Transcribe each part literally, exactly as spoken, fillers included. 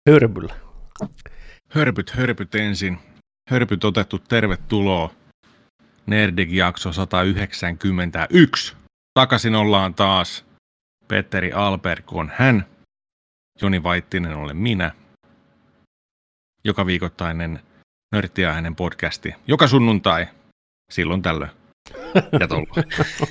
Hörpyllä. Hörpyt, hörpyt ensin. Hörpyt otettu, tervetuloa. Nerdik-jakso sata yhdeksänkymmentäyksi. Takaisin ollaan taas. Petteri Alberg on hän. Joni Vaittinen olen minä. Joka viikoittainen Nörttiäinen podcasti. Joka sunnuntai. Silloin tällöin. Ja tuolla.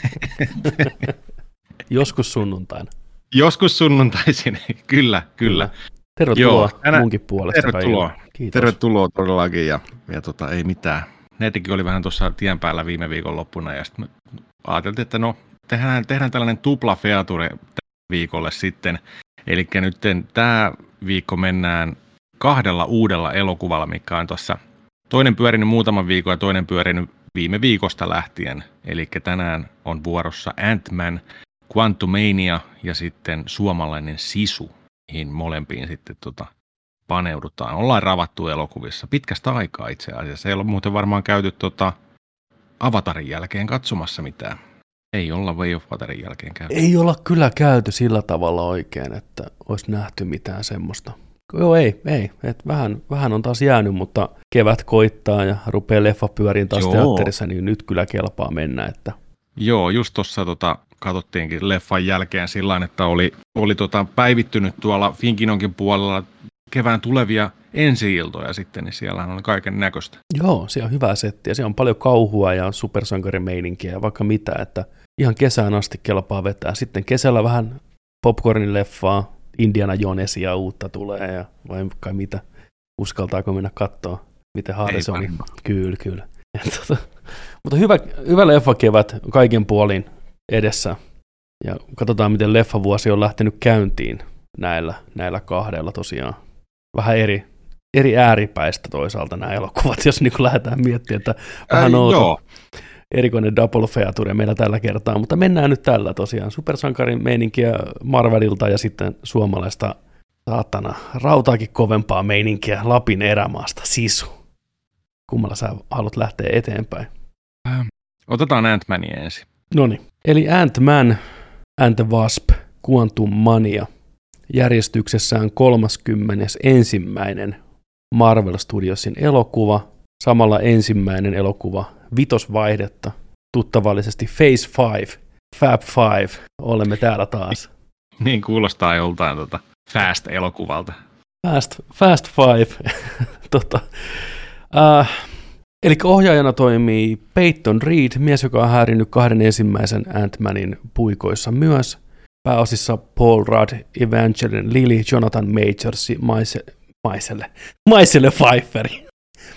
Joskus sunnuntaina. Joskus sunnuntaisin. Kyllä, kyllä. Tervetuloa Joo, tänä, munkin puolesta. Tervetuloa. Kiitos. Tervetuloa todellakin. Ja, ja tota, ei mitään. Netikin oli vähän tuossa tien päällä viime viikon loppuna. Ja sitten ajateltiin, että no tehdään, tehdään tällainen tupla feature viikolle sitten. Eli nyt tämä viikko mennään kahdella uudella elokuvalla, mikä on tuossa toinen pyörinyt muutaman viikon ja toinen pyörinyt viime viikosta lähtien. Eli tänään on vuorossa Ant-Man, Quantumania ja sitten suomalainen Sisu, mihin molempiin sitten tota paneudutaan. Ollaan ravattu elokuvissa pitkästä aikaa itse asiassa. Ei ole muuten varmaan käyty tota Avatarin jälkeen katsomassa mitään. Ei olla Way of Waterin jälkeen käyty. Ei olla kyllä käyty sillä tavalla oikein, että olisi nähty mitään semmoista. Joo, ei, ei. Et vähän, vähän on taas jäänyt, mutta kevät koittaa ja rupeaa leffa pyöriin taas Joo. teatterissa, niin nyt kyllä kelpaa mennä. Että... Joo, just tuossa tota, katsottiinkin leffan jälkeen sillä että oli, oli tota päivittynyt tuolla Finkinonkin puolella kevään tulevia ensi-iltoja sitten, niin siellähän on kaiken näköistä. Joo, se on hyvä setti ja siellä on paljon kauhua ja supersankarimeininkiä ja vaikka mitä, että ihan kesään asti kelpaa vetää. Sitten kesällä vähän popcornin leffaa, Indiana Jonesia uutta tulee ja vai kai mitä, uskaltaako mennä katsoa, miten Harrisoni. Kyllä, kyllä. Tota, mutta hyvä, hyvä leffakevät kaiken puolin edessä ja katsotaan, miten leffavuosi on lähtenyt käyntiin näillä, näillä kahdella tosiaan. Vähän eri, eri ääripäistä toisaalta nämä elokuvat, jos niin lähdetään miettimään, että vähän outo erikoinen double feature meillä tällä kertaa, mutta mennään nyt tällä tosiaan. Supersankarin meininkiä Marvelilta ja sitten suomalaista saatana rautaakin kovempaa meininkiä Lapin erämaasta Sisu. Kummalla sä haluat lähteä eteenpäin? Otetaan Ant-Mania ensin. Noniin, eli Ant-Man and the Wasp, Quantumania. Järjestyksessään kolmaskymmenesensimmäinen Marvel Studiosin elokuva, samalla ensimmäinen elokuva vitosvaihdetta, tuttavallisesti Phase Five, Fab Five, olemme täällä taas. Niin kuulostaa joltain tota Fast-elokuvalta. Fast, Fast Five. tota, äh, eli ohjaajana toimii Peyton Reed, mies, joka on häirinyt kahden ensimmäisen Ant-Manin puikoissa myös. Pääosissa Paul Rudd, Evangeline Lilly, Jonathan Majors, Maiselle, Maiselle, Maiselle Pfeifferi.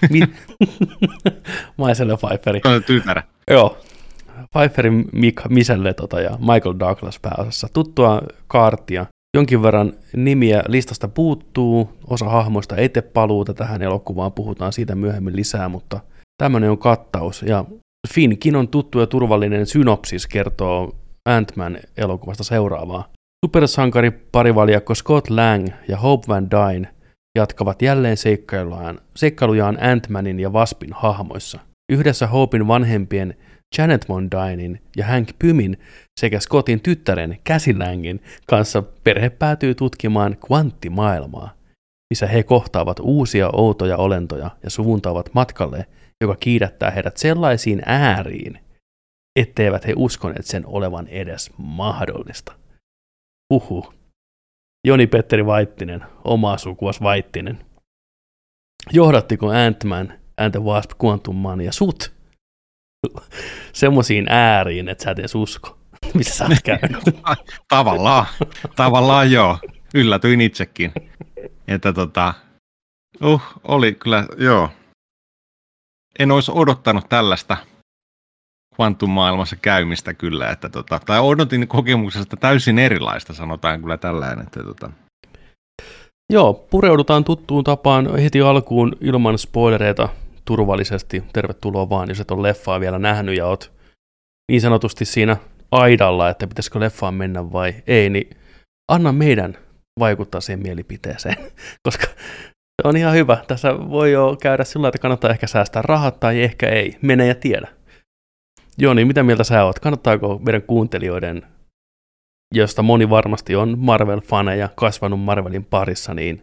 Maiselle Pfeifferi. Tytärä. Joo. Pfeifferin Miselle tota, ja Michael Douglas pääosassa. Tuttua kaartia. Jonkin verran nimiä listasta puuttuu. Osa hahmoista ei tee paluuta tähän elokuvaan. Puhutaan siitä myöhemmin lisää, mutta tämmöinen on kattaus. Ja Finnkin on tuttu ja turvallinen synopsis kertoo Ant-Man elokuvasta seuraavaa. Supersankari parivaljakko Scott Lang ja Hope Van Dyne jatkavat jälleen seikkailujaan, seikkailujaan Ant-Manin ja Waspin hahmoissa. Yhdessä Hopen vanhempien Janet Von Dynen ja Hank Pymin sekä Scottin tyttären Cassie Langin kanssa perhe päätyy tutkimaan kvanttimaailmaa, missä he kohtaavat uusia outoja olentoja ja suuntaavat matkalle, joka kiidättää heidät sellaisiin ääriin, etteivät he uskoneet sen olevan edes mahdollista. Uhu. Joni Petteri Vaittinen, omaa sukuas Vaittinen. Johdattiko Ant-Man and the Wasp Quantumania sut semmoisiin ääriin, että sä et edes usko, missä sä oot käynyt? Tavallaan, tavallaan joo. Yllätyin itsekin. Että tota, uh, oli kyllä, joo. En olisi odottanut tällaista Quantum-maailmassa käymistä kyllä, että tota, tai odotin kokemuksesta täysin erilaista, sanotaan kyllä tällainen. Että tota. Joo, pureudutaan tuttuun tapaan heti alkuun ilman spoilereita turvallisesti. Tervetuloa vaan, jos et ole leffaa vielä nähnyt ja oot niin sanotusti siinä aidalla, että pitäisikö leffaan mennä vai ei, niin anna meidän vaikuttaa siihen mielipiteeseen, koska se on ihan hyvä. Tässä voi jo käydä sillä, että kannattaa ehkä säästää rahat tai ehkä ei. Mene ja tiedä. Joni, mitä mieltä sä oot? Kannattaako meidän kuuntelijoiden, josta moni varmasti on Marvel-faneja, kasvanut Marvelin parissa, niin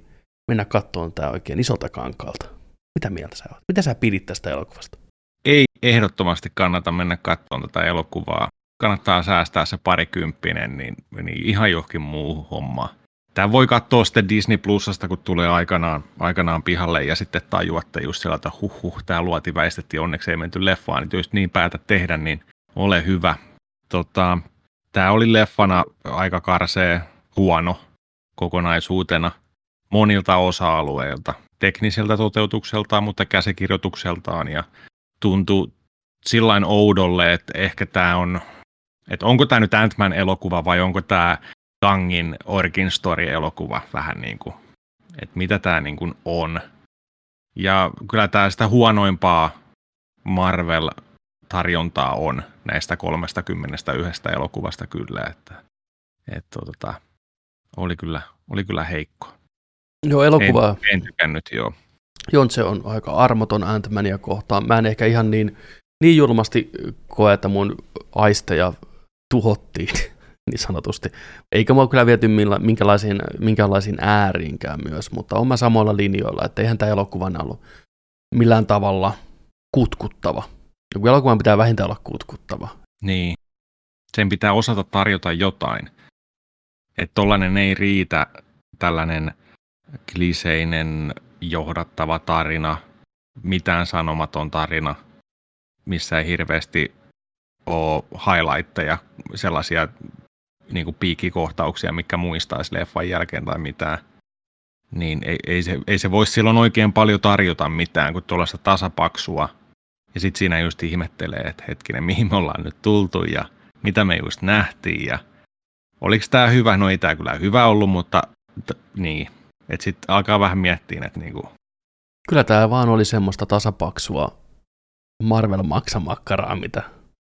mennä katsomaan tämä oikein isolta kankaalta. Mitä mieltä sä oot? Mitä sä pidit tästä elokuvasta? Ei ehdottomasti kannata mennä katsomaan tätä elokuvaa. Kannattaa säästää se parikymppinen, niin, niin ihan johonkin muuhun hommaan. Tämä voi katsoa sitten Disney Plusasta, kun tulee aikanaan, aikanaan pihalle ja sitten tajuatte just sillä, että huh huh, tämä luoti väistettiin, onneksi ei menty leffaan, niin jos niin päätä tehdä, niin ole hyvä. Tota, tämä oli leffana aika karsee, huono kokonaisuutena monilta osa-alueilta, tekniseltä toteutukseltaan, mutta käsikirjoitukseltaan ja tuntui sillain oudolle, että ehkä tämä on, että onko tämä nyt Ant-Man-elokuva vai onko tämä Kangin Origin Story-elokuva vähän niin kuin, että mitä tämä niin kuin on. Ja kyllä tämä sitä huonoimpaa Marvel-tarjontaa on näistä kolmekymmentäyksi elokuvasta kyllä, että, että tota, oli, kyllä, oli kyllä heikko. Joo, elokuva. En, en tykännyt, joo. Joo, se on aika armoton Ant-Mania kohtaan. Mä en ehkä ihan niin, niin julmasti koe, että mun aisteja tuhottiin, niin sanotusti. Eikä mua kyllä viety minkälaisiin, minkälaisiin ääriinkään myös, mutta olen mä samoilla linjoilla, että eihän tämä elokuvan ollut millään tavalla kutkuttava. Joku elokuvan pitää vähintään olla kutkuttava. Niin, sen pitää osata tarjota jotain. Että tollainen ei riitä, tällainen kliseinen johdattava tarina, mitään sanomaton tarina, missä ei hirveästi ole highlightteja, sellaisia niin kuin piikkikohtauksia, mikä muistaisi leffan jälkeen tai mitään. Niin ei, ei, se, ei se voi silloin oikein paljon tarjota mitään, kuin tuollaista tasapaksua. Ja sitten siinä just ihmettelee, että hetkinen, mihin me ollaan nyt tultu ja mitä me just nähtiin. Ja oliko tämä hyvä? No ei tämä kyllä hyvä ollut, mutta t- niin. Että sitten alkaa vähän miettiä, että niinku. Kyllä tämä vaan oli semmoista tasapaksua Marvel-maksamakkaraa, mitä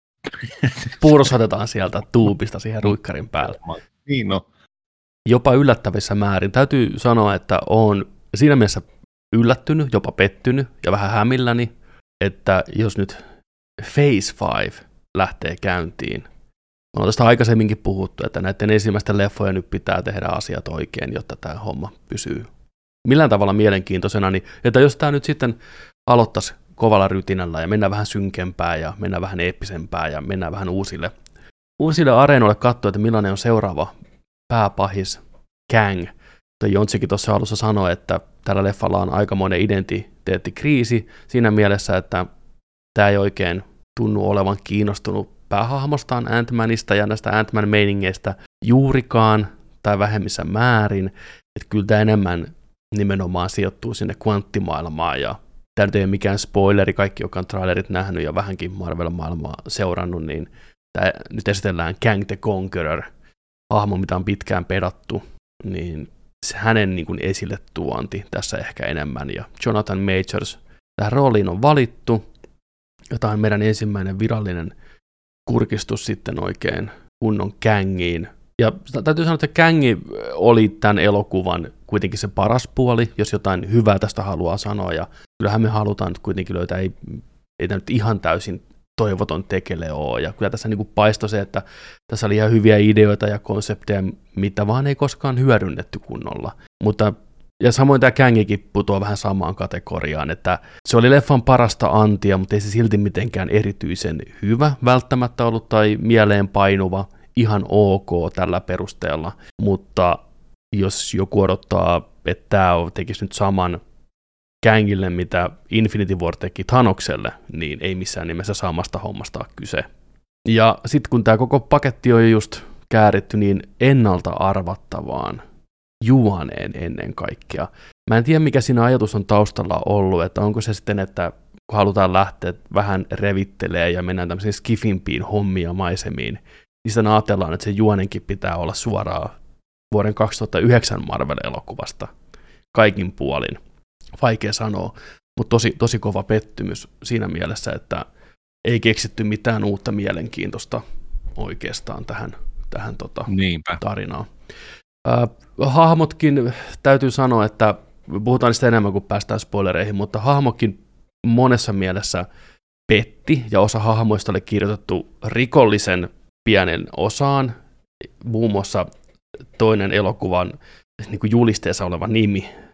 pursotetaan sieltä tuupista siihen ruikkarin päälle. Niin no. Jopa yllättävissä määrin. Täytyy sanoa, että olen siinä mielessä yllättynyt, jopa pettynyt ja vähän hämilläni, että jos nyt Phase viisi lähtee käyntiin, on tästä aikaisemminkin puhuttu, että näiden ensimmäisten leffojen nyt pitää tehdä asiat oikein, jotta tämä homma pysyy millään tavalla mielenkiintoisena, niin että jos tämä nyt sitten aloittaisi kovalla rytinällä ja mennään vähän synkempää ja mennään vähän eeppisempää ja mennään vähän uusille, uusille areenoille katsoa, että millainen on seuraava pääpahis Kang. Jontsikin tuossa alussa sanoi, että tällä leffalla on aikamoinen identiteettikriisi siinä mielessä, että tämä ei oikein tunnu olevan kiinnostunut päähahmostaan Ant-Manista ja näistä Ant-Man-meiningeistä juurikaan tai vähemmissä määrin, että kyllä tämä enemmän nimenomaan sijoittuu sinne kvanttimaailmaan ja tämä nyt ei ole mikään spoileri, kaikki, jotka on trailerit nähnyt ja vähänkin Marvel-maailmaa seurannut, niin tämä nyt esitellään Kang the Conqueror, hahmo, mitä on pitkään pedattu, niin se hänen niin kuin esille tuonti tässä ehkä enemmän, ja Jonathan Majors tähän rooliin on valittu, jota on meidän ensimmäinen virallinen kurkistus sitten oikein kunnon Kangiin. Ja täytyy sanoa, että Kangi oli tämän elokuvan kuitenkin se paras puoli, jos jotain hyvää tästä haluaa sanoa, ja kyllähän me halutaan nyt kuitenkin löytää, ei, ei tämä nyt ihan täysin toivoton tekele ole, ja kyllä tässä niin kuin paistoi se, että tässä oli ihan hyviä ideoita ja konsepteja, mitä vaan ei koskaan hyödynnetty kunnolla. Mutta, ja samoin tämä Kangikin putoaa vähän samaan kategoriaan, että se oli leffan parasta antia, mutta ei se silti mitenkään erityisen hyvä välttämättä ollut tai mieleenpainuva, ihan ok tällä perusteella, mutta jos joku odottaa, että tämä tekisi nyt saman Kangille, mitä Infinity War teki Thanokselle, niin ei missään nimessä samasta hommasta ole kyse. Ja sitten kun tämä koko paketti on just kääritty niin ennalta arvattavaan juoneen ennen kaikkea. Mä en tiedä, mikä siinä ajatus on taustalla ollut, että onko se sitten, että kun halutaan lähteä vähän revittelee ja mennään tämmöisiin skifimpiin hommia maisemiin, niin sitten ajatellaan, että se juonenkin pitää olla suoraan vuoden kaksituhattayhdeksän Marvel-elokuvasta kaikin puolin. Vaikea sanoa, mutta tosi, tosi kova pettymys siinä mielessä, että ei keksitty mitään uutta mielenkiintoista oikeastaan tähän, tähän tota tarinaan. Äh, hahmotkin täytyy sanoa, että puhutaan niistä enemmän kuin päästään spoilereihin, mutta hahmokin monessa mielessä petti, ja osa hahmoista oli kirjoitettu rikollisen pienen osaan, muun muassa toinen elokuvan niin kuin julisteessa oleva nimi,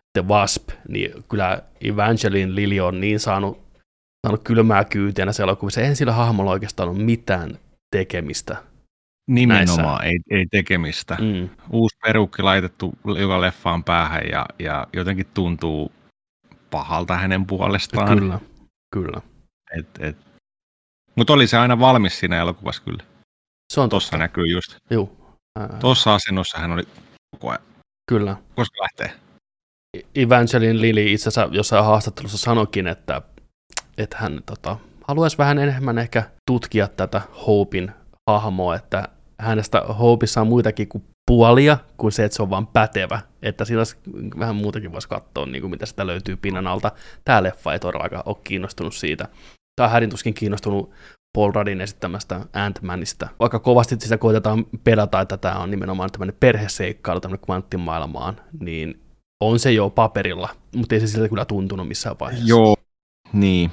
The Wasp, niin kyllä Evangeline Lilly on niin saanut, saanut kylmää kyytiä näissä elokuvissa. Eihän sillä hahmolla oikeastaan ole mitään tekemistä. Nimenomaan, ei, ei tekemistä. Mm. Uusi perukki laitettu joka leffaan päähän ja, ja jotenkin tuntuu pahalta hänen puolestaan. Kyllä, kyllä. Et, et. Mutta oli se aina valmis siinä elokuvassa kyllä. Se on Tuossa näkyy just. Juu. Tuossa asennossa hän oli koko ajan. Kyllä. Koska lähtee? Evangeline Lilly itse asiassa jossain haastattelussa sanoikin, että, että hän tota, haluaisi vähän enemmän ehkä tutkia tätä Hopein hahmoa, että hänestä Hopeissa on muitakin kuin puolia kuin se, että se on vaan pätevä. Että siinä vähän muutakin voisi katsoa, niin kuin mitä sitä löytyy pinnan alta. Tämä leffa ei todellakaan ole kiinnostunut siitä. Tämä on hädin tuskin kiinnostunut Paul Ruddin esittämästä Ant-Manista. Vaikka kovasti sitä koitetaan pedata, että tämä on nimenomaan tämmöinen perheseikkailu, tämmöinen kvanttimaailmaan, niin on se jo paperilla, mutta ei se siltä kyllä tuntunut missään vaiheessa. Joo, niin.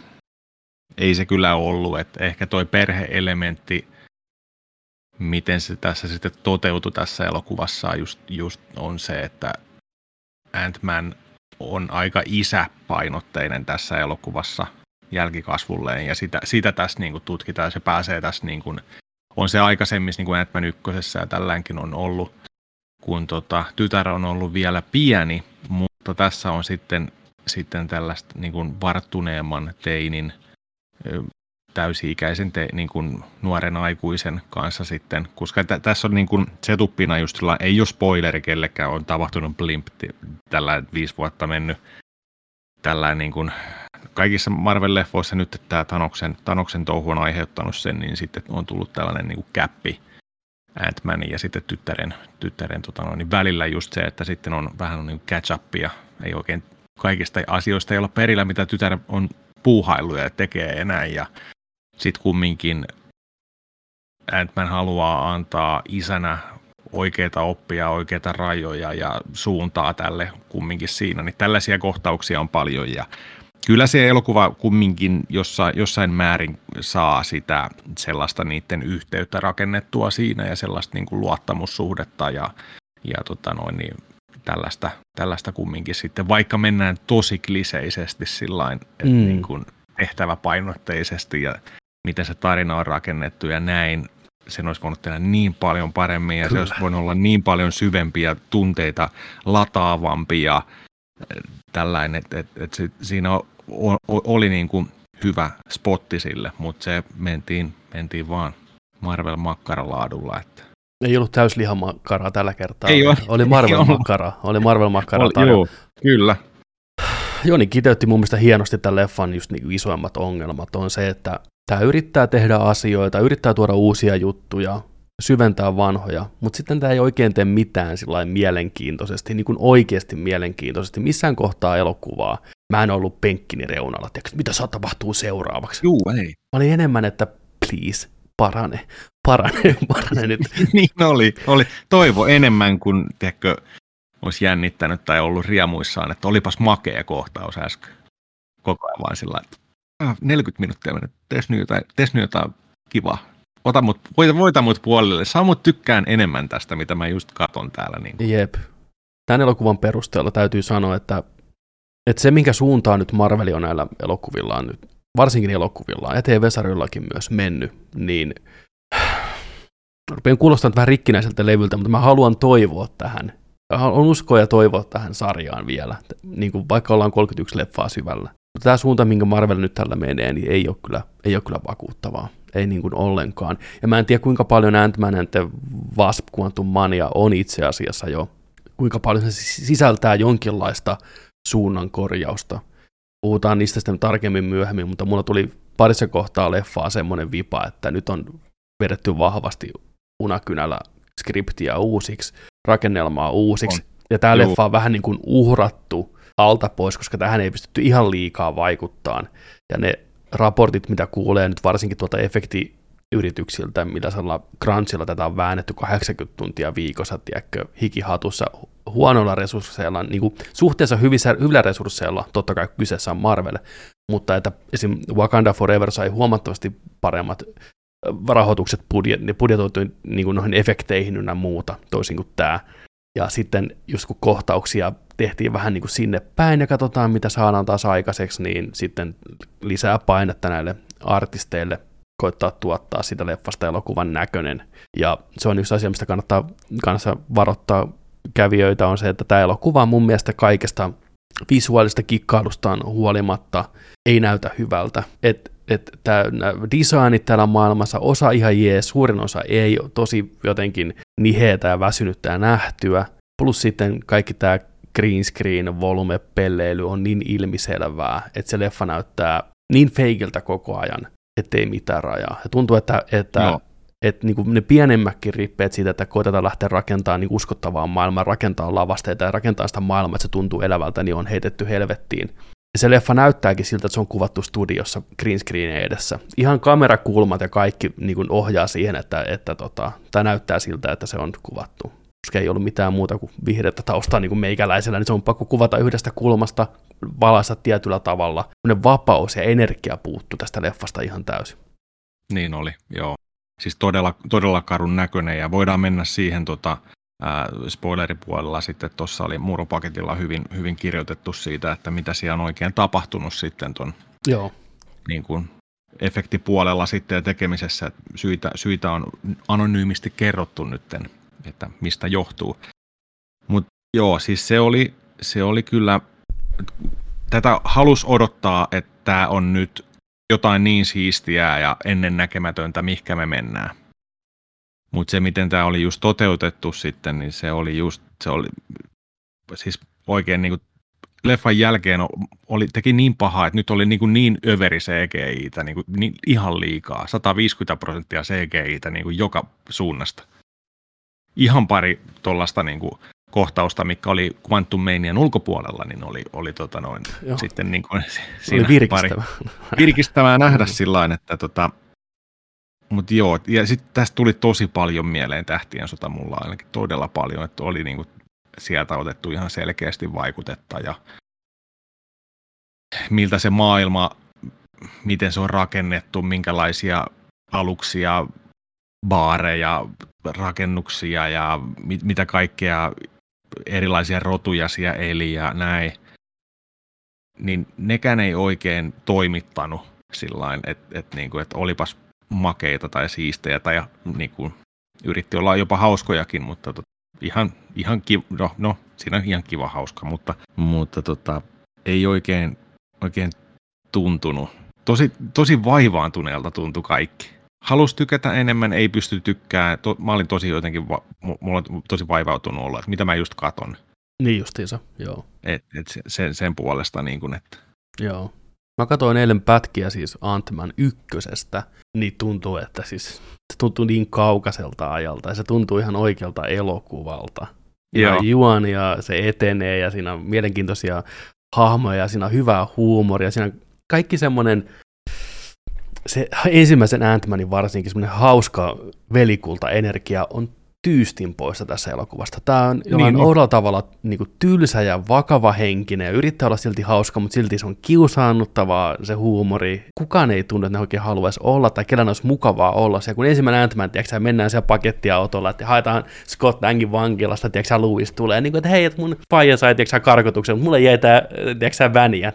Ei se kyllä ollut. Että ehkä toi perhe-elementti, miten se tässä sitten toteutui tässä elokuvassa, just, just on se, että Ant-Man on aika isäpainotteinen tässä elokuvassa jälkikasvulleen, ja sitä, sitä tässä niin kuin tutkitaan, se pääsee tässä, niin kuin, on se aikaisemmissa niin kuin Ant-Man ykkösessä, ja tälläänkin on ollut, kun tota, tytär on ollut vielä pieni, mutta tässä on sitten, sitten tällaista niin kuin varttuneemman teinin, täysi-ikäisen te, niin kuin nuoren aikuisen kanssa sitten, koska t- tässä on niin kuin setuppina just sillä, ei ole spoileri kellekään, on tapahtunut blimp, tällä viisi vuotta mennyt, tällä niin kuin kaikissa Marvel-leffoissa nyt, että tämä Thanoksen, Thanoksen touhu on aiheuttanut sen, niin sitten on tullut tällainen niin kuin käppi Ant-Manin ja sitten tyttären, tyttären tota noin, niin välillä just se, että sitten on vähän niin kuin catch-upia, ei oikein kaikista asioista ei olla perillä, mitä tytär on puuhaillut ja tekee enää, ja sitten kumminkin Ant-Man haluaa antaa isänä oikeita oppia, oikeita rajoja ja suuntaa tälle kumminkin siinä, niin tällaisia kohtauksia on paljon, ja kyllä se elokuva kumminkin jossain, jossain määrin saa sitä sellaista niiden yhteyttä rakennettua siinä ja sellaista niin kuin luottamussuhdetta ja, ja tota noin, niin tällaista, tällaista kumminkin sitten, vaikka mennään tosi kliseisesti sillain, että mm. niin kuin tehtäväpainotteisesti ja miten se tarina on rakennettu ja näin, sen olisi voinut tehdä niin paljon paremmin ja Kyllä. se olisi voinut olla niin paljon syvempiä tunteita, lataavampia, tällainen, että et, et se, siinä o, o, oli niin kuin hyvä spotti sille, mutta se mentiin, mentiin vaan Marvel-makkaralaadulla. Että. Ei ollut täyslihamakkaraa tällä kertaa. Ei ole. Oli Marvel-makkaraa. Oli Marvel-makkaraa oli, joo, kyllä. Joni kiteytti mun mielestä hienosti tämän leffan just niin isoimmat ongelmat on se, että tämä yrittää tehdä asioita, yrittää tuoda uusia juttuja, syventää vanhoja, mutta sitten tämä ei oikein tee mitään sillain mielenkiintoisesti, niin kuin oikeasti mielenkiintoisesti, missään kohtaa elokuvaa. Mä en ollut penkkini reunalla, tiedätkö, mitä saa tapahtuu seuraavaksi. Juu, ei. Mä olin enemmän, että please, parane, parane, parane nyt. Niin oli, oli. Toivo enemmän kuin, tiedätkö, olisi jännittänyt tai ollut riemuissaan, että olipas makea kohtaus äsken. Koko ajan vaan sillä että neljäkymmentä minuuttia mennyt, tees nyt jotain, tees nyt jotain kivaa. Ota mut, voita, voita mut puolelle, saa mut tykkään enemmän tästä, mitä mä just katon täällä. Niin. Jep. Tämän elokuvan perusteella täytyy sanoa, että, että se, minkä suuntaan nyt Marveli on näillä elokuvillaan, nyt, varsinkin elokuvillaan, ja T V-sarjoillakin myös mennyt, niin rupean kuulostamaan vähän rikkinäiseltä levyltä, mutta mä haluan toivoa tähän. On uskoa ja toivoa tähän sarjaan vielä, niin kuin vaikka ollaan kolmekymmentäyksi leffaa syvällä. Mutta tämä suunta, minkä Marvel nyt tällä menee, niin ei ole kyllä, ei ole kyllä vakuuttavaa. Ei niin kuin ollenkaan. Ja mä en tiedä, kuinka paljon Ant-Man and the Wasp Quantumania on itse asiassa jo. Kuinka paljon se sisältää jonkinlaista suunnan korjausta. Puhutaan niistä sitten tarkemmin myöhemmin, mutta mulla tuli parissa kohtaa leffaa semmoinen vipa, että nyt on vedetty vahvasti punakynällä skriptiä uusiksi, rakennelmaa uusiksi. On. Ja tämä leffa on vähän niin kuin uhrattu alta pois, koska tähän ei pystytty ihan liikaa vaikuttamaan. Ja ne raportit, mitä kuulee nyt varsinkin tuolta efektiyrityksiltä, millä sellaisella crunchilla tätä on väännetty kahdeksankymmentä tuntia viikossa, tiedätkö, hikihatussa, huonoilla resursseilla, niin kuin suhteessa hyvissä, hyvillä resursseilla, totta kai kyseessä on Marvel, mutta että esim. Wakanda Forever sai huomattavasti paremmat rahoitukset, budjet, ne budjetoitui niin kuin noihin efekteihin ynnä muuta, toisin kuin tämä. Ja sitten just kun kohtauksia tehtiin vähän niin kuin sinne päin ja katsotaan, mitä saadaan taas aikaiseksi, niin sitten lisää painetta näille artisteille koittaa tuottaa sitä leffasta elokuvan näköinen. Ja se on yksi asia, mistä kannattaa kanssa varoittaa kävijöitä, on se, että tämä elokuva mun mielestä kaikesta visuaalista kikkailustaan huolimatta ei näytä hyvältä. Että et tämä designit täällä maailmassa, osa ihan jees, suurin osa ei, tosi jotenkin niheetä ja väsynyttä ja nähtyä. Plus sitten kaikki tämä green screen volumepelleily on niin ilmiselvää, että se leffa näyttää niin feikiltä koko ajan, ettei mitään rajaa. Ja tuntuu, että, että, no. että niin kuin ne pienemmätkin rippeet siitä, että koitetaan lähteä rakentamaan niin uskottavaa maailmaa, rakentaa lavasteita ja rakentaa sitä maailmaa, että se tuntuu elävältä, niin on heitetty helvettiin. Ja se leffa näyttääkin siltä, että se on kuvattu studiossa green screenin edessä. Ihan kamerakulmat ja kaikki niin kuin ohjaa siihen, että, että tota, tämä näyttää siltä, että se on kuvattu. Koska ei ollut mitään muuta kuin vihreätä taustaa niin kuin meikäläisellä, niin se on pakko kuvata yhdestä kulmasta, valaista tietyllä tavalla. Sellainen vapaus ja energia puuttuu tästä leffasta ihan täysin. Niin oli, joo. Siis todella, todella karun näköinen, ja voidaan mennä siihen tota, ää, spoileripuolella sitten, tuossa oli muropaketilla hyvin, hyvin kirjoitettu siitä, että mitä siellä on oikein tapahtunut sitten tuon joo. Niin kuin efektipuolella sitten ja tekemisessä. Syitä, syitä on anonyymisti kerrottu nytten, että mistä johtuu. Mutta joo, siis se oli, se oli kyllä, tätä halus odottaa, että tämä on nyt jotain niin siistiä ja ennennäkemätöntä, mihkä me mennään. Mutta se, miten tämä oli just toteutettu sitten, niin se oli just, se oli siis oikein niin kuin leffan jälkeen oli, teki niin pahaa, että nyt oli niin, kuin niin överi C G I-tä, niin kuin, niin ihan liikaa, sata viisikymmentä prosenttia C G I-tä niin kuin joka suunnasta. Ihan pari tuollaista niin kuin kohtausta, mikä oli Quantum Manian ulkopuolella, niin oli, oli tota noin, sitten niin kuin, siinä virkistävää. Pari, virkistävää nähdä sillain, että tota, mutta joo, ja sitten tästä tuli tosi paljon mieleen Tähtien sota mulla ainakin todella paljon, että oli niin kuin sieltä otettu ihan selkeästi vaikutetta ja miltä se maailma, miten se on rakennettu, minkälaisia aluksia, baareja, rakennuksia ja mit, mitä kaikkea erilaisia rotuja siellä eli ja näin, niin nekään ei oikein toimittanut sillain, että et, niinku, et olipas makeita tai siistejä tai niinku, yritti olla jopa hauskojakin, mutta tot, ihan, ihan kiva, no, no siinä on ihan kiva hauska, mutta, mutta tota, ei oikein, oikein tuntunut. Tosi, tosi vaivaantuneelta tuntui kaikki. Halusi tykätä enemmän, ei pysty tykkäämään. To, mä olin tosi jotenkin, va, mulla on tosi vaivautunut olla, että mitä mä just katon. Niin justiinsa, joo. Et, et sen, sen puolesta niin kuin, että... Joo. Mä katsoin eilen pätkiä siis Ant-Man ykkösestä, niin tuntuu, että siis se tuntuu niin kaukaiselta ajalta, ja se tuntuu ihan oikealta elokuvalta. Ja juoni, ja se etenee, ja siinä on mielenkiintoisia hahmoja, ja siinä on hyvää huumoria, siinä on kaikki semmoinen... Se ensimmäisen Ant-Manin varsinkin semmoinen hauska velikulta-energia on tyystin poissa tässä elokuvasta. Tämä on jollain niin, oudolla tavalla niin kuin tylsä ja vakava henkinen ja yrittää olla silti hauska, mutta silti se on kiusaannuttavaa se huumori. Kukaan ei tunne, että ne oikein haluaisi olla tai kellään olisi mukavaa olla siellä. Kun ensimmäinen Ant-Man, tiedätkö, mennään siellä pakettiautolla, että haetaan Scott Langin vankilasta, tiedätkö, Louis tulee, niin kuin, että hei, että mun faija sai, tiedätkö, karkotuksen, mutta mulle jäi tää, tiedätkö, väniä.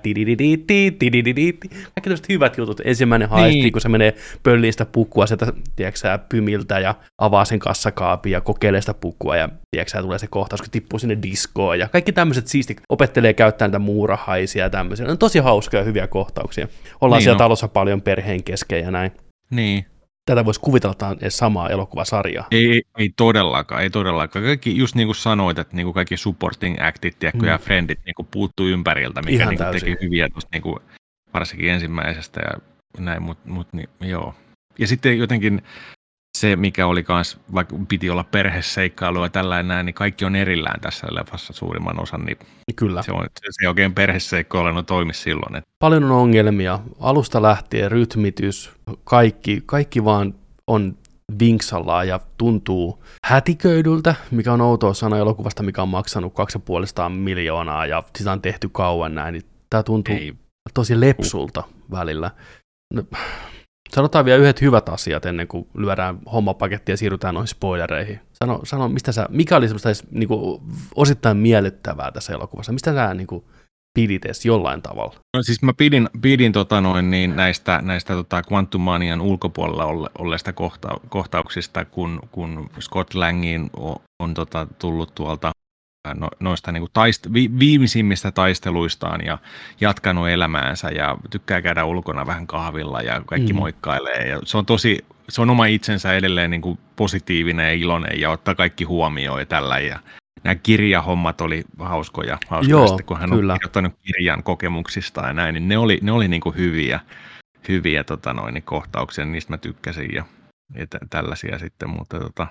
Kaikki tämmöiset hyvät jutut. Ensimmäinen haisti, niin. Kun se menee pölliin sitä pukkua sieltä, tiedätkö, pymiltä ja avaa sen kassakaapin ja kokeilee sitä pukua ja tiedätkö, tulee se kohtaus, kun tippuu sinne diskoon ja kaikki tämmöiset siistit opettelee käyttää näitä muurahaisia ja tämmöisiä. Ne on tosi hauskoja ja hyviä kohtauksia. Ollaan niin siellä no. talossa paljon perheen kesken ja näin. Niin. Tätä voisi kuvitella, että on edes samaa elokuvasarjaa. Ei, ei todellakaan, ei todellakaan. Kaikki, just niin kuin sanoit, että niin kuin kaikki supporting actit tiedätkö, mm. ja friendit niin kuin puuttuu ympäriltä, mikä niin kuin teki hyviä tuosta niin kuin, varsinkin ensimmäisestä ja näin, mutta mut, niin, joo. Ja sitten jotenkin se, mikä oli kans, vaikka piti olla perheseikkailua ja tällainen näin, niin kaikki on erillään tässä leffassa suurimman osan, niin kyllä. Se, on, se oikein perheseikkailu toimi silloin. Että... Paljon on ongelmia, alusta lähtien, rytmitys, kaikki, kaikki vaan on vinksallaan ja tuntuu hätiköidyltä, mikä on outoa sana elokuvasta, mikä on maksanut kaksisataaviisikymmentä miljoonaa ja sitä on tehty kauan näin, niin tämä tuntuu Ei. tosi lepsulta uh. välillä. No, Sanotaan vielä yhdet hyvät asiat ennen kuin lyödään hommapakettia ja siirrytään noihin spoilereihin. Sano, sano mistä sä, mikä oli semmoista edes, niin kuin, osittain miellyttävää tässä elokuvassa? Mistä sä niin kuin, pidit edes jollain tavalla? No, siis mä pidin, pidin tota noin, niin näistä, näistä tota Quantum Manian ulkopuolella olle, olleista kohta, kohtauksista, kun, kun Scott Langin on, on tota, tullut tuolta no, noista niin kuin taist, vi, viimeisimmistä taisteluistaan ja jatkanut elämäänsä ja tykkää käydä ulkona vähän kahvilla ja kaikki mm. moikkailee. Ja se on tosi, se on oma itsensä edelleen niin kuin positiivinen ja iloinen ja ottaa kaikki huomioon ja tällä. Ja nämä kirjahommat oli hauskoja, hauskoja Joo, sitten, kun hän kyllä. on kirjoittanut kirjan kokemuksista ja näin, niin ne oli, ne oli niin kuin hyviä, hyviä tota noin, niin kohtauksia, niistä mä tykkäsin ja, ja t- tällaisia sitten, mutta tota,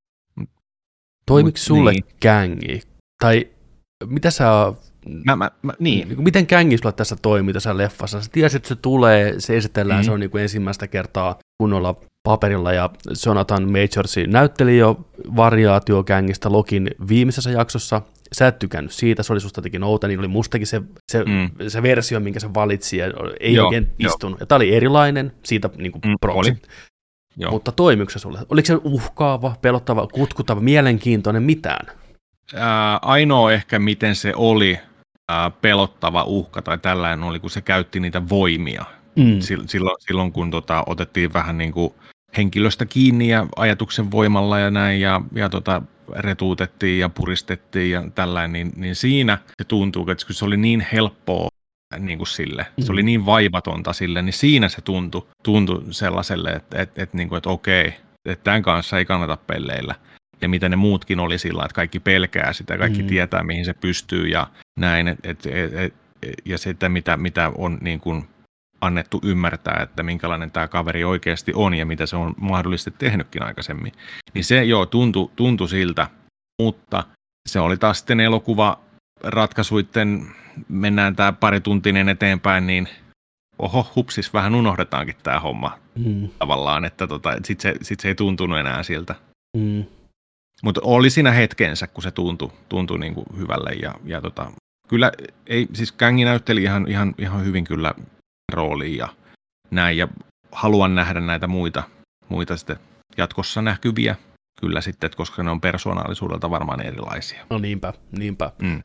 Toimiko sulle niin. gängi? Tai mitä sä, Mä, mä, mä, niin. miten gängi sulla tässä toimii tässä leffassa? Sä tiesit, että se tulee, se esitellään, mm-hmm. se on niin kuin ensimmäistä kertaa kunnolla paperilla, ja Jonathan Majorsi näytteli jo variaatiogängistä Lokin viimeisessä jaksossa. Sä et tykännyt siitä, se oli susta jotenkin outo, niin oli mustakin se, se, mm. se versio, minkä se valitsi, ja ei Joo, oikein istunut. Ja tämä oli erilainen, siitä niin kuin mm, proksit. Mutta toimiko se sulle? Oliko se uhkaava, pelottava, kutkuttava, mielenkiintoinen, mitään? Ää, ainoa ehkä, miten se oli ää, pelottava uhka tai tällainen oli, kun se käytti niitä voimia. Mm. Silloin, silloin, kun tota, otettiin vähän niin kuin henkilöstä kiinni ja ajatuksen voimalla ja näin, ja, ja tota, retuutettiin ja puristettiin ja tällainen, niin, niin siinä se tuntuu, että se oli niin helppoa niin kuin sille, mm. se oli niin vaivatonta sille, niin siinä se tuntui, tuntui sellaiselle, että, että, että, niin kuin, että okei, että tämän kanssa ei kannata pelleillä. Ja mitä ne muutkin oli sillä, että kaikki pelkää sitä, kaikki mm. tietää, mihin se pystyy ja näin. Et, et, et, et, ja sitten mitä, mitä on niin kuin annettu ymmärtää, että minkälainen tämä kaveri oikeasti on ja mitä se on mahdollisesti tehnytkin aikaisemmin. Niin se joo, tuntui, tuntui siltä, mutta se oli taas sitten elokuva ratkaisuitten, mennään tämä parituntinen eteenpäin, niin oho, hupsis, vähän unohdetaankin tämä homma mm. tavallaan, että tota, et sitten se, sit se ei tuntunut enää siltä. Mm. Mutta oli siinä hetkensä, kun se tuntui, tuntui niin kuin hyvälle ja, ja tota, kyllä ei, siis Kängi näytteli ihan, ihan, ihan hyvin kyllä rooliin ja näin ja haluan nähdä näitä muita, muita sitten jatkossa näkyviä kyllä sitten, koska ne on persoonallisuudelta varmaan erilaisia. No niinpä, niinpä. Mm.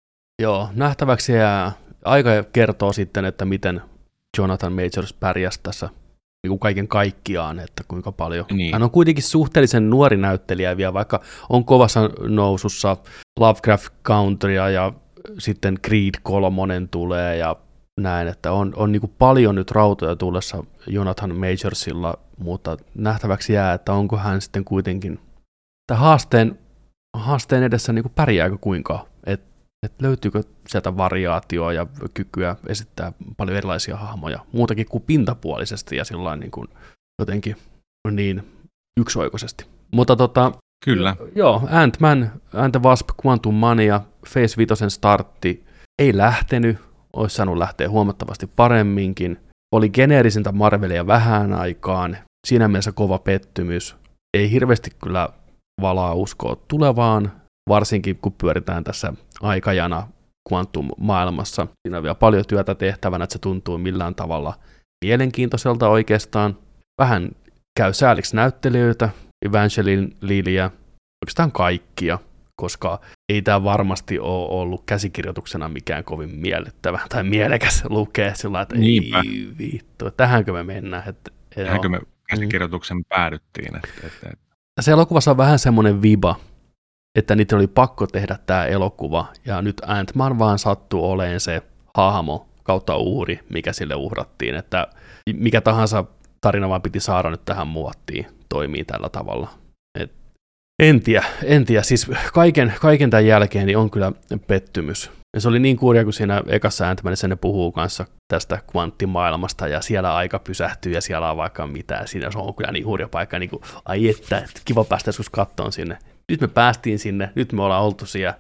Joo, nähtäväksi jää. Aika kertoo sitten, että miten Jonathan Majors pärjäsi tässä niin kuin kaiken kaikkiaan, että kuinka paljon. Niin. Hän on kuitenkin suhteellisen nuori näyttelijä vielä, vaikka on kovassa nousussa Lovecraft Countrya ja sitten Creed kolmonen tulee ja näin, että on, on niin kuin paljon nyt rautoja tullessa Jonathan Majorsilla, mutta nähtäväksi jää, että onko hän sitten kuitenkin tämän haasteen, haasteen edessä niin kuin pärjääkö kuinka, että et löytyykö sieltä variaatioa ja kykyä esittää paljon erilaisia hahmoja, muutakin kuin pintapuolisesti ja sillain niin kuin jotenkin niin yksioikoisesti. Mutta tota, kyllä. Joo, Ant-Man, Ant the Wasp, Quantum Mania, Phase viisi startti ei lähtenyt, olisi saanut lähteä huomattavasti paremminkin. Oli geneerisintä Marvelia vähän aikaan, siinä mielessä kova pettymys. Ei hirveästi kyllä valaa uskoa tulevaan, varsinkin kun pyöritään tässä aikajana Quantum-maailmassa. Siinä on vielä paljon työtä tehtävänä, että se tuntuu millään tavalla mielenkiintoiselta oikeastaan. Vähän käy sääliksi näyttelijöitä, Evangeline Lilyä, oikeastaan kaikkia, koska ei tämä varmasti ole ollut käsikirjoituksena mikään kovin miellyttävä tai mielekäs lukea sillä, että Niinpä. ei vittu, tähänkö me mennään. Että, tähänkö me käsikirjoituksen mm. päädyttiin. Että, että, että. Se elokuvassa on vähän semmoinen viba, että niitä oli pakko tehdä tämä elokuva, ja nyt Ant-Man vaan sattuu oleen se hahmo kautta uhri, mikä sille uhrattiin, että mikä tahansa tarina vaan piti saada nyt tähän muottiin, toimii tällä tavalla. Et en tiedä, en tiedä, siis kaiken, kaiken tämän jälkeen niin on kyllä pettymys. Ja se oli niin kurja, kun siinä ekassa Ant-Manissa ne puhuu kanssa tästä kvanttimaailmasta, ja siellä aika pysähtyy, ja siellä on vaikka mitään, siinä se on kyllä niin hurja paikka, niin kuin, ai että, että kiva päästä joskus kattoon sinne. Nyt me päästiin sinne, nyt me ollaan oltu siellä.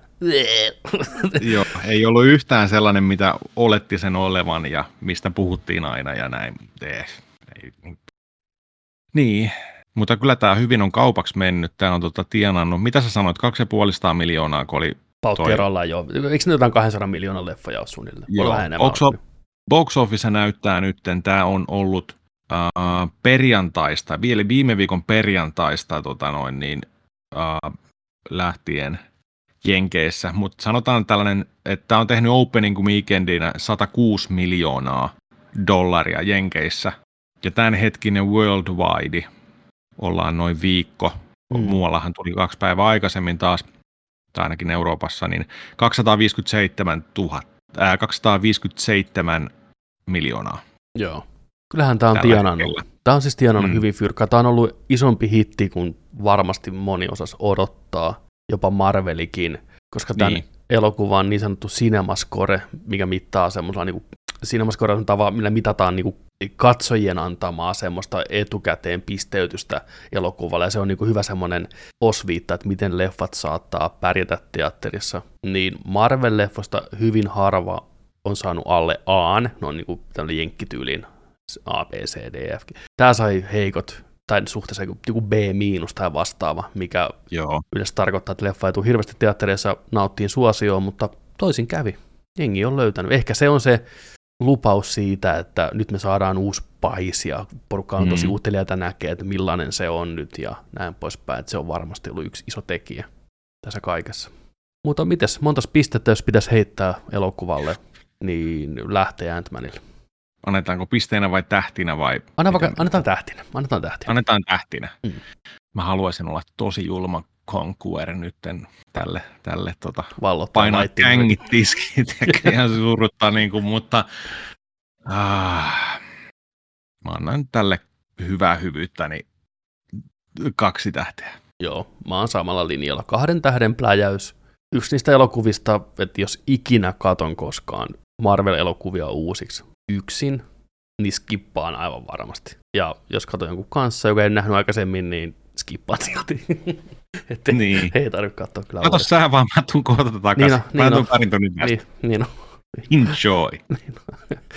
Joo, ei ollut yhtään sellainen, mitä oletti sen olevan ja mistä puhuttiin aina ja näin. Eh, ei. Niin, mutta kyllä tämä hyvin on kaupaksi mennyt. Tämä on tota tienannut, mitä sä sanoit, kaksi ja puolista miljoonaa, kun oli Pauttiarallaan jo. Eikö ne jotain kahdensadan miljoonan leffoja ole suunnilleen? Joo, box, box office näyttää nyt, tämä on ollut uh, perjantaista, vielä viime viikon perjantaista tota noin, niin, uh, lähtien Jenkeissä, mutta sanotaan tällainen, että tämä on tehnyt opening weekendinä sata kuusi miljoonaa dollaria Jenkeissä, ja tämänhetkinen worldwide ollaan noin viikko, mm. muuallahan tuli kaksi päivää aikaisemmin taas, tai ainakin Euroopassa, niin kaksisataaviisikymmentäseitsemän miljoonaa. Joo. Kyllähän tämä on tienannut. Tämä on siis tienannut mm. hyvin fyrkkaa. Tämä on ollut isompi hitti kuin varmasti moni osas odottaa, jopa Marvelikin, koska tämän niin. elokuvan niin sanottu cinemascore, mikä mittaa semmoisella niin kuin, cinemascore on tava, millä mitataan niin kuin katsojien antamaa semmoista etukäteen pisteytystä elokuvalle, ja se on niin kuin hyvä semmoinen osviitta, että miten leffat saattaa pärjätä teatterissa. Niin Marvel-leffosta hyvin harva on saanut alle A:n, ne on niin kuin tämmöinen jenkkityylin A, B, C, D, F. Tämä sai heikot, tai suhteessa joku B miinus tai vastaava, mikä Joo. yleensä tarkoittaa, että leffa ei tule hirveästi teattereissa nauttiin suosioon, mutta toisin kävi. Jengi on löytänyt. Ehkä se on se lupaus siitä, että nyt me saadaan uusi pahis ja porukka on tosi mm. uteliaita näkee, että millainen se on nyt ja näin poispäin, että se on varmasti ollut yksi iso tekijä tässä kaikessa. Mutta mites, montas pistettä, jos pitäisi heittää elokuvalle, niin lähtee Ant-Manille. Annetaanko pisteenä vai tähtinä vai? Anna vaikka, annetaan tähtinä. Annetaan tähtinä. Annetaan tähtinä. Mm. Mä haluaisin olla tosi julma conquer nytten tälle, tälle tota, painaa kängit tiskit ja ihan suruttaa, niin kuin, mutta ah, mä annan tälle hyvää hyvyyttä, niin kaksi tähteä. Joo, mä oon samalla linjalla. Kahden tähden pläjäys. Yksi niistä elokuvista, että jos ikinä katon koskaan Marvel-elokuvia uusiksi yksin, niin skippaan aivan varmasti. Ja jos katon jonkun kanssa, joka ei nähnyt aikaisemmin, niin skippaan silti. Että niin. Ei tarvitse katsoa kyllä. Kato sä vaan, mä tuun kohta takaisin. Niin no, mä tuun parin tunnin päästä. Niin, niin no. Enjoy. Niin no.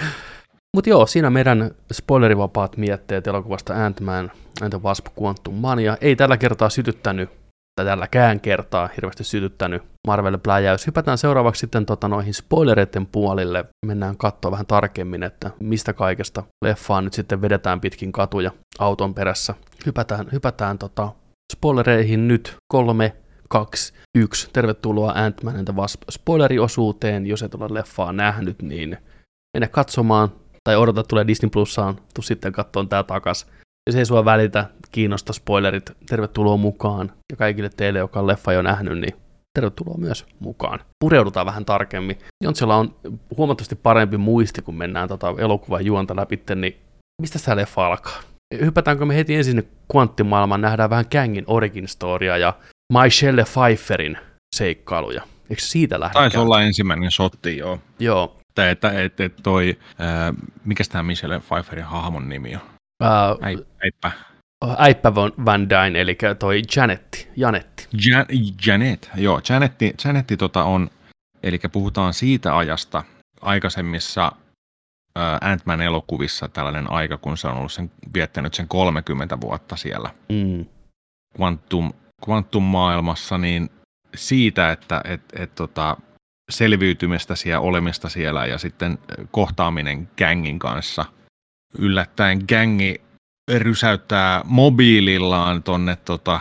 Mutta joo, siinä meidän spoilerivapaat mietteet elokuvasta Ant-Man and the Wasp Quantumania ei tällä kertaa sytyttänyt, tai tälläkään kertaa hirveästi sytyttänyt Marvel-pläjäys. Hypätään seuraavaksi sitten tota, noihin spoilereiden puolille. Mennään katsoa vähän tarkemmin, että mistä kaikesta leffaa nyt sitten vedetään pitkin katuja auton perässä. Hypätään, hypätään tota, spoilereihin nyt kolme, kaksi, yksi. Tervetuloa Ant-Man and the Wasp spoileriosuuteen. Jos et ole leffaa nähnyt, niin mene katsomaan. Tai odota, tulee Disney Plusaan, tuu sitten katsomaan tää takas. Jos ei sua välitä, kiinnosta spoilerit, tervetuloa mukaan. Ja kaikille teille, joka on leffa jo nähnyt, niin tervetuloa myös mukaan. Pureudutaan vähän tarkemmin. Jontsilla on huomattavasti parempi muisti, kun mennään tota elokuvan juonta läpi, niin mistä tämä leffa alkaa? Hypätäänkö me heti ensin kvanttimaailmaan, nähdään vähän Kangin origin storya ja Michelle Pfeifferin seikkailuja. Eikö siitä lähde? Taisi olla ensimmäinen shotti, joo. Joo. Että, että toi, äh, mikäs tämä Michelle Pfeifferin hahmon nimi on? Äh, Äippä. Äippä Van Dyne, eli toi Janetti. Janetti. Jan, Janet, joo. Janetti, Janetti tota on, eli puhutaan siitä ajasta aikaisemmissa äh, Ant-Man-elokuvissa tällainen aika, kun se on ollut sen, viettänyt sen kolmekymmentä vuotta siellä mm. Quantum, Quantum-maailmassa, niin siitä, että et, et, tota, selviytymistä siellä, olemista siellä ja sitten kohtaaminen gängin kanssa. Yllättäen gängi rysäyttää mobiilillaan tonne tota,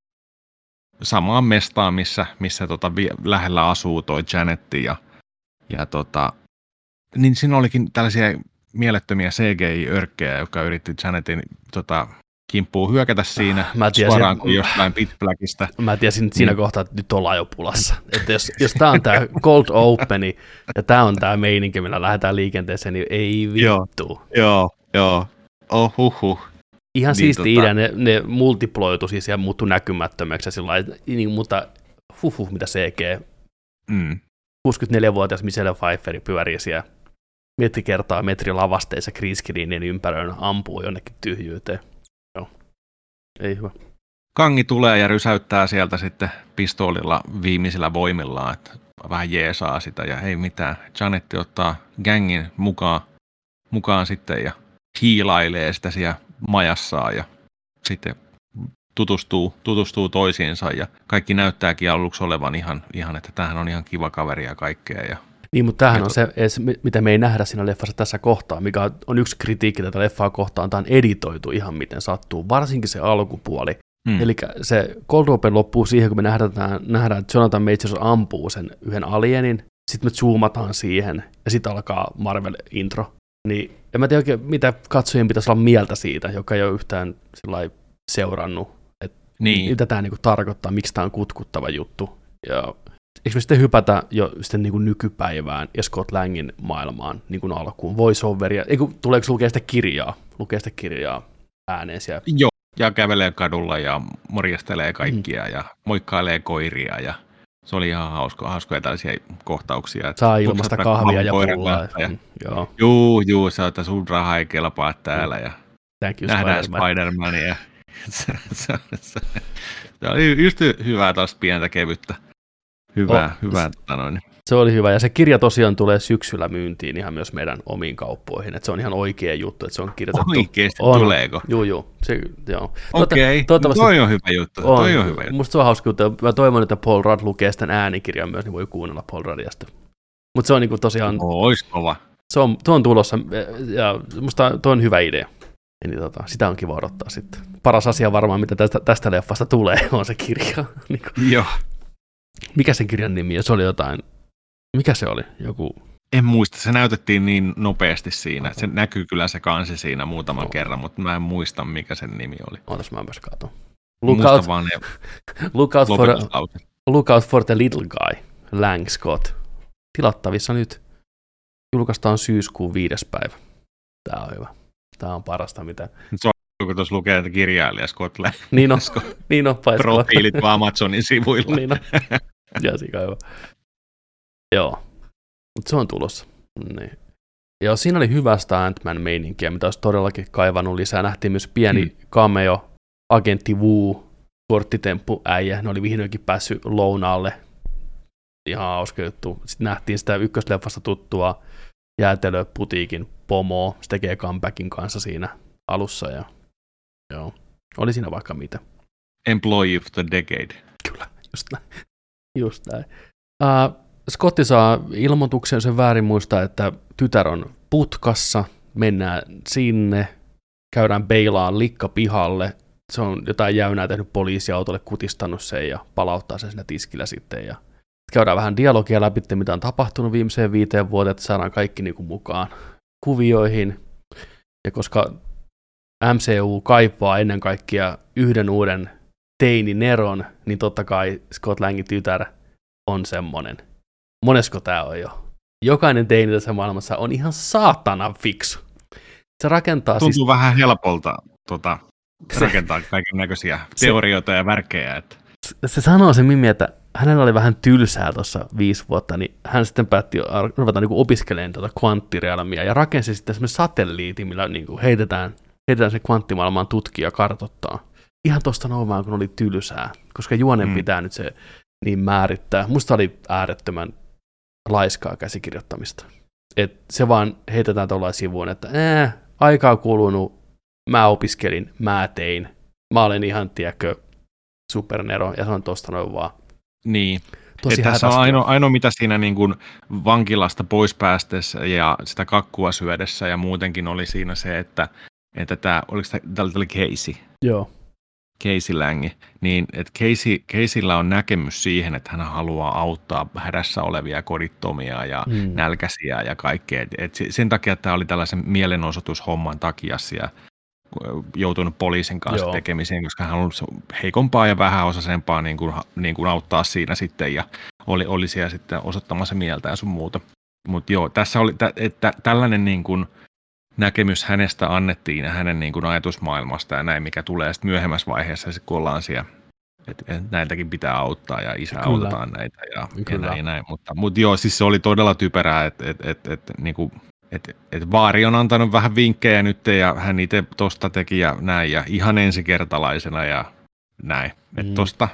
samaan mestaan, missä, missä tota, lähellä asuu toi Janetti. Ja, ja tota, niin siinä olikin tällaisia mielettömiä C G I-örkkejä, jotka yritti Janetin tota, kimppuun hyökätä siinä mä tiesin, suoraan kuin jostain pitblackista. Mä tiesin siinä mm. kohtaa, että nyt ollaan jo pulassa. Että jos, jos tää on tää cold openi ja tää on tää meininki, millä lähdetään liikenteeseen, niin ei vittu. Joo, joo, joo. Oh, huh, huh. Ihan niin, siisti tota... idea, ne, ne multiploitu siis ja muuttu näkymättömäksi, sillä niin, mutta huh, huh, mitä C G. Mm. kuusikymmentäneljävuotias Michelle Pfeifferi pyörii siellä metri kertaa metri lavasteissa green screenin ympäröön, ampuu jonnekin tyhjyyteen. Joo, ei hyvä. Kangi tulee ja rysäyttää sieltä sitten pistoolilla viimeisillä voimillaan, että vähän jeesaa sitä ja ei mitään. Janetti ottaa gängin mukaan, mukaan sitten ja hiilailee sitä siellä majassaan ja sitten tutustuu, tutustuu toisiinsa ja kaikki näyttääkin aluksi olevan ihan, ihan että tämähän on ihan kiva kaveri ja kaikkea. Ja Niin, mutta tämähän Et, on se, mitä me ei nähdä siinä leffassa tässä kohtaa, mikä on yksi kritiikki tätä leffaa kohtaan, tämä on editoitu ihan miten sattuu, varsinkin se alkupuoli. Hmm. Eli se Cold Open loppuu siihen, kun me nähdään, nähdään että Jonathan Majors ampuu sen yhden alienin, sitten me zoomataan siihen, ja sitten alkaa Marvel-intro. Niin en mä tiedä oikein, mitä katsojien pitäisi olla mieltä siitä, joka ei ole yhtään seurannut, että niin. mitä tämä niinku tarkoittaa, miksi tämä on kutkuttava juttu. Ja eikö me sitten hypätä jo sitten niinku nykypäivään ja Scott Langin maailmaan niin kuin alkuun, voice-overia, eikö, tuleeko lukea sitä kirjaa, lukea sitä kirjaa ääneen siellä? Joo, ja kävelee kadulla ja morjestelee kaikkia mm. ja moikkailee koiria ja se oli ihan hausko, hauskoja tällaisia kohtauksia. Että saa ilmasta kahvia ja pullaa. Ja, joo. Juu, juu, se on, että sun raha ei kelpaa täällä ja nähdään Spider-Mania. Spider se, se, se, se oli just hyvää taas pientä kevyttä. Hyvää, oh, hyvää. Noin. Se oli hyvä, ja se kirja tosiaan tulee syksyllä myyntiin ihan myös meidän omiin kauppoihin, että se on ihan oikea juttu, että se on kirjoitettu. Oikeasti on. Tuleeko? Joo, joo. Se, joo. Okei, okay. toi on hyvä juttu. On. Toi on hyvä juttu. Musta se on hauska juttu, mä toivon, että Paul Rudd lukee sitten äänikirjan myös, niin voi kuunnella Paul Ruddiasta. Mutta se on niinku tosiaan... Ois kova. Se on, tuo on tulossa, ja musta tuo on hyvä idea. Eli tota, sitä on kiva odottaa sitten. Paras asia varmaan, mitä tästä, tästä leffasta tulee, on se kirja. Joo. Mikä sen kirjan nimi? Se oli jotain... Mikä se oli? Joku... En muista. Se näytettiin niin nopeasti siinä. Se näkyy kyllä se kansi siinä muutaman no. kerran, mutta mä en muista, mikä sen nimi oli. Ootas mä myös katon. Look out, vaan ne look, out for, look out for the little guy, Lang Scott. Tilattavissa nyt. Julkaistaan syyskuun viides päivä. Tää on hyvä. Tää on parasta, mitä... Se on, kun tuossa lukee, että kirjailija Scott Lang. Niin on. Niin on. Profiilit vaan Amazonin sivuilla. Niin on. Ja sika hyvä. Joo, mutta se on tulossa. Niin. Ja siinä oli hyvästä Ant-Man-meininkiä, mitä olisi todellakin kaivannut lisää. Nähtiin myös pieni mm. cameo, agentti Wu, korttitemppu äijä. Ne oli vihdoinkin päässyt lounaalle. Ihan hauska juttu. Sitten nähtiin sitä ykkösleffasta tuttua jäätelöputiikin pomoa. Se tekee comebackin kanssa siinä alussa. Ja, joo, oli siinä vaikka mitä. Employee of the Decade. Kyllä, just näin. Just näin. Uh, Scotti saa ilmoituksen, sen väärin muistaa, että tytär on putkassa, mennään sinne, käydään beilaan likka pihalle, se on jotain jäynää tehnyt poliisiautolle, kutistanut sen ja palauttaa sen siinä tiskillä sitten. Ja käydään vähän dialogia läpi, mitä on tapahtunut viimeiseen viiteen vuoteen, että saadaan kaikki niin kuin mukaan kuvioihin. Ja koska M C U kaipaa ennen kaikkea yhden uuden teini-neron, niin totta kai Scott Langin tytär on semmonen. Monesko tää on jo? Jokainen teini tässä maailmassa on ihan saatana fiksu. Se rakentaa Tuntuu siis... vähän helpolta tota, se, rakentaa kaiken näköisiä teorioita ja värkkejä. Että... Se, se sanoo se Mimmi, että hänellä oli vähän tylsää tuossa viisi vuotta, niin hän sitten päätti ruveta niin opiskelemaan tuota kvanttirealmia ja rakensi sitten semmoinen satelliitin, millä niin heitetään, heitetään se kvanttimaailmaan tutkia ja kartoittaa. Ihan tuosta noin vaan, kun oli tylsää, koska juonen mm. pitää nyt se niin määrittää. Musta oli äärettömän laiskaa käsikirjoittamista. Et se vaan heitetään tuollain sivuun, että ää, aika on kulunut, mä opiskelin, mä tein, mä olen ihan, tiedätkö, supernero, ja se on tosta noin vaan. Niin, että tässä on ainoa, ainoa, mitä siinä niin kuin vankilasta pois päästessä ja sitä kakkua syödessä ja muutenkin oli siinä se, että, että tämä, oliko tämä oli Casey? Joo. Casey Lang, niin että Casey, Caseyllä on näkemys siihen, että hän haluaa auttaa hädässä olevia kodittomia ja mm. nälkäisiä ja kaikkea. Et, et sen takia tämä oli tällaisen mielenosoitushomman takia siellä joutunut poliisin kanssa Joo. tekemiseen, koska hän on ollut heikompaa ja vähäosaisempaa niin kuin, niin kuin auttaa siinä sitten ja oli, oli siellä sitten osoittamassa mieltä ja sun muuta. Mutta joo, tässä oli, että tällainen niin kuin näkemys hänestä annettiin ja hänen niin kuin ajatusmaailmasta ja näin, mikä tulee sitten myöhemmässä vaiheessa, kun ollaan siellä, että et näitäkin pitää auttaa ja isä Kyllä. autetaan näitä ja, ja näin ja näin. Mutta, mutta joo, siis se oli todella typerää, että et, et, et, niin kuin Et, et vaari on antanut vähän vinkkejä nyt ja hän itse tosta teki ja näin ja ihan ensikertalaisena ja näin. Mm. Et tosta.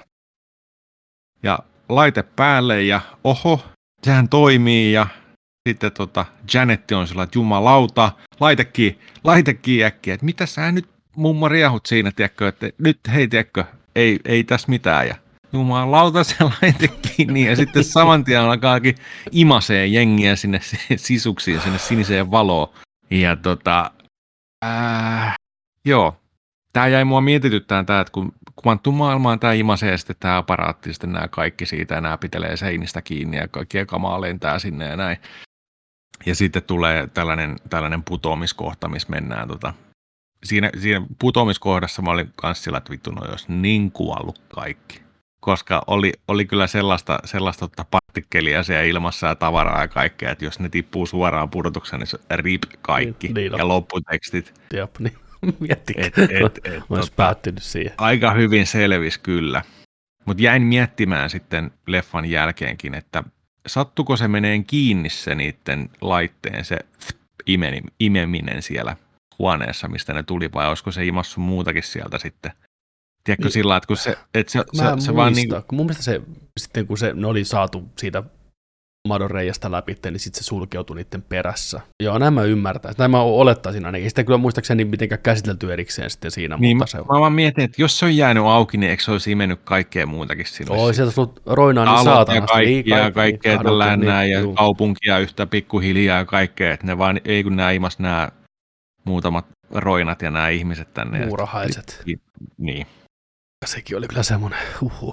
Ja laite päälle ja oho, sehän toimii ja sitten tota Janet on sillä, että jumalauta, laitekin, laitekin äkkiä, että mitä sä nyt mummo riehut siinä, tiedätkö, että nyt hei tiedätkö, ei, ei tässä mitään ja jumalauta se laite kiinni ja sitten saman tien alkaakin imasee jengiä sinne sisuksiin, sinne siniseen valoon. Ja tota, ää, joo, tää jäi mua mietityttämään tää, että kun kvanttumaailmaan tää imasee sitten tää aparaatti, sitten nämä kaikki siitä ja nämä pitelee seinistä kiinni ja kaikkia kamaa lentää sinne ja näin. Ja sitten tulee tällainen, tällainen putoamiskohta, missä mennään tota, Siinä, siinä putoamiskohdassa mä olin kans sillä, että vittu, no jos niin kuollut kaikki. Koska oli, oli kyllä sellaista, sellaista tota partikkelia siellä ilmassa ja tavaraa ja kaikkea, että jos ne tippuu suoraan pudotukseen, niin se rip kaikki. Niin, niin ja lopputekstit. Jep, niin miettikö. Et, et, et, Olisi tota, päättynyt siihen. Aika hyvin selvisi kyllä. Mutta jäin miettimään sitten leffan jälkeenkin, että sattuko se meneen kiinni se niiden laitteen, se imeni, imeminen siellä huoneessa, mistä ne tuli, vai olisiko se imassu muutakin sieltä sitten? Tiedätkö niin, sillä, että kun se... Että se, se, se vaan niin... Mun mielestä se, sitten kun se, ne oli saatu siitä madonreijasta läpi, niin sitten se sulkeutui niiden perässä. Joo, nämä ymmärtää. Nämä olettaisin ainakin. Sitä kyllä muistaakseni mitenkään käsitelty erikseen sitten siinä. Niin, mutta mä, se... mä vaan mietin, että jos se on jäänyt auki, niin eikö se olisi imennyt kaikkea muutakin sinne? Oi, sieltä olisi ollut roinaa niin saatanasta. Kaikkia, niin, kaikkea niin, tällään niin, näin, ja juu. Kaupunkia yhtä pikkuhiljaa ja kaikkea. Että ne vaan, ei kun nämä imas nämä muutamat roinat ja nämä ihmiset tänne. Muurahaiset. Ja, niin. Sekin oli kyllä semmoinen, huhhuh.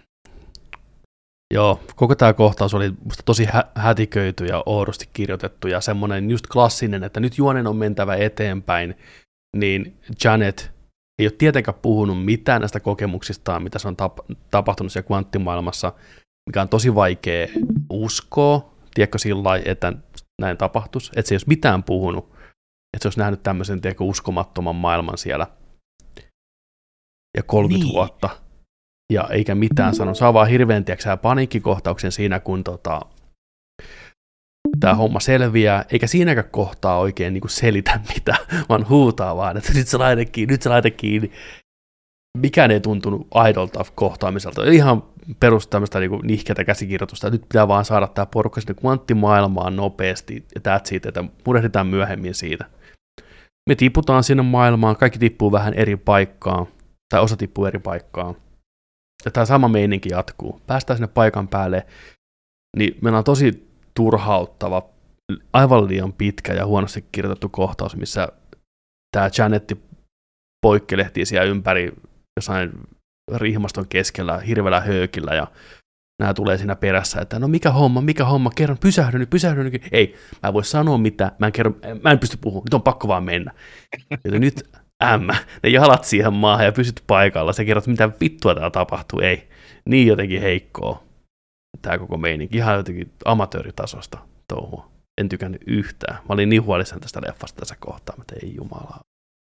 Joo, koko tämä kohtaus oli musta tosi hä- hätiköity ja oudosti kirjoitettu ja semmoinen just klassinen, että nyt juonen on mentävä eteenpäin, niin Janet ei ole tietenkään puhunut mitään näistä kokemuksistaan, mitä se on tap- tapahtunut siellä kvanttimaailmassa, mikä on tosi vaikea uskoa, tiedätkö sillä lailla, että näin tapahtuisi, että se ei olisi mitään puhunut, että se olisi nähnyt tämmöisen tiedätkö, uskomattoman maailman siellä ja kolmekymmentä niin. vuotta. Ja eikä mitään sano. Saa vaan hirveän tiiäksä, paniikkikohtauksen siinä, kun tota, tämä homma selviää, eikä siinäkään kohtaa oikein niin kuin selitä mitään, vaan huutaa vaan, että nyt se laite kiinni, nyt se laite kiinni. Mikään ei tuntunut aidolta kohtaamiselta. Ihan perus tämmöistä niin kuin nihkeätä käsikirjoitusta. Nyt pitää vaan saada tämä porukka sinne kvanttimaailmaan nopeasti, ja that's it, että murehditaan myöhemmin siitä. Me tiputaan sinne maailmaan, kaikki tippuu vähän eri paikkaan, tai osa tippuu eri paikkaan. Ja tämä sama meininki jatkuu. Päästään sinne paikan päälle, niin meillä on tosi turhauttava, aivan liian pitkä ja huonosti kirjoitettu kohtaus, missä tämä Janetti poikkelehtii siellä ympäri jossain rihmaston keskellä, hirveällä höökillä, ja nämä tulee siinä perässä, että no mikä homma, mikä homma, kerron, pysähdy nyt, pysähdy nyt. Ei, mä en voi sanoa mitään, mä en, kerro, mä en pysty puhumaan, nyt on pakko vaan mennä. Joten nyt ämmä, ne jalat siihen maahan ja pysyt paikalla, sä kerrot, mitä vittua täällä tapahtuu, ei. Niin jotenkin heikkoa tää koko meininki, ihan jotenkin amatööritasosta touhua. En tykännyt yhtään. Mä olin niin huolissani tästä leffasta tässä kohtaa, että ei jumalaa.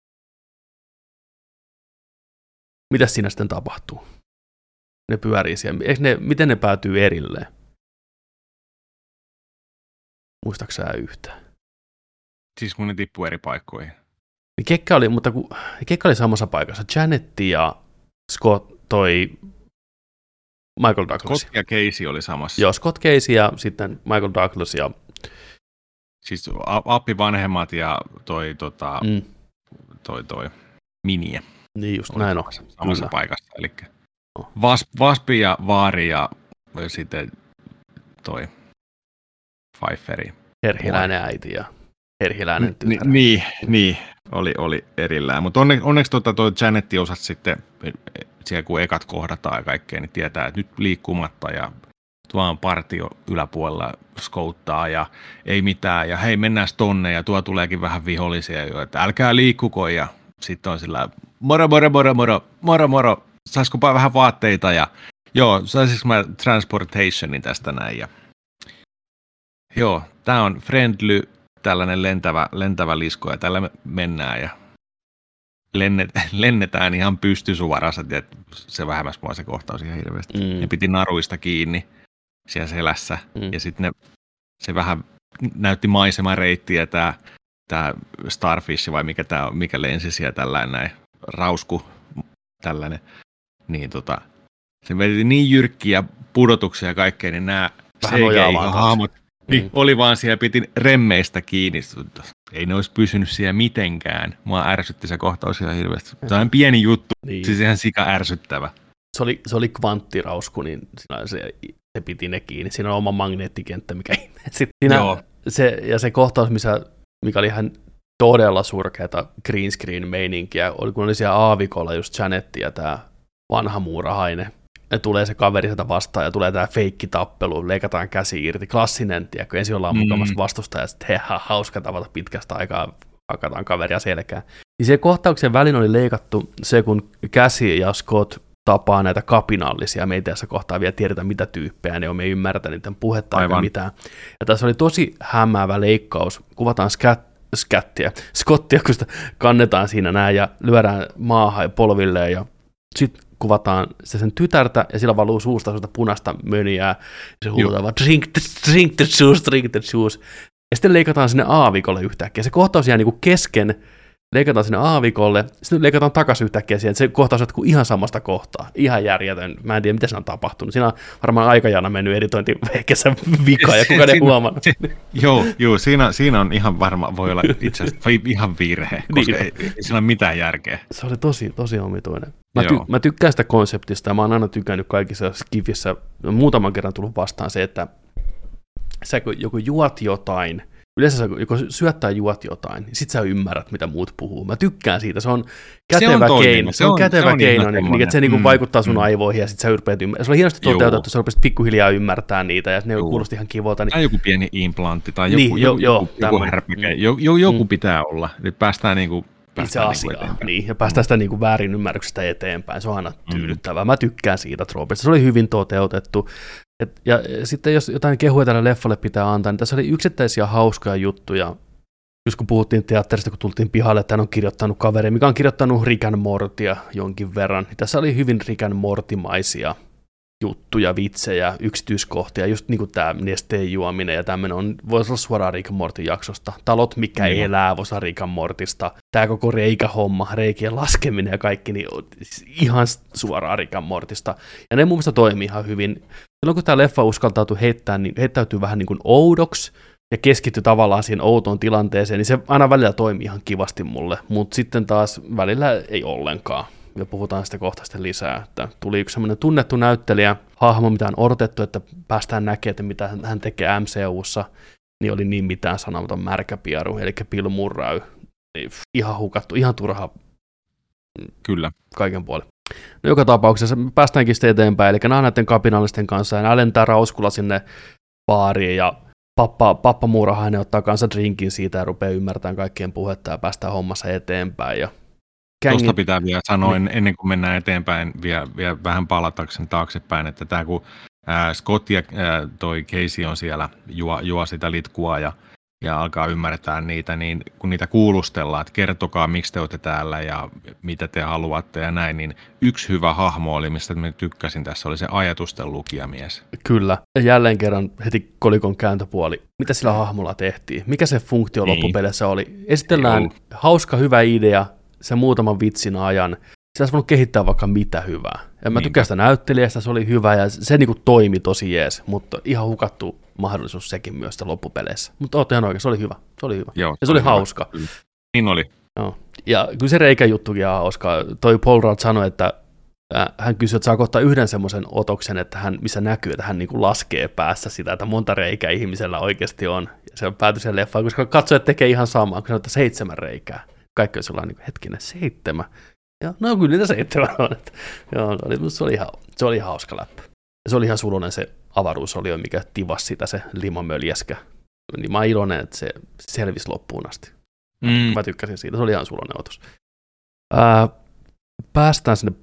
Mitäs siinä sitten tapahtuu? Ne pyörii siellä. Eikö ne, miten ne päätyy erilleen? Muistatko sä yhtään? Siis kun ne tippuu eri paikkoihin. Kekka oli, mutta kun, Kekka oli samassa paikassa. Janetti ja Scott, toi Michael Douglas. Scott ja Casey oli samassa. Joo, Scott Casey ja sitten Michael Douglas. Ja... Siis Appi vanhemmat ja toi, tota, mm. toi, toi Miniä. Niin just näin on. Samassa Kyllä. paikassa. Eli no. Vas, Vaspi ja Vaari ja sitten toi Pfeifferi. Herhiläinen äiti ja herhiläinen tytär. Ni, niin, niin, oli, oli erillään. Mutta onne, onneksi tuota, tuo Janetti osat sitten, siellä kun ekat kohdataan ja kaikkea, niin tietää, että nyt liikkumatta ja tuo on partio yläpuolella skouttaa ja ei mitään. Ja hei, mennään tonne ja tuo tuleekin vähän vihollisia jo, että älkää liikkuko. Ja sitten on sillä moro, moro, moro, moro, moro, moro. Saisiko vähän vaatteita ja joo, saisinko mä transportationin tästä näin. Ja joo, tää on friendly, tällainen lentävä, lentävä lisko ja tällä me mennään ja lennet, lennetään ihan pystysuvarassa, että se vähemmäs mua se kohtaus ihan hirveästi. Mm. Ne piti naruista kiinni siellä selässä mm. ja sitten se vähän näytti maisemareittiä tää, tää Starfish vai mikä tää on, mikä lensi siellä tällainen näin, rausku tällainen, niin tota, se veti niin jyrkkiä pudotuksia ja kaikkea, niin nämä C G I-hahmot niin, mm. oli vaan siellä, piti remmeistä kiinni. Ei ne olisi pysynyt siellä mitenkään. Mua ärsytti se kohtaus ihan hirveästi. Se on pieni juttu, niin. Siis ihan sika ärsyttävä. se oli, se oli kvanttirausku, niin siinä se, se piti ne kiinni. Siinä on oma magneettikenttä, mikä sitten siinä se, ja se kohtaus, missä, mikä oli ihan todella surkeata green screen meininkiä, oli kun oli siellä aavikolla just Janetti ja tämä vanha muurahainen. Ja tulee se kaveri sieltä vastaan ja tulee tämä feikkitappelu, leikataan käsi irti, klassinen, tiedätkö, ensin ollaan mm. mukamassa vastusta ja sitten hei, hauska tavata pitkästä aikaa, hakataan kaveria selkään. Niin se kohtauksen välin oli leikattu se, kun Käsi ja Scott tapaa näitä kapinallisia, me ei tässä kohtaa vielä tiedetä mitä tyyppejä ne on, me ei ymmärretä niiden puhetta eikä mitään. Ja tässä oli tosi hämäävä leikkaus, kuvataan scat, scattia, Scottia, kun sitä kannetaan siinä näin ja lyödään maahan ja polvilleen ja sitten kuvataan se sen tytärtä, ja sillä valuu suusta sellaista punaista möniää, ja se huutaa vaan, drink the, drink the juice, drink the juice. Ja sitten leikataan sinne aavikolle yhtäkkiä. Se kohtaus jää niinku kesken, leikataan sinne aavikolle, sitten leikataan takaisin yhtäkkiä siihen, että se kohtaus jatkuu ihan samasta kohtaa. Ihan järjetön. Mä en tiedä, mitä siinä on tapahtunut. Siinä on varmaan aikajana mennyt editointivehkessä vika, ja kukaan ei huomannut. Joo, joo siinä, siinä on ihan varma, voi olla itse asiassa ihan virhe, koska niin. ei, ei siinä ole mitään järkeä. Se oli tosi, tosi omituinen. Mä, ty- mä tykkään sitä konseptista, ja mä oon aina tykännyt kaikissa skifissä, muutaman kerran tullut vastaan se, että sä kun joku juot jotain, yleensä sä joko syöt tai juot jotain, niin sit sä ymmärrät, mitä muut puhuu. Mä tykkään siitä, se on kätevä se on keino, se, se on kätevä se on keino, niin, niin, että se niinku mm, vaikuttaa sun mm. aivoihin, ja sit sä yrpeät ymmärtää. Se oli hienosti toteutettu, sä rupesit pikkuhiljaa ymmärtää niitä, ja ne Juu. kuulosti ihan kivolta. Niin... Tai joku pieni implantti, tai joku, niin, joku, jo, joku, joku härpäke, mm. joku, joku mm. pitää olla, eli päästään niinku... Itse asiaa, niin, ja päästään sitä niin kuin väärin ymmärryksestä eteenpäin. Se on aina tyydyttävää. Mä tykkään siitä troopista. Se oli hyvin toteutettu. Et, ja, ja sitten jos jotain kehuja tälle leffalle pitää antaa, niin tässä oli yksittäisiä hauskoja juttuja. Just kun puhuttiin teatterista, kun tultiin pihalle, että hän on kirjoittanut kaveri, mikä on kirjoittanut Rick and Mortya jonkin verran. Niin tässä oli hyvin Rick and Morty-maisia juttuja, vitsejä, yksityiskohtia, just niin kuin tämä nesteen juominen ja tämmöinen on, voisi olla suoraan Rick and Mortyn jaksosta. Talot, mikä mm. elää, voisi olla Rick and Mortysta. Tämä koko reikähomma, reikien laskeminen ja kaikki, niin ihan suoraan Rick and Mortysta. Ja ne mun mielestä toimii ihan hyvin. Silloin kun tämä leffa uskaltautuu heittää, niin heittäytyy vähän niin kuin oudoksi ja keskittyy tavallaan siihen outoon tilanteeseen, niin se aina välillä toimii ihan kivasti mulle, mutta sitten taas välillä ei ollenkaan. Ja puhutaan sitä kohta sitten lisää, että tuli yksi semmoinen tunnettu näyttelijä, hahmo, mitä on odotettu, että päästään näkemään, että mitä hän tekee M C U:ssa, niin oli niin mitään sanomaton märkäpieru, eli Bill Murray, niin ihan hukattu, ihan turha. Kyllä. Kaiken puolin. No joka tapauksessa me päästäänkin sitten eteenpäin, eli nämä näiden kapinallisten kanssa, ja nämä lentää rauskulla sinne baariin, ja pappa, pappa Muurahainen ottaa kanssa drinkin siitä, ja rupeaa ymmärtämään kaikkien puhetta, ja päästään hommassa eteenpäin, ja tuosta pitää vielä sanoa, niin. ennen kuin mennään eteenpäin, vielä, vielä vähän palatakseni taaksepäin, että tämä kun ää, Scott ja ää, toi Casey on siellä, juo, juo sitä litkua ja, ja alkaa ymmärtää niitä, niin kun niitä kuulustellaan, että kertokaa miksi te olette täällä ja mitä te haluatte ja näin, niin yksi hyvä hahmo oli, mistä mä tykkäsin tässä, oli se ajatusten lukijamies. Kyllä, ja jälleen kerran heti kolikon kääntöpuoli. Mitä sillä hahmolla tehtiin? Mikä se funktio niin. loppupeleissä oli? Esitellään Joo. hauska, hyvä idea, se muutaman vitsin ajan, se olisi voinut kehittää vaikka mitä hyvää. Ja mä tykkään sitä näyttelijästä, se oli hyvä ja se niinku toimi tosi jees, mutta ihan hukattu mahdollisuus sekin myös loppupeleissä. Mutta ootte ihan oikein, se oli hyvä, se oli hyvä. Joo, ja se oli hyvä. hauska. Niin oli. Joo. Ja kyllä se reikäjuttukin on hauska. Toi Paul Rudd sanoi, että hän kysyi, että saako ottaa yhden semmoisen otoksen, että hän, missä näkyy, että hän niinku laskee päässä sitä, että monta reikää ihmisellä oikeasti on. Ja se on pääty sen leffaan, koska katsojat tekee ihan samaa, kun sanotaan seitsemän reikää. Kaikki on sellainen niin hetkinen, seitsemän. Ja, no kyllä niitä seitsemän on. Että, joo, se, oli, se, oli ihan, se oli ihan hauska läppä. Ja se oli ihan sulonen se avaruusolio, mikä tivasi sitä se limamöljeskä. Niin mä oon iloinen, että se selvisi loppuun asti. Mm. Mä tykkäsin siitä, se oli ihan sulonen otus. Ää, päästään sinne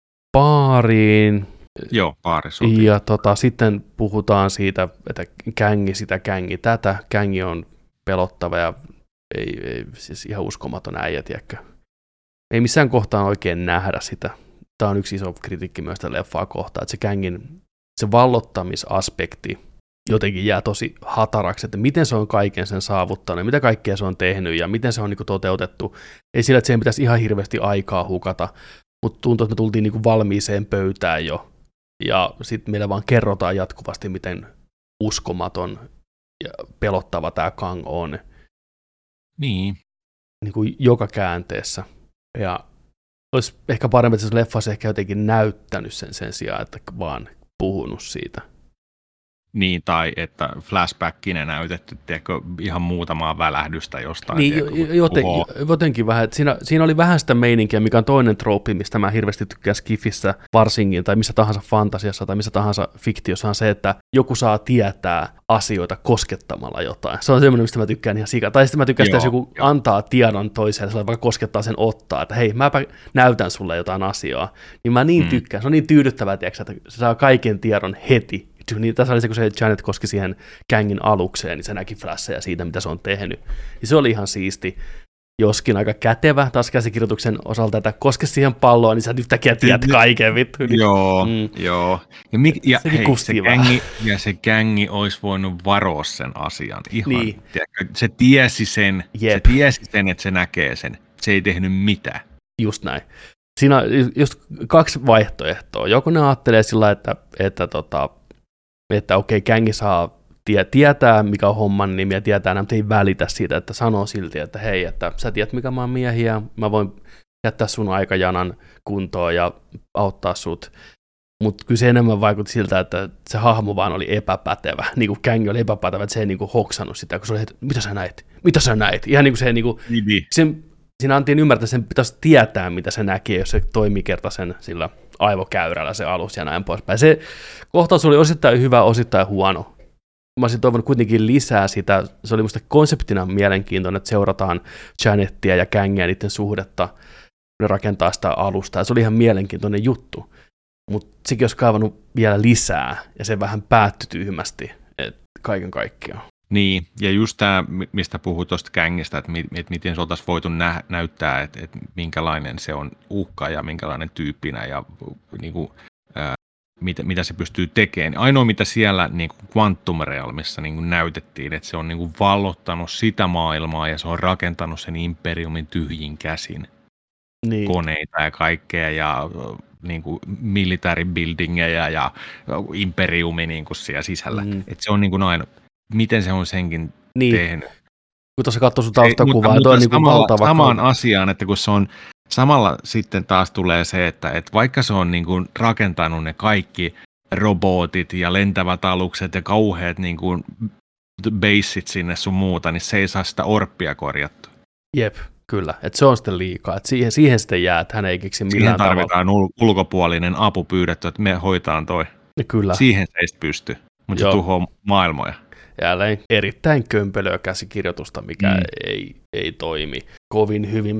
baariin. Joo, baarissa. Ja tota, sitten puhutaan siitä, että kängi sitä, kängi tätä. Kängi on pelottava ja Ei, ei, siis ihan uskomaton äijä, tiedätkö. Ei missään kohtaan oikein nähdä sitä. Tämä on yksi iso kritiikki myös tätä leffaa kohtaan, että se kängin, se vallottamisaspekti jotenkin jää tosi hataraksi, että miten se on kaiken sen saavuttanut, mitä kaikkea se on tehnyt ja miten se on niin kuin toteutettu. Ei sillä, että siihen pitäisi ihan hirveästi aikaa hukata, mutta tuntuu, että me tultiin niin kuin valmiiseen pöytään jo. Ja sitten meillä vaan kerrotaan jatkuvasti, miten uskomaton ja pelottava tämä Kang on. Niin. Niin kuin joka käänteessä. Ja olisi ehkä parempi, että se leffa olisi ehkä jotenkin näyttänyt sen sen sijaan, että vaan puhunut siitä. Niin, tai että flashbackinä näytetty, tiedätkö, ihan muutamaa välähdystä jostain. Niin, tiedätkö, joten, jotenkin vähän, että siinä, siinä oli vähän sitä meininkiä, mikä on toinen trooppi, mistä mä hirveästi tykkään Skifissä varsinkin, tai missä tahansa fantasiassa tai missä tahansa fiktiossa on se, että joku saa tietää asioita koskettamalla jotain. Se on semmoinen, mistä mä tykkään ihan sika. Tai sitten mä tykkään sitä, jos joku jo. antaa tiedon toiselle, vaikka koskettaa sen ottaa, että hei, mäpä näytän sulle jotain asiaa. Niin mä niin mm. tykkään. Se on niin tyydyttävää, tiiäksä, että se saa kaiken tiedon heti. Niin tässä oli se, kun se Janet koski siihen Kangin alukseen, niin se näki flasheja siitä, mitä se on tehnyt. Niin se oli ihan siisti, joskin aika kätevä taas käsikirjoituksen osalta, että koske siihen palloon, niin sä yhtäkkiä tiedät kaiken vittu. Niin, joo, mm. joo. Ja, mik, ja, hei, se Kangi, ja se Kangi olisi voinut varoa sen asian. Ihan, niin. tiedätkö, se tiesi sen, Jep. se tiesi sen, että se näkee sen. Se ei tehnyt mitään. Just näin. Siinä on just kaksi vaihtoehtoa. Joku ne ajattelee sillä, että, että tota, että okei, Kangi saa tie, tietää, mikä on homman nimi ja tietää, mutta ei välitä siitä, että sanoo silti, että hei, että sä tiedät, mikä mä oon miehiä, mä voin jättää sun aikajanan kuntoon ja auttaa sut. Mutta kyllä se enemmän vaikutti siltä, että se hahmo vaan oli epäpätevä, niin kuin Kangi oli epäpätevä, että se ei niin kuin hoksannut sitä, kun se oli, että mitä sä näit, mitä sä näit, ihan niin kuin se, niin kuin, sen, siinä antiin ymmärtää, että sen pitäisi tietää, mitä se näkee, jos se toimii kerta sen sillä aivokäyrällä se alus ja näin poispäin. Se kohtaus oli osittain hyvä, osittain huono. Mä olisin toivonut kuitenkin lisää sitä. Se oli musta konseptina mielenkiintoinen, että seurataan Janettia ja Kangia ja niiden suhdetta. Ne rakentaa sitä alusta ja se oli ihan mielenkiintoinen juttu. Mutta sekin olisi kaivannut vielä lisää ja se vähän päättyi tyhmästi kaiken kaikkiaan. Niin, ja just tämä, mistä puhuit tuosta Kangista, että miten se oltaisiin voitu nä- näyttää, että, että minkälainen se on uhka ja minkälainen tyyppinä ja niin kuin, ää, mitä, mitä se pystyy tekemään. Ainoa, mitä siellä niin kuin Quantum Realmissa niin kuin näytettiin, että se on niin kuin vallottanut sitä maailmaa ja se on rakentanut sen imperiumin tyhjin käsin. Niin. Koneita ja kaikkea ja niin kuin military buildingeja ja imperiumi niin kuin siellä sisällä. Mm. Että se on niin kuin aina... Miten se on senkin niin. tehnyt? Kun tuossa katsoi sun taustakuvaa, mutta, toi on mutta niin valtava. Samaan kauan. asiaan, että kun se on, samalla sitten taas tulee se, että, että vaikka se on niin kuin rakentanut ne kaikki robotit ja lentävät alukset ja kauheat niin kuin baseit sinne sun muuta, niin se ei saa sitä orppia korjattua. Jep, kyllä. Että se on sitten liikaa. Että siihen, siihen sitten jää, että hän ei keksi millään tavalla. Siihen tarvitaan ul- ulkopuolinen apu pyydetty, että me hoitaan toi. Kyllä. Siihen se ei pysty, mutta se tuhoaa maailmoja. Jälleen erittäin kömpelöä käsikirjoitusta, mikä mm. ei, ei toimi kovin hyvin.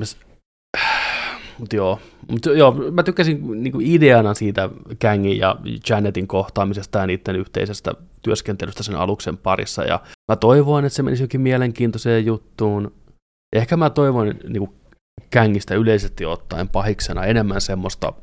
Mutta joo, Mut joo, mä tykkäsin niinku ideana siitä Kangin ja Janetin kohtaamisesta ja niiden yhteisestä työskentelystä sen aluksen parissa. Ja mä toivoin, että se menisi jokin mielenkiintoiseen juttuun. Ehkä mä toivoin niinku Kangista yleisesti ottaen pahiksena enemmän semmoista,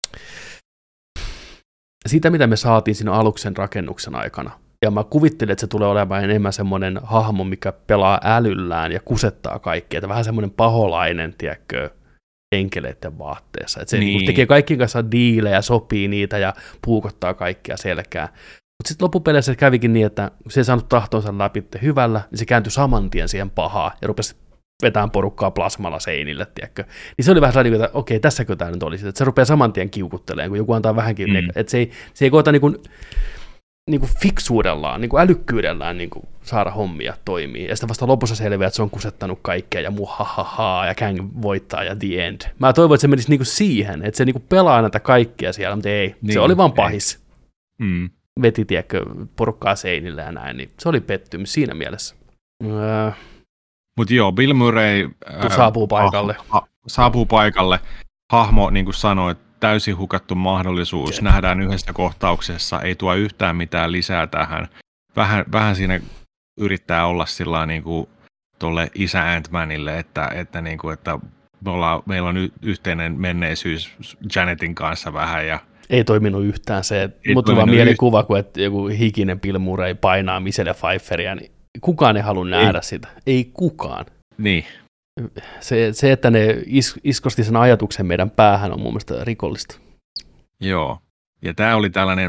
sitä mitä me saatiin siinä aluksen rakennuksen aikana. Ja mä kuvittelin, että se tulee olemaan enemmän semmoinen hahmo, mikä pelaa älyllään ja kusettaa kaikkea. Että vähän semmoinen paholainen, tiedätkö, enkeleiden vaatteessa. Että se niin. tekee kaikkien kanssa diilejä, sopii niitä ja puukottaa kaikkia selkää. Mutta sitten loppupeleissä se kävikin niin, että kun se ei saanut tahtonsa läpi hyvällä, niin se kääntyi saman tien siihen pahaan ja rupesi vetämään porukkaa plasmalla seinille, tiedätkö. Niin se oli vähän sellainen, että okei, tässäkö tämä nyt olisi. Että se rupeaa saman tien kiukuttelemaan, kun joku antaa vähänkin. Mm. Että se ei, se ei koeta niin kuin niin kuin fiksuudellaan, niin kuin älykkyydellään niin kuin saada hommia toimii. Ja sitten vasta lopussa selviää, että se on kusettanut kaikkea ja muhahaha ja Kang voittaa ja the end. Mä toivon, että se menisi niin kuin siihen, että se niin kuin pelaa näitä kaikkia siellä, mutta ei. Niin, se oli vaan pahis. Mm. Veti, tiedätkö, porukkaa seinille ja näin, niin se oli pettymys siinä mielessä. Öö. Mutta joo, Bill Murray ää, saapuu paikalle. Ha, ha, saapuu paikalle. Hahmo, niin kuin sanoit, täysin hukattu mahdollisuus. Jep. Nähdään yhdessä kohtauksessa, ei tuo yhtään mitään lisää tähän. Vähän, vähän siinä yrittää olla sillä niin kuin tuolle isä Ant-Manille, että, että, niin kuin, että me ollaan, meillä on y- yhteinen menneisyys Janetin kanssa vähän. Ja ei toiminut yhtään se, mutta vaan mielikuva, kun että joku hikinen Bill Murray painaa Michelle Pfeifferia, niin kukaan ei halua nähdä ei. sitä. Ei kukaan. Niin. Se, se, että ne is, iskosti sen ajatuksen meidän päähän on mun mielestä rikollista. Joo. Ja tämä oli tällainen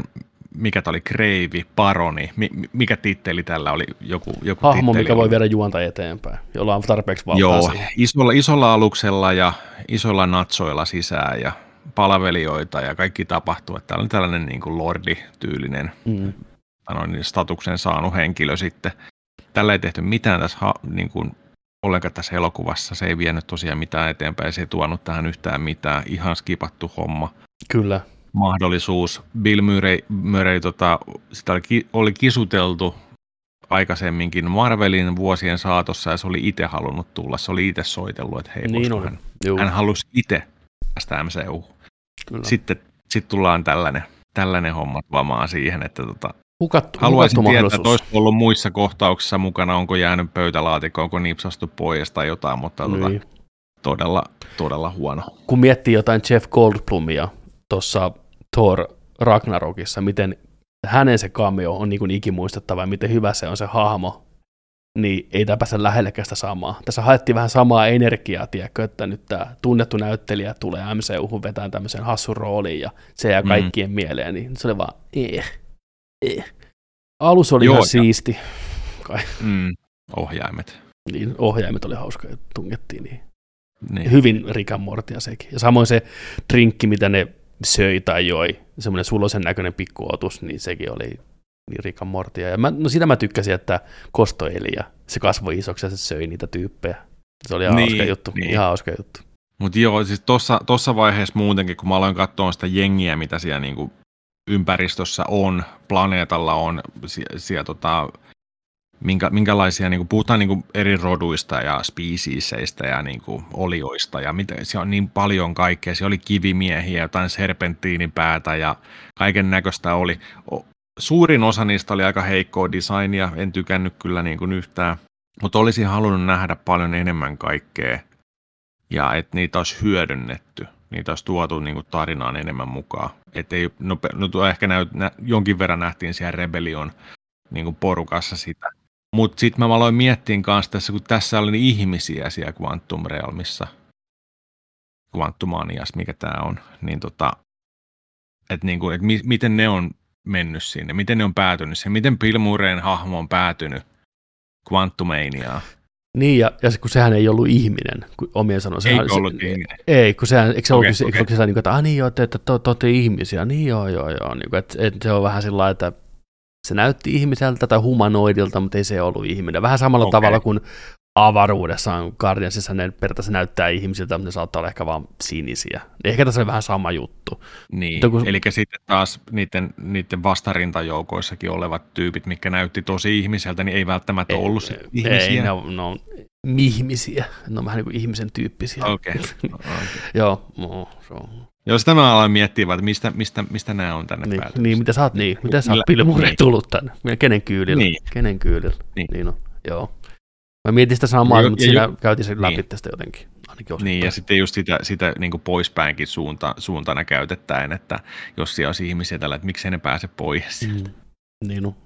mikä tämä oli, Kreivi, Paroni, mi, mikä titteli tällä oli, joku, joku hahmo, titteli mikä oli. voi viedä juonta eteenpäin, jolla on tarpeeksi valtaa. Joo, isolla, isolla aluksella ja isoilla natsoilla sisään ja palvelijoita ja kaikki tapahtuu. Että tämä on tällainen niin kuin lordi-tyylinen mm. niin statuksen saanut henkilö sitten. Tällä ei tehty mitään tässä niin kuin, ollenkaan tässä elokuvassa. Se ei vienyt tosiaan mitään eteenpäin, se ei tuonut tähän yhtään mitään. Ihan skipattu homma. Kyllä. Mahdollisuus. Bill Murray, Murray tota, sitä oli, oli kisuteltu aikaisemminkin Marvelin vuosien saatossa, ja se oli itse halunnut tulla. Se oli itse soitellut, että hei, niin hän, hän halusi itse päästä M C U. Kyllä. Sitten sit tullaan tällainen, tällainen homma vamaa siihen, että tota, hukattu, haluaisin hukattu tietää, että olisiko ollut muissa kohtauksissa mukana, onko jäänyt pöytälaatikko, onko nipsastu pois tai jotain, mutta niin. tota, todella, todella huono. Kun miettii jotain Jeff Goldblumia tuossa Thor Ragnarokissa, miten hänen se cameo on niin kuin ikimuistettava ja miten hyvä se on se hahmo, niin ei tämä päästä lähellekään sitä samaa. Tässä haettiin vähän samaa energiaa, tiedätkö, että nyt tämä tunnettu näyttelijä tulee M C U:hun vetään tämmöisen hassun rooliin ja se jää kaikkien mm. mieleen, niin se oli vaan eh, eh. Alus oli Joo, ihan ja... siisti. Kai. Mm, ohjaimet. Niin, ohjaimet oli hauska, että tungettiin niin. niin. Hyvin Rick and Mortya sekin. Ja samoin se drinkki, mitä ne söi tai joi, semmoinen sulosen näköinen pikkuotus, niin sekin oli niin Rick and Mortya. Ja mä, no sitä mä tykkäsin, että Kosto eli ja se kasvoi isoksi ja se söi niitä tyyppejä. Se oli ihan niin, hauska juttu. Niin. Ihan hauska juttu. Mutta joo, siis tossa, tossa vaiheessa muutenkin, kun mä aloin katsoa sitä jengiä, mitä siellä niinku ympäristössä on, planeetalla on, siellä, siellä tota, minkä, minkälaisia, niinku, puhutaan niinku eri roduista ja species-seistä ja niinku olioista, ja mitä, siellä on niin paljon kaikkea, siellä oli kivimiehiä, jotain serpenttiinipäätä ja kaiken näköistä oli. Suurin osa niistä oli aika heikkoa designia, en tykännyt kyllä niinku yhtään, mutta olisin halunnut nähdä paljon enemmän kaikkea, ja että niitä olisi hyödynnetty. Niitä olisi tuotu niin kuin tarinaan enemmän mukaan. Et ei, no, no, ehkä näyt, nä, jonkin verran nähtiin siellä Rebellion niin kuin porukassa sitä. Mutta sitten mä aloin miettiä kanssa tässä, kun tässä oli ihmisiä siellä Quantum Realmissa, Quantumanias, mikä tämä on, niin tota, että niinku, et mi, miten ne on mennyt sinne, miten ne on päätynyt sinne, miten Bill Murrayn hahmo on päätynyt Quantumaniaan. Niin, ja, ja kun sehän ei ollut ihminen, kun omien sanoin. Ei ollut se, ihminen. Ei, kun sehän, eikö se okay, ollut okay. se, että ah niin joo, te, te, te, te olette ihmisiä, niin joo, joo, joo. Niin, että, että se on vähän sillä lailla, että se näytti ihmiseltä tai humanoidilta, mutta ei se ollut ihminen. Vähän samalla okay. tavalla kuin avaruudessa on Guardiansissa, ne periaatteessa näyttää ihmisiltä, mutta ne saattaa olla ehkä vaan sinisiä. Ehkä tässä on vähän sama juttu. Niin, kun... eli sitten taas niiden, niiden vastarintajoukoissakin olevat tyypit, mitkä näytti tosi ihmiseltä, niin ei välttämättä ei, ollut ei, ihmisiä. Ei, ne on, ne on mihmisiä. Ne on vähän niin kuin ihmisen tyyppisiä. Okei. Okay. okay. Joo, no, se on. Joo, sitä mä aloin miettiä, että mistä, mistä, mistä nämä on tänne niin, päätynyt. Niin, mitä sä oot, niin, mitä sä oot Bill Murray tullut tänne? Kenen kyydillä? Niin. Kenen kyydillä? Niin. niin on, joo. Mä mietin sitä samaa, jo, mutta siinä jo, käytiin sen läpi niin. tästä jotenkin. Niin, ja sitten just sitä, sitä niin kuin poispäinkin suunta, suuntana käytettäen, että jos siellä olisi ihmisiä tällä, että miksei ne pääse pois sieltä. Mm. Niin on.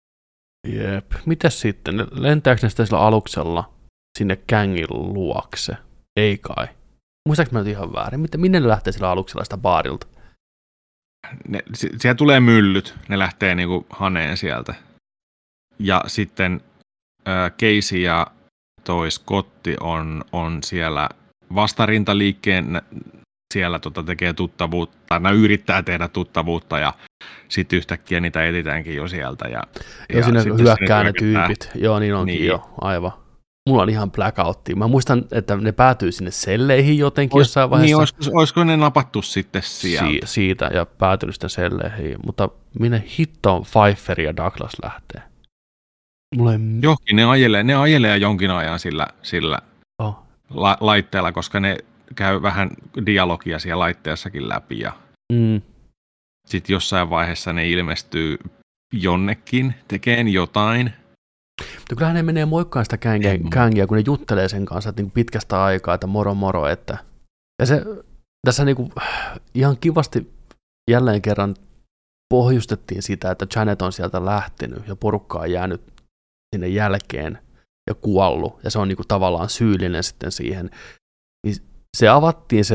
Jep. Mitäs sitten? Lentääkö ne sitä sillä aluksella sinne Kangin luokse? Ei kai. Muistaaks mä nyt ihan väärin? Minne ne lähtee sillä aluksella sitä baarilta? Ne, siellä tulee myllyt. Ne lähtee niinku haneen sieltä. Ja sitten äh, Casey ja toi Scotti on, on siellä vastarintaliikkeen, siellä tota tekee tuttavuutta, tai ne yrittää tehdä tuttavuutta, ja sitten yhtäkkiä niitä etitäänkin jo sieltä. Ja, ja siinä hyökkää ne tyypit. Joo, niin onkin niin. jo, aivan. Mulla on ihan blackoutti. Mä muistan, että ne päätyy sinne selleihin jotenkin Ois, jossain vaiheessa. Niin, olisiko, olisiko ne napattu sitten sieltä? Si- siitä, ja päätynyt sitten selleihin. Mutta minne hittoon Pfeiffer ja Douglas lähtee? Mulla ei... Johonkin, ne ajelee, ne ajelee jonkin ajan sillä, sillä oh. la- laitteella, koska ne käy vähän dialogia siellä laitteessakin läpi. Ja mm. sitten jossain vaiheessa ne ilmestyy jonnekin, tekeen jotain. Mutta kyllähän ne menee moikkaan sitä kängiä, kängiä, kun ne juttelee sen kanssa että niin pitkästä aikaa, että moro moro. Että... Ja se, tässä niinku, ihan kivasti jälleen kerran pohjustettiin sitä, että Janet on sieltä lähtenyt ja porukka on jäänyt sinne jälkeen ja kuollut. Ja se on niinku tavallaan syyllinen sitten siihen. Niin se avattiin se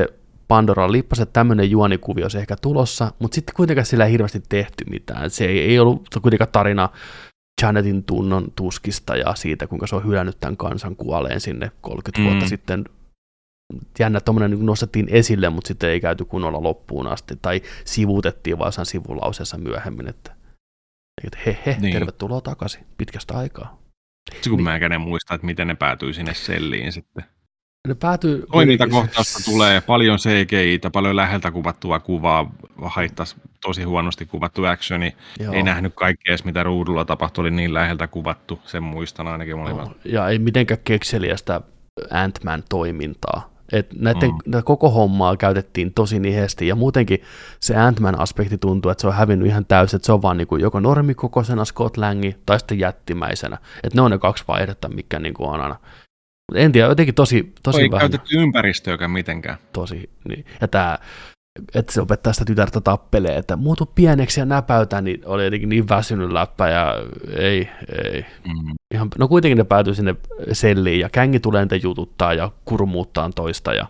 Pandoran lippas, että tämmöinen juonikuvio olisi ehkä tulossa, mutta sitten kuitenkaan sillä ei hirveästi tehty mitään. Se ei, ei ollut kuitenkaan tarina Janetin tunnon tuskista ja siitä, kuinka se on hylännyt tämän kansan kuoleen sinne kolmekymmentä mm. vuotta sitten. Jännä, että tuommoinen niin nostettiin esille, mutta sitten ei käyty kunnolla loppuun asti, tai sivuutettiin vaan sen sivulauseessa myöhemmin, että, että he he, niin. Tervetuloa takaisin pitkästä aikaa. Se kun niin. Mä en muista, että miten ne päätyy sinne selliin sitten. Ne päätyy... Toiminta kohtausta tulee paljon C G I-tä, paljon läheltä kuvattua kuvaa, haittaisi tosi huonosti kuvattu actioni. Joo. Ei nähnyt kaikkea edes, mitä ruudulla tapahtui, oli niin läheltä kuvattu, sen muistan ainakin molemmat. No, ja ei mitenkään kekseliästä Ant-Man-toimintaa. Et näiden mm. koko hommaa käytettiin tosi nihesti, ja muutenkin se Ant-Man-aspekti tuntuu, että se on hävinnyt ihan täysin, että se on vaan niin kuin joko normikokoisena Scott Langi tai sitten jättimäisenä. Että ne on ne kaksi vaihdetta, mikä niin kuin on aina. En tiedä, jotenkin tosi, tosi ei vähän. Ei käytetty ympäristöäkään mitenkään. Tosi, niin. Ja tämä, että se opettaa sitä tytärtä tappelee, että muutu pieneksi ja näpäytä, niin oli jotenkin niin väsynyt läppä, ja ei, ei. Mm. Ihan, no kuitenkin ne päätyy sinne selliin, ja Kängi tulee niitä jututtaa ja kurmuuttaa toista, ja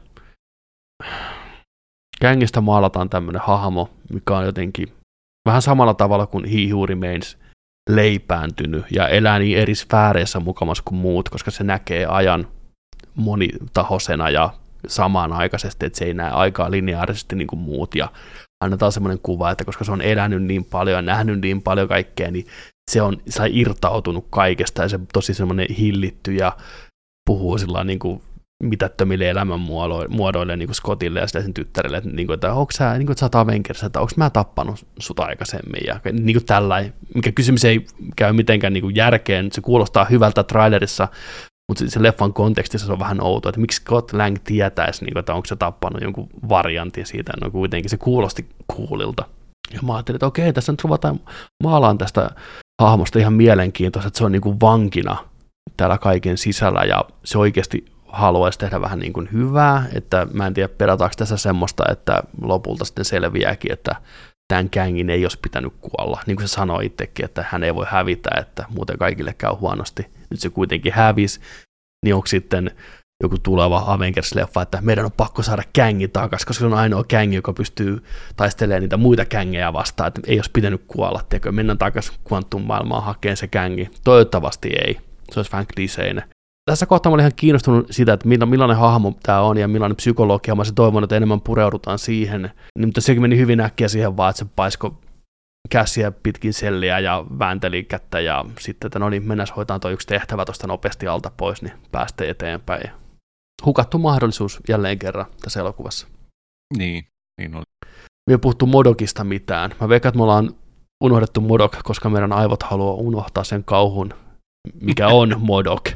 Kängistä maalataan tämmöinen hahmo, mikä on jotenkin vähän samalla tavalla kuin He Who Remains leipääntynyt, ja elää niin eri sfääreissä mukamassa kuin muut, koska se näkee ajan monitahoisena ja samanaikaisesti, että se ei näe aikaa lineaarisesti niin kuin muut, ja annetaan semmoinen kuva, että koska se on elänyt niin paljon ja nähnyt niin paljon kaikkea, niin se on sai irtautunut kaikesta, ja se on tosi semmoinen hillitty, ja puhuu sillä niin kuin mitättömille elämänmuodoille, niin kuin Scottille ja sen tyttärelle, että, niin kuin, että onko sä, niin kuin, että sä oot Avengersissa, että onko mä tappanut sut aikaisemmin, ja niin kuin tällainen, mikä kysymys ei käy mitenkään niin kuin järkeen, se kuulostaa hyvältä trailerissa, mutta se leffan kontekstissa se on vähän outo, että miksi Scott Lang tietäisi, että onko se tappanut jonkun variantin siitä, no kuitenkin se kuulosti coolilta. Ja mä ajattelin, että okei, tässä nyt ruvataan maalaan tästä hahmosta ihan mielenkiintoista, että se on niin kuin vankina täällä kaiken sisällä, ja se oikeasti haluaisi tehdä vähän niin kuin hyvää, että mä en tiedä, perataanko tässä semmoista, että lopulta sitten selviääkin, että tämän Kangin ei olisi pitänyt kuolla. Niin kuin se sanoi itsekin, että hän ei voi hävitä, että muuten kaikille käy huonosti. Nyt se kuitenkin hävisi, niin onko sitten joku tuleva Avengers-leffa, että meidän on pakko saada Kangi takaisin, koska se on ainoa Kangi, joka pystyy taistelemaan niitä muita Kangejä vastaan, että ei olisi pitänyt kuolla. Tiedätkö? Mennään takaisin Quantum-maailmaan hakemaan se Kangi. Toivottavasti ei. Se olisi vähän kliseinen. Tässä kohtaa mä olin ihan kiinnostunut siitä, että millainen hahmo tämä on ja millainen psykologia. Mä olisin toivonut, että enemmän pureudutaan siihen. Niin, mutta sekin meni hyvin äkkiä siihen vaan, että se paisko käsiä pitkin selliä ja väänteli kättä ja sitten, että no niin, mennään hoitaan tuo yksi tehtävä tuosta nopeasti alta pois, niin päästään eteenpäin. Hukattu mahdollisuus jälleen kerran tässä elokuvassa. Niin, niin oli. Me ei puhuttu Modokista mitään. Mä veikkaan, että me ollaan unohdettu Modok, koska meidän aivot haluaa unohtaa sen kauhun, mikä on Modok.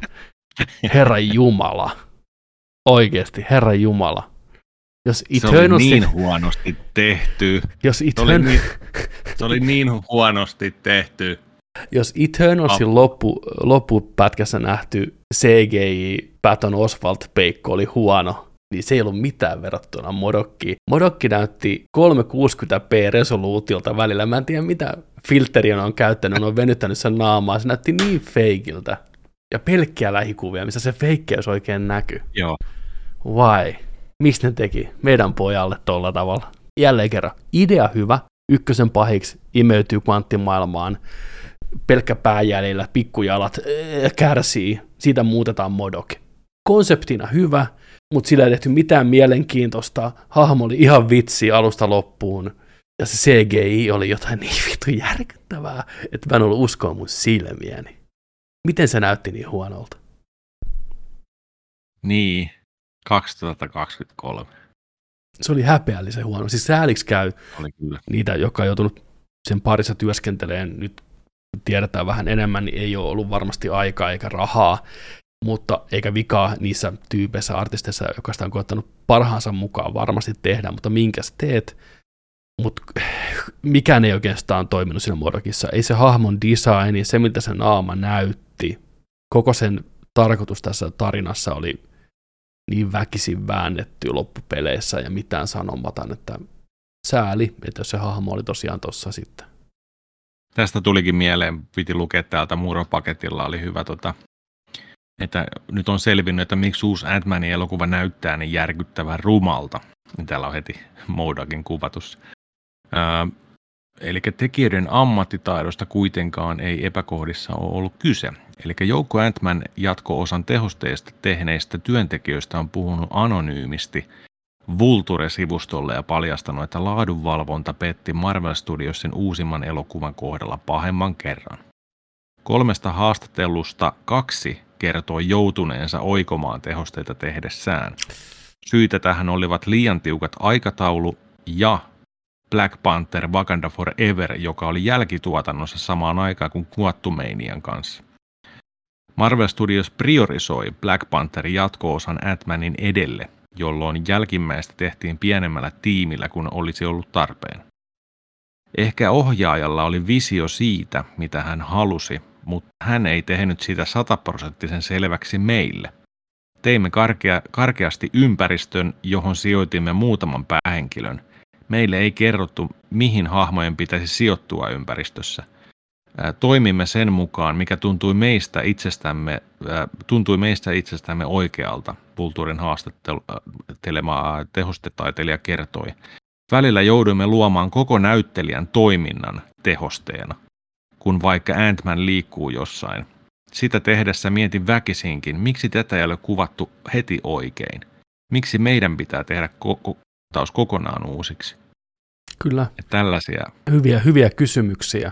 Herran Jumala. Oikeesti, Herran Jumala. Jos Eternalsin, se oli niin huonosti tehty. Jos Etern... se, oli niin, se oli niin huonosti tehty. Jos Eternalsin loppu, loppupätkässä nähty C G I Patton Oswalt-peikko oli huono, niin se ei ollut mitään verrattuna Modokkiin. Modokki näytti kolmesataakuusikymmentä p resoluutiolta välillä. Mä en tiedä, mitä filteriä on käyttänyt, on venyttänyt sen naamaa. Se näytti niin feikiltä. Ja pelkkiä lähikuvia, missä se feikkeys oikein näkyy. Joo. Why? Miksi ne teki meidän pojalle tolla tavalla? Jälleen kerran, idea hyvä, ykkösen pahiksi imeytyy kvanttimaailmaan, pelkkä pää jäljellä, pikkujalat äh, kärsii, siitä muutetaan Modok. Konseptina hyvä, mutta sillä ei tehty mitään mielenkiintoista, hahmo oli ihan vitsi alusta loppuun, ja se C G I oli jotain niin vittu järkyttävää, että mä en ollut uskoa mun silmiäni. Miten se näytti niin huonolta? Niin. kaksituhattakaksikymmentäkolme. Se oli häpeällisen huono. Siis sääliksi käy niitä, jotka on joutunut sen parissa työskenteleen. Nyt tiedetään vähän enemmän, niin ei ole ollut varmasti aikaa eikä rahaa, mutta eikä vikaa niissä tyypeissä, artisteissa, jotka sitä on koettanut parhaansa mukaan varmasti tehdä, mutta minkäs teet? Mutta mikään ei oikeastaan toiminut siinä Modokissa. Ei se hahmon designi, se miltä se naama näytti, koko sen tarkoitus tässä tarinassa oli niin väkisin väännetty loppupeleissä ja mitään sanomaton, että sääli, että jos se hahmo oli tosiaan tossa sitten. Tästä tulikin mieleen, piti lukea täältä Muro-paketilla, oli hyvä, tota, että nyt on selvinnyt, että miksi uusi Ant-Manin elokuva näyttää niin järkyttävän rumalta. Niin täällä on heti Modokin kuvatus. Ää, eli tekijöiden ammattitaidosta kuitenkaan ei epäkohdissa ole ollut kyse. Eli joukko Ant-Man jatko-osan tehosteista tehneistä työntekijöistä on puhunut anonyymisti Vulture-sivustolle ja paljastanut, että laadunvalvonta petti Marvel Studiosin uusimman elokuvan kohdalla pahemman kerran. Kolmesta haastattelusta kaksi kertoi joutuneensa oikomaan tehosteita tehdessään. Syitä tähän olivat liian tiukat aikataulu ja Black Panther Wakanda Forever, joka oli jälkituotannossa samaan aikaan kuin Quantumanian kanssa. Marvel Studios priorisoi Black Pantherin jatko-osan Ant-Manin edelle, jolloin jälkimmäistä tehtiin pienemmällä tiimillä kuin olisi ollut tarpeen. Ehkä ohjaajalla oli visio siitä, mitä hän halusi, mutta hän ei tehnyt sitä sataprosenttisen selväksi meille. Teimme karkea, karkeasti ympäristön, johon sijoitimme muutaman päähenkilön. Meille ei kerrottu, mihin hahmojen pitäisi sijoittua ympäristössä. Toimimme sen mukaan, mikä tuntui meistä itsestämme, tuntui meistä itsestämme oikealta, Vulturen haastattelema tehostetaiteilija kertoi. Välillä jouduimme luomaan koko näyttelijän toiminnan tehosteena, kun vaikka Ant-Man liikkuu jossain. Sitä tehdessä mietin väkisinkin, miksi tätä ei ole kuvattu heti oikein. Miksi meidän pitää tehdä kohtaus kokonaan uusiksi? Kyllä. Ja tällaisia. Hyviä, hyviä kysymyksiä.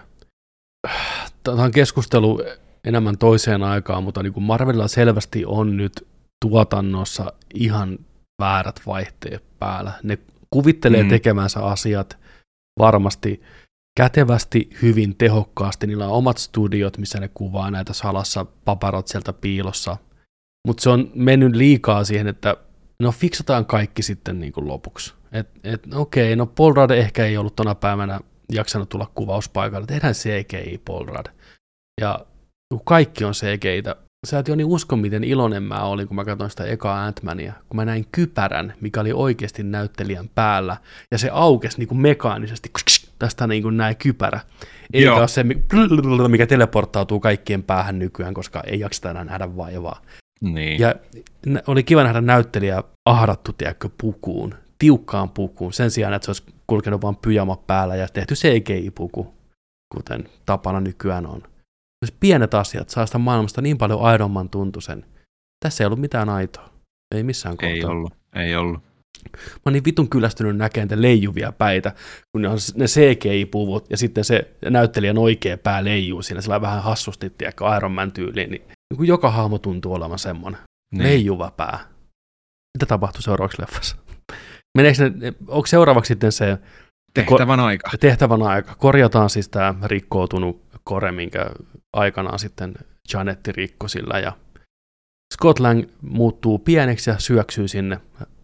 Tämä on keskustelu enemmän toiseen aikaan, mutta niin kuin Marvelilla selvästi on nyt tuotannossa ihan väärät vaihteet päällä. Ne kuvittelee mm. tekemänsä asiat varmasti kätevästi, hyvin tehokkaasti. Niillä on omat studiot, missä ne kuvaa näitä salassa paparot sieltä piilossa. Mutta se on mennyt liikaa siihen, että no fiksataan kaikki sitten niin kuin lopuksi. Et, et, okei, no Paul Rudd ehkä ei ollut tona päivänä jaksanut tulla kuvauspaikalle. Tehdään C G I Paul Rudd. Ja kun kaikki on C G I:tä, sä et jo niin usko, miten iloinen mä olin, kun mä katsoin sitä ekaa Ant-Mania, kun mä näin kypärän, mikä oli oikeasti näyttelijän päällä, ja se aukesi niin kuin mekaanisesti, tästä niin kuin näin kypärä. Eikä ole se, mikä teleporttautuu kaikkien päähän nykyään, koska ei jakseta enää nähdä vaivaa. Niin. Ja oli kiva nähdä näyttelijä ahdattu, tiedätkö, pukuun, tiukkaan pukuun, sen sijaan, että se olisi kulkenut vaan pyjama päällä ja tehty C G I-puku, kuten tapana nykyään on. Jos pienet asiat saa sitä maailmasta niin paljon aidomman tuntuisen, tässä ei ollut mitään aitoa. Ei missään kohtaa. Ei ollut, ei ollut. Mä oon niin vitun kyllästynyt näkemään te leijuvia päitä, kun ne on ne C G I-puvut ja sitten se näyttelijän oikea pää leijuu siinä, sillä vähän hassusti, tiedäkö, Iron Man tyyliin, niin, niin joka hahmo tuntuu olevan semmoinen. Niin. Leijuva pää. Mitä tapahtuu seuraavaksi leffassa? Meneekö ne, onko seuraavaksi sitten se tehtävän aika? Tehtävän aika. Korjataan siis tämä rikkoutunut kore, minkä aikanaan sitten Janetti rikko sillä, ja Scott Lang muuttuu pieneksi ja syöksyy sinne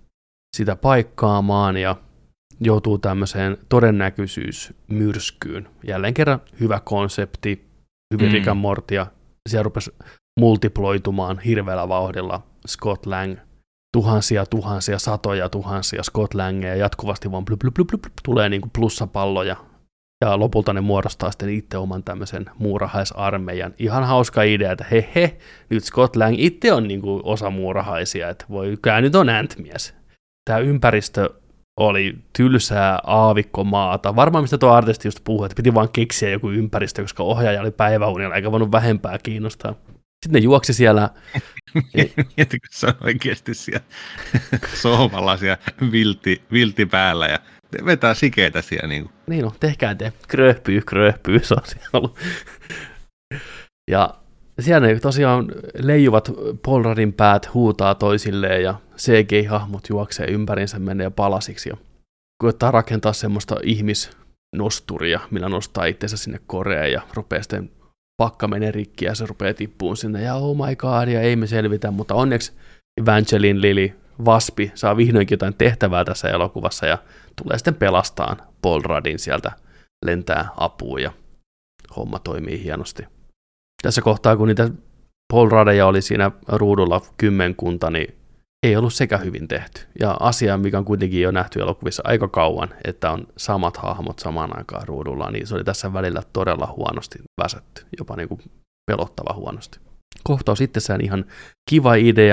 sitä paikkaamaan ja joutuu tämmöiseen todennäköisyysmyrskyyn. Jälleen kerran hyvä konsepti, hyvin mm. Rick and Morty, ja siellä rupesi multiploitumaan hirveällä vauhdilla Scott Lang. Tuhansia, tuhansia, satoja tuhansia Scott Langeja jatkuvasti vaan blup, blup, blup, blup, tulee niin kuin plussapalloja. Ja lopulta ne muodostaa sitten itse oman tämmöisen muurahaisarmeijan. Ihan hauska idea, että he he, nyt Scott Lang itse on niin kuin osa muurahaisia, että voi, kyllä nyt on Ant-mies. Tämä ympäristö oli tylsää aavikkomaata. Varmaan mistä tuo artisti just puhui, että piti vaan keksiä joku ympäristö, koska ohjaaja oli päiväunilla, eikä voinut vähempää kiinnostaa. Sitten ne juoksi siellä. Mietitkö, se on oikeasti siellä sohvalla siellä vilti, vilti päällä ja vetää sikeitä siellä. Niin, niin no, tehkää te. Kröhpyy, kröhpyy, se on siellä ollut. Ja siellä ne tosiaan leijuvat Paul Ruddin päät huutaa toisilleen ja C G I-hahmot juoksee ympärinsä menee palasiksi. Ja koettaa rakentaa semmoista ihmisnosturia, millä nostaa itsensä sinne koreen ja rupeaa sitten pakka menee rikki ja se rupeaa tippuun sinne ja oh my god, ja ei me selvitä, mutta onneksi Evangeline Lilly Waspi saa vihdoinkin jotain tehtävää tässä elokuvassa ja tulee sitten pelastaan Paul Ruddin sieltä, lentää apuun ja homma toimii hienosti. Tässä kohtaa, kun niitä Paul Ruddeja oli siinä ruudulla kymmenkunta, niin ei ollut sekä hyvin tehty. Ja asia, mikä on kuitenkin jo nähty elokuvissa aika kauan, että on samat hahmot samaan aikaan ruudulla, niin se oli tässä välillä todella huonosti väsätty, jopa niin kuin pelottava huonosti. Kohtaus itsessään ihan kiva idea,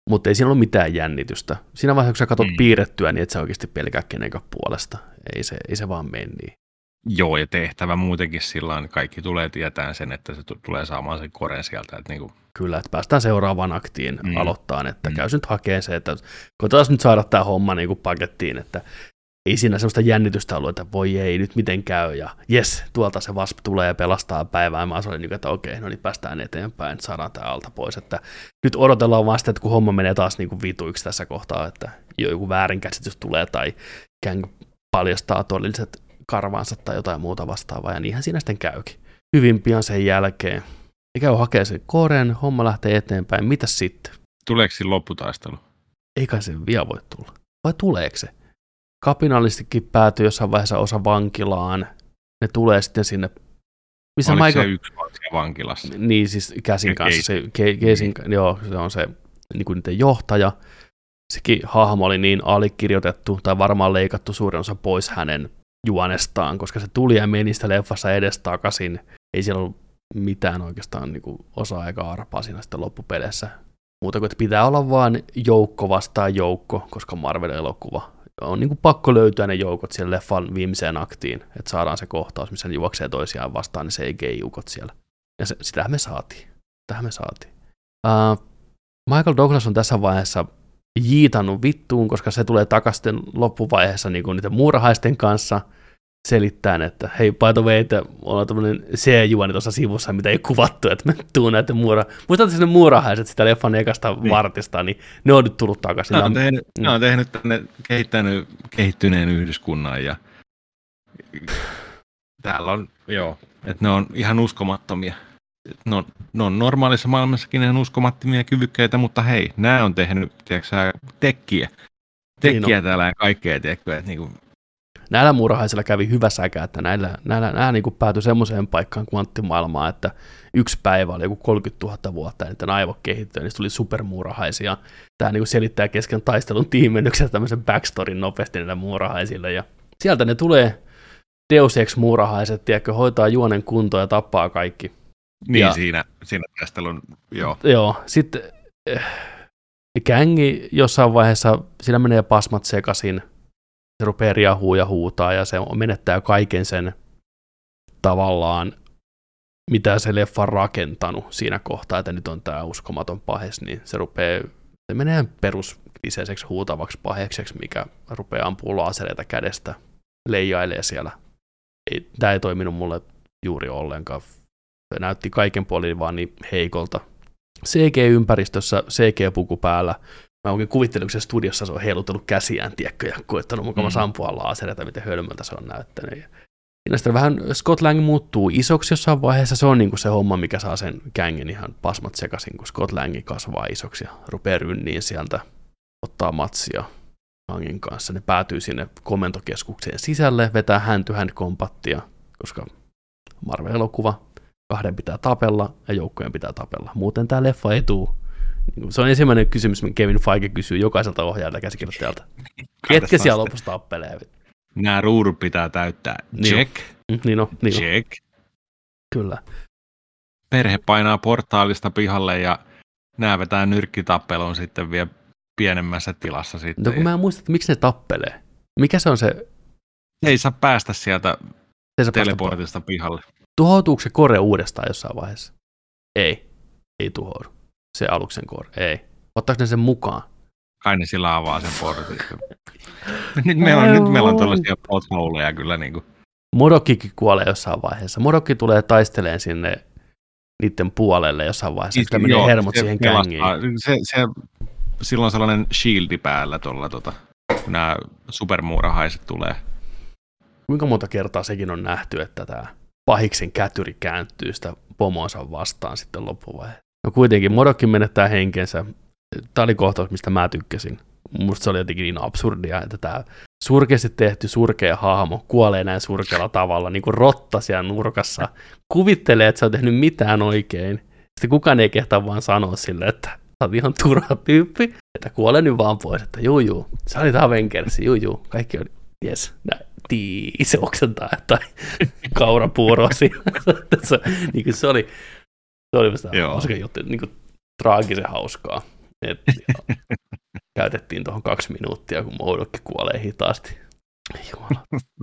mutta ei siinä ollut mitään jännitystä. Siinä vaiheessa, kun sä katsot mm. piirrettyä, niin et sä oikeasti pelkää kenenkään puolesta. Ei se, ei se vaan mene niin. Joo, ja tehtävä muutenkin sillä että kaikki tulee tietämään sen, että se t- tulee saamaan sen koren sieltä. Että niinku... Kyllä, että päästään seuraavaan aktiin mm. aloittaan, että mm. käy nyt hakemaan se, että koetaan nyt saada tämä homma niinku pakettiin, että ei siinä sellaista jännitystä ollut, että voi ei, nyt miten käy, ja jes, tuolta se Wasp tulee ja pelastaa päivää, ja mä olin niin, että okei, no niin päästään eteenpäin, että saadaan tämä alta pois, että nyt odotellaan vaan sitä, että kun homma menee taas niin kuin vituiksi tässä kohtaa, että joku väärinkäsitys tulee, tai Gang paljastaa todelliset karvansa tai jotain muuta vastaavaa, ja niinhän siinä sitten käykin. Hyvin pian sen jälkeen, ja käy hakemaan sen koren, homma lähtee eteenpäin, mitäs sitten? Tuleeko siinä lopputaistelu? Eikä se vielä voi tulla. Vai tuleeko se? Kapinallistikin päätyy jossain vaiheessa osa vankilaan. Ne tulee sitten sinne. Missä Oliko Michael... se yksi vankilassa? Niin, siis Käsin kanssa. Se, Käsin, joo, se on se niin kuin niiden johtaja. Sekin hahmo oli niin alikirjoitettu tai varmaan leikattu suurin osa pois hänen juonestaan, koska se tuli ja meni sitä leffassa edestakaisin. Ei siellä ollut mitään oikeastaan niin kuin osaa eikä arpaa siinä sitten loppupeleissä. Muuta kuin, että pitää olla vaan joukko vastaan joukko, koska Marvel-elokuva on niin kuin pakko löytyä ne joukot siellä leffan viimeiseen aktiin, että saadaan se kohtaus, missä ne juoksee toisiaan vastaan, ne C G I-jukot siellä. Ja se, sitähän me saatiin. Tähän me saatiin. Uh, Michael Douglas on tässä vaiheessa jiitannut vittuun, koska se tulee takaisin loppuvaiheessa niin kuin niiden muurahaisten kanssa selittäen, että hei, by the way, että on tämmöinen C-juoni tuossa sivussa, mitä ei kuvattu, että me tuu näitä muura... Muistatte sinne muurahaiset sitä leffan ekasta niin. vartista, niin ne on nyt tullut takaisin. Ne on tehnyt, mm. ne on tehnyt tänne kehittänyt, kehittyneen yhdyskunnan ja täällä on, joo, että ne on ihan uskomattomia. Ne on, ne on normaalissa maailmassakin ihan uskomattomia kyvykkeitä, mutta hei, nämä on tehnyt, tiedätkö sä, tekkiä. Tekkiä niin täällä ja kaikkea, tiedätkö, että niinku... Näillä muurahaisilla kävi hyvä säkä, että näillä, näillä, nämä niin päätyi semmoiseen paikkaan kvanttimaailmaan, että yksi päivä oli joku kolmekymmentätuhatta vuotta, ja niiden aivot kehittyi, ja niistä tuli supermuurahaisia. Tämä niin selittää kesken taistelun tiimennyksen tämmöisen backstorin nopeasti niille muurahaisille, ja sieltä ne tulee Deus Ex muurahaiset, tiedätkö, hoitaa juonen kuntoon ja tappaa kaikki. Niin, ja, siinä, siinä taistelun, joo. Joo, sitten äh, Gangi jossain vaiheessa, siinä menee pasmat sekaisin, se rupeaa riahuu ja huutaa, ja se menettää kaiken sen tavallaan, mitä se leffa on rakentanut siinä kohtaa, että nyt on tämä uskomaton pahes, niin se rupeaa, se menee peruskliseiseksi huutavaksi pahekseksi, mikä rupeaa ampua laasereita kädestä, leijailee siellä. Ei, tämä ei toiminut mulle juuri ollenkaan. Se näytti kaiken puolin vaan niin heikolta. C G-ympäristössä, C G-puku päällä. Mä oikein kuvittelin, kun se studiossa se on heilutellut käsiään, tiedätkö, ja koettanut mukaan mm. ampua laasereita, miten hölmöltä se on näyttänyt. Ja siinä sitten vähän Scott Lang muuttuu isoksi jossain vaiheessa. Se on niin kuin se homma, mikä saa sen gängin ihan pasmat sekaisin, kun Scott Lang kasvaa isoksi ja rupeaa rynniin sieltä, ottaa matsia Hangin kanssa. Ne päätyy sinne komentokeskukseen sisälle, vetää hand-to-hand-kompattia, koska Marvel-elokuva, kahden pitää tapella ja joukkojen pitää tapella. Muuten tämä leffa ei tuu. Se on ensimmäinen kysymys, minkä Kevin Feige kysyy jokaiselta ohjaajalta ja käsikirjoittajalta. Ketkä siellä lopussa tappelee? Nämä ruudut pitää täyttää. Check. Niin, niin on, niin Check. Kyllä. Perhe painaa portaalista pihalle ja nämä vetää nyrkkitappeluun sitten vielä pienemmässä tilassa. Sitten. No kun mä en muista, että miksi ne tappelee. Mikä se on se? Ei saa päästä sieltä saa teleportista päästä pihalle. Tuhoutuuko se kore uudestaan jossain vaiheessa? Ei. Ei tuhoudu. Se aluksen kore. Ei. Ottaako ne sen mukaan? Kai ne sillä avaa sen portin. nyt, meillä on, nyt meillä on tällaisia potholeja kyllä. Niin kuin. Modokkikin kuolee jossain vaiheessa. Modokki tulee taisteleen sinne niiden puolelle jossain vaiheessa. Sitä menee hermot se siihen kängiin. Se, se, silloin on sellainen shieldi päällä tuolla, tota, kun nämä supermuurahaiset tulee. Kuinka monta kertaa sekin on nähty, että tämä pahiksen kätyri kääntyy sitä pomoonsa vastaan sitten loppuvaiheessa. No kuitenkin Modokki menettää henkensä. Tämä oli kohtaus, mistä mä tykkäsin. Musta se oli jotenkin niin absurdia, että tämä surkeasti tehty surkea hahmo kuolee näin surkealla tavalla, niin kuin rotta siellä nurkassa. Kuvittelee, että sä oot tehnyt mitään oikein. Sitten kukaan ei kehtaa vaan sanoa sille, että sä oot ihan turha tyyppi, että kuole nyt vaan pois, että juu juu, sä olit Avengersi, juu juu, kaikki on, jes, näin. Tii, se oksentaa tai kaurapuuroa siinä. se, niin se oli, se oli vasta hauska juttu, niin kuin traagisen hauskaa. Et, käytettiin tuohon kaksi minuuttia, kun Modokki kuolee hitaasti. Jumala.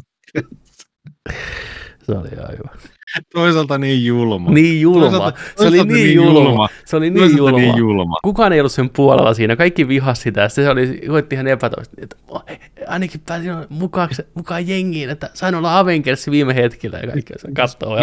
Se oli aivan. Toisaalta niin julma. Niin julma. Toisaalta, toisaalta se oli niin, niin julma. julma. Se oli niin julma. niin julma. Kukaan ei ollut sen puolella siinä. Kaikki vihasi sitä. Se oli, koitti ihan epätoisesti, että ainakin pääsin mukaan, mukaan jengiin, että sain olla Avengersi viime hetkellä ja kaikki katsoo.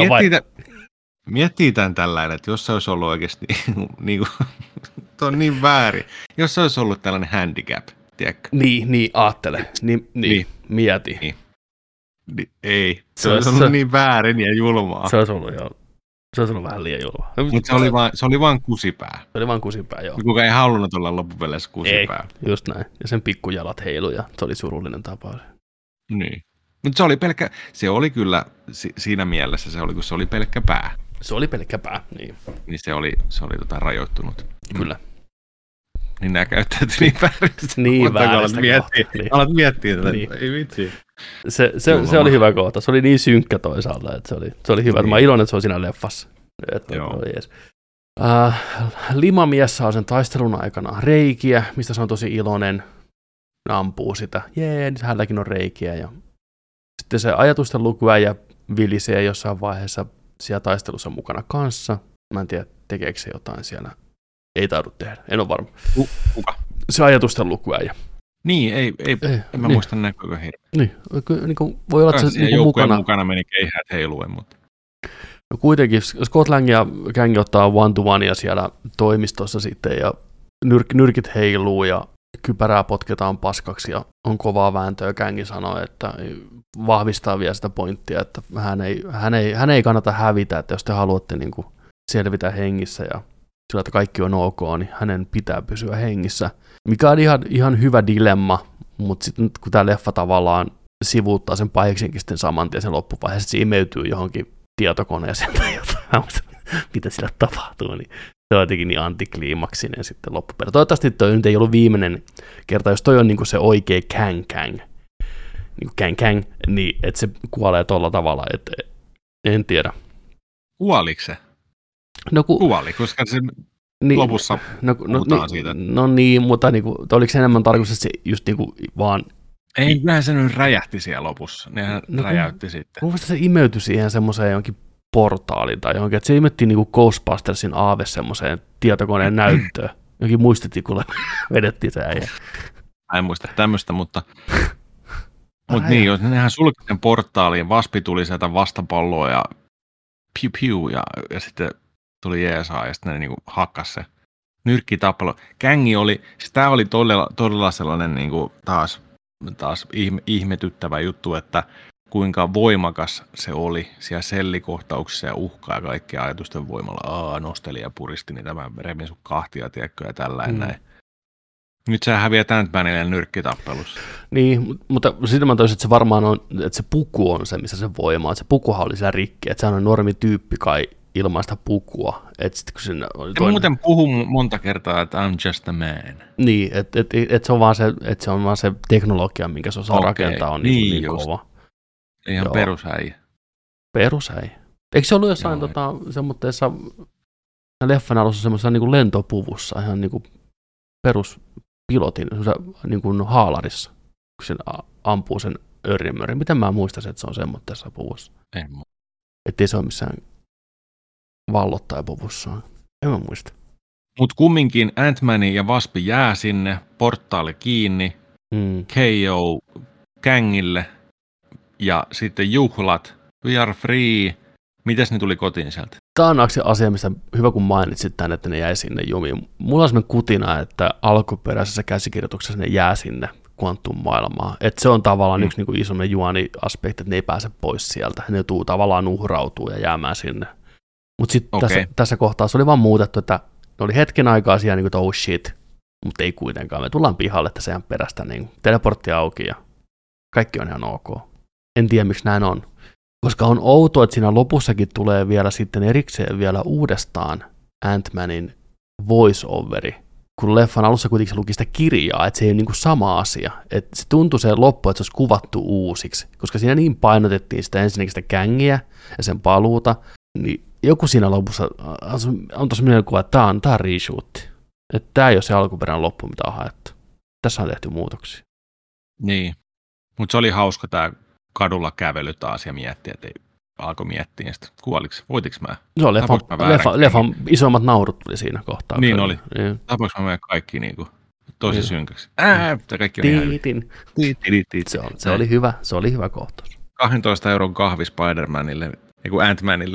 Miettii tämän tällainen, että jos se olisi ollut oikeasti, niin kuin, tuo on niin väärin, jos se olisi ollut tällainen handicap, tiedätkö? Niin, niin, aattele, niin, niin, niin. mieti. Niin. Niin, ei, se, se olisi ollut se, niin väärin ja julmaa. Se olisi ollut, joo. Se olisi ollut vähän liian julmaa. Mutta se, oli vaan, se oli vaan kusipää. Se oli vaan kusipää, joo. Kuka ei halunnut olla loppupeleissä kusipää. Ei, just näin. Ja sen pikkujalat heiluja. Se oli surullinen tapaus. Niin. Mutta se oli pelkkä, se oli kyllä si, siinä mielessä, se oli, kun se oli pelkkä pää. Se oli pelkkä pää, niin. Niin se oli, se oli tota rajoittunut. Kyllä. Niin nämä käyttäytyi niin väärin. Niin vääristä miettiä, niin. Alat miettiä tätä, niin. Ei vitsi. Se, se, se oli hyvä kohta. Se oli niin synkkä toisaalta, että se oli, se oli hyvä. Niin. Mä oon iloinen, että se on siinä leffassa. Että Joo. Jees. Uh, Limamies saa sen taistelun aikana reikiä, mistä se on tosi iloinen. Ne ampuu sitä. Jee, niin hänelläkin on reikiä. Ja sitten se ajatusten lukuäijä vilisee jossain vaiheessa siellä taistelussa mukana kanssa. Mä en tiedä, tekeekö se jotain siellä. Ei taidu tehdä, en ole varma. Kuka? Se ajatusten lukuäijä. Niin, ei, ei, ei en mä niin. muista näkyykö hirveä. Niin, niin kuin, voi olla, että se niin mukana. mukana meni keihäät heiluen, mutta... No kuitenkin Scott Lang ja Kang ottaa one-to-onea siellä toimistossa sitten, ja nyrk, nyrkit heiluu, ja kypärää potketaan paskaksi, ja on kovaa vääntöä. Kang sanoo, että vahvistaa vielä sitä pointtia, että hän ei, hän ei, hän ei kannata hävitä, että jos te haluatte niin kuin selvitä hengissä, ja sillä, että kaikki on ok, niin hänen pitää pysyä hengissä. Mikä on ihan, ihan hyvä dilemma, mutta sitten kun tämä leffa tavallaan sivuuttaa sen pahiksenkin sitten saman tien sen loppuvaiheessa, se imeytyy johonkin tietokoneeseen tai jotain, mitä sillä tapahtuu, niin se on jotenkin niin antikliimaksinen sitten loppupeleissä. Toivottavasti toi nyt ei ollut viimeinen kerta, jos toi on niin kuin se oikea Kang Kang, niin Kang Kang, niin että se kuolee tolla tavalla, että en tiedä. Kuoliko se? No, ku, Kuoli, koska se niin, lopussa no, puhutaan no, siitä. No niin, mutta niin kuin, oliko se enemmän tarkoitus, että se just niin kuin vaan... Ei, kyllähän se nyt räjähti siellä lopussa. Nehän no, räjäytti kun, sitten. Mun mielestä se imeytyi siihen semmoiseen jonkin portaaliin tai johonkin, että se imettiin niin kuin Ghostbustersin aave semmoiseen tietokoneen näyttöön. Jokin muistitikulle vedettiin se äijä. En muista tämmöistä, mutta... Mutta niin, jos nehän sulki sen portaaliin, Vaspi tuli sieltä vastapalloa ja piu piu ja, ja sitten tuli Jeesaa ja sitten ne niinku hakkas se nyrkkitappelu. Kängi oli, siis tää oli todella, todella sellainen niinku taas, taas ihme, ihmetyttävä juttu, että kuinka voimakas se oli siellä sellikohtauksissa ja uhkaa ja kaikkia ajatusten voimalla. Aa, nosteli ja puristi, niin tämä remin sun kahtia, tiedätkö, ja tällainen mm. näin. Nyt sä häviät Ant-Manille nyrkkitappelussa. Niin, mutta sitten mä toisin, että se varmaan on, että se puku on se, missä se voima on. Se pukuhan oli siellä rikki, että sehän on normi tyyppi kai ilmaista pukua. Että sitten kun siinä oli toinen... muuten puhuu monta kertaa, että I'm just a man. Niin, että et, et se on vaan se, että se on vaan se teknologia, minkä se osaa okay. rakentaa, on niin, niin, niin kova. Ihan perushäijä. Perushäijä. Eikö se ollut jossain tota, semmoitteessa leffan alussa semmoisessa niin kuin lentopuvussa, ihan niin kuin peruspilotin niin kuin haalarissa, kun se ampuu sen örjemörin. Miten mä muistaisin, että se on semmoitteessa puvussa? En muista. Ettei se ole missään vallottajapuvussa. En mä muista. Mutta kumminkin Ant-Man ja Waspi jää sinne, portaali kiinni, mm. K O Kangille ja sitten juhlat, we are free. Mitäs ne tuli kotiin sieltä? Tämä on se asia, mistä hyvä kun mainitsit tämän, että ne jäi sinne jumiin. Mulla on sellainen kutina, että alkuperäisessä käsikirjoituksessa ne jää sinne Quantum-maailmaan. Että se on tavallaan mm. yksi niin kuin iso juoni-aspekti, että ne ei pääse pois sieltä. Ne joutuu tavallaan uhrautuu ja jäämään sinne. Mutta sitten okay. tässä, tässä kohtaa se oli vaan muutettu, että ne oli hetken aikaa siellä niin kuin, että oh shit, mutta ei kuitenkaan. Me tullaan pihalle, että sehän perästä niin teleportti auki ja kaikki on ihan ok. En tiedä, miksi näin on. Koska on outoa, että siinä lopussakin tulee vielä sitten erikseen vielä uudestaan Ant-Manin voice-overi, kun leffan alussa kuitenkin se luki sitä kirjaa, että se ei ole niin kuin sama asia. Että se tuntui se loppu, että se olisi kuvattu uusiksi, koska siinä niin painotettiin sitä ensinnäkin sitä Kangia ja sen paluuta, niin joku siinä lopussa on tuossa mielikuva, että tämä on, tämä on reshoot. Että tämä ei ole se alkuperäinen loppu, mitä on haettu. Tässä on tehty muutoksia. Niin, mutta se oli hauska tämä kadulla kävely taas ja miettiä, että ei alkoi miettiä, ja sitten kuoliko se, voitiko mä? Se on leffan, leffa, leffan isommat naurut tuli siinä kohtaa. Niin oli. Niin. Tapoinko mä meidän kaikki niin kuin, tosi niin. synkäksi? Ää, kaikki on Tiitin. Tiitin. Se, on, se oli hyvä, se oli hyvä kohtaus. kaksitoista euron kahvi Spider-Manille, ei kun Ant-Manille.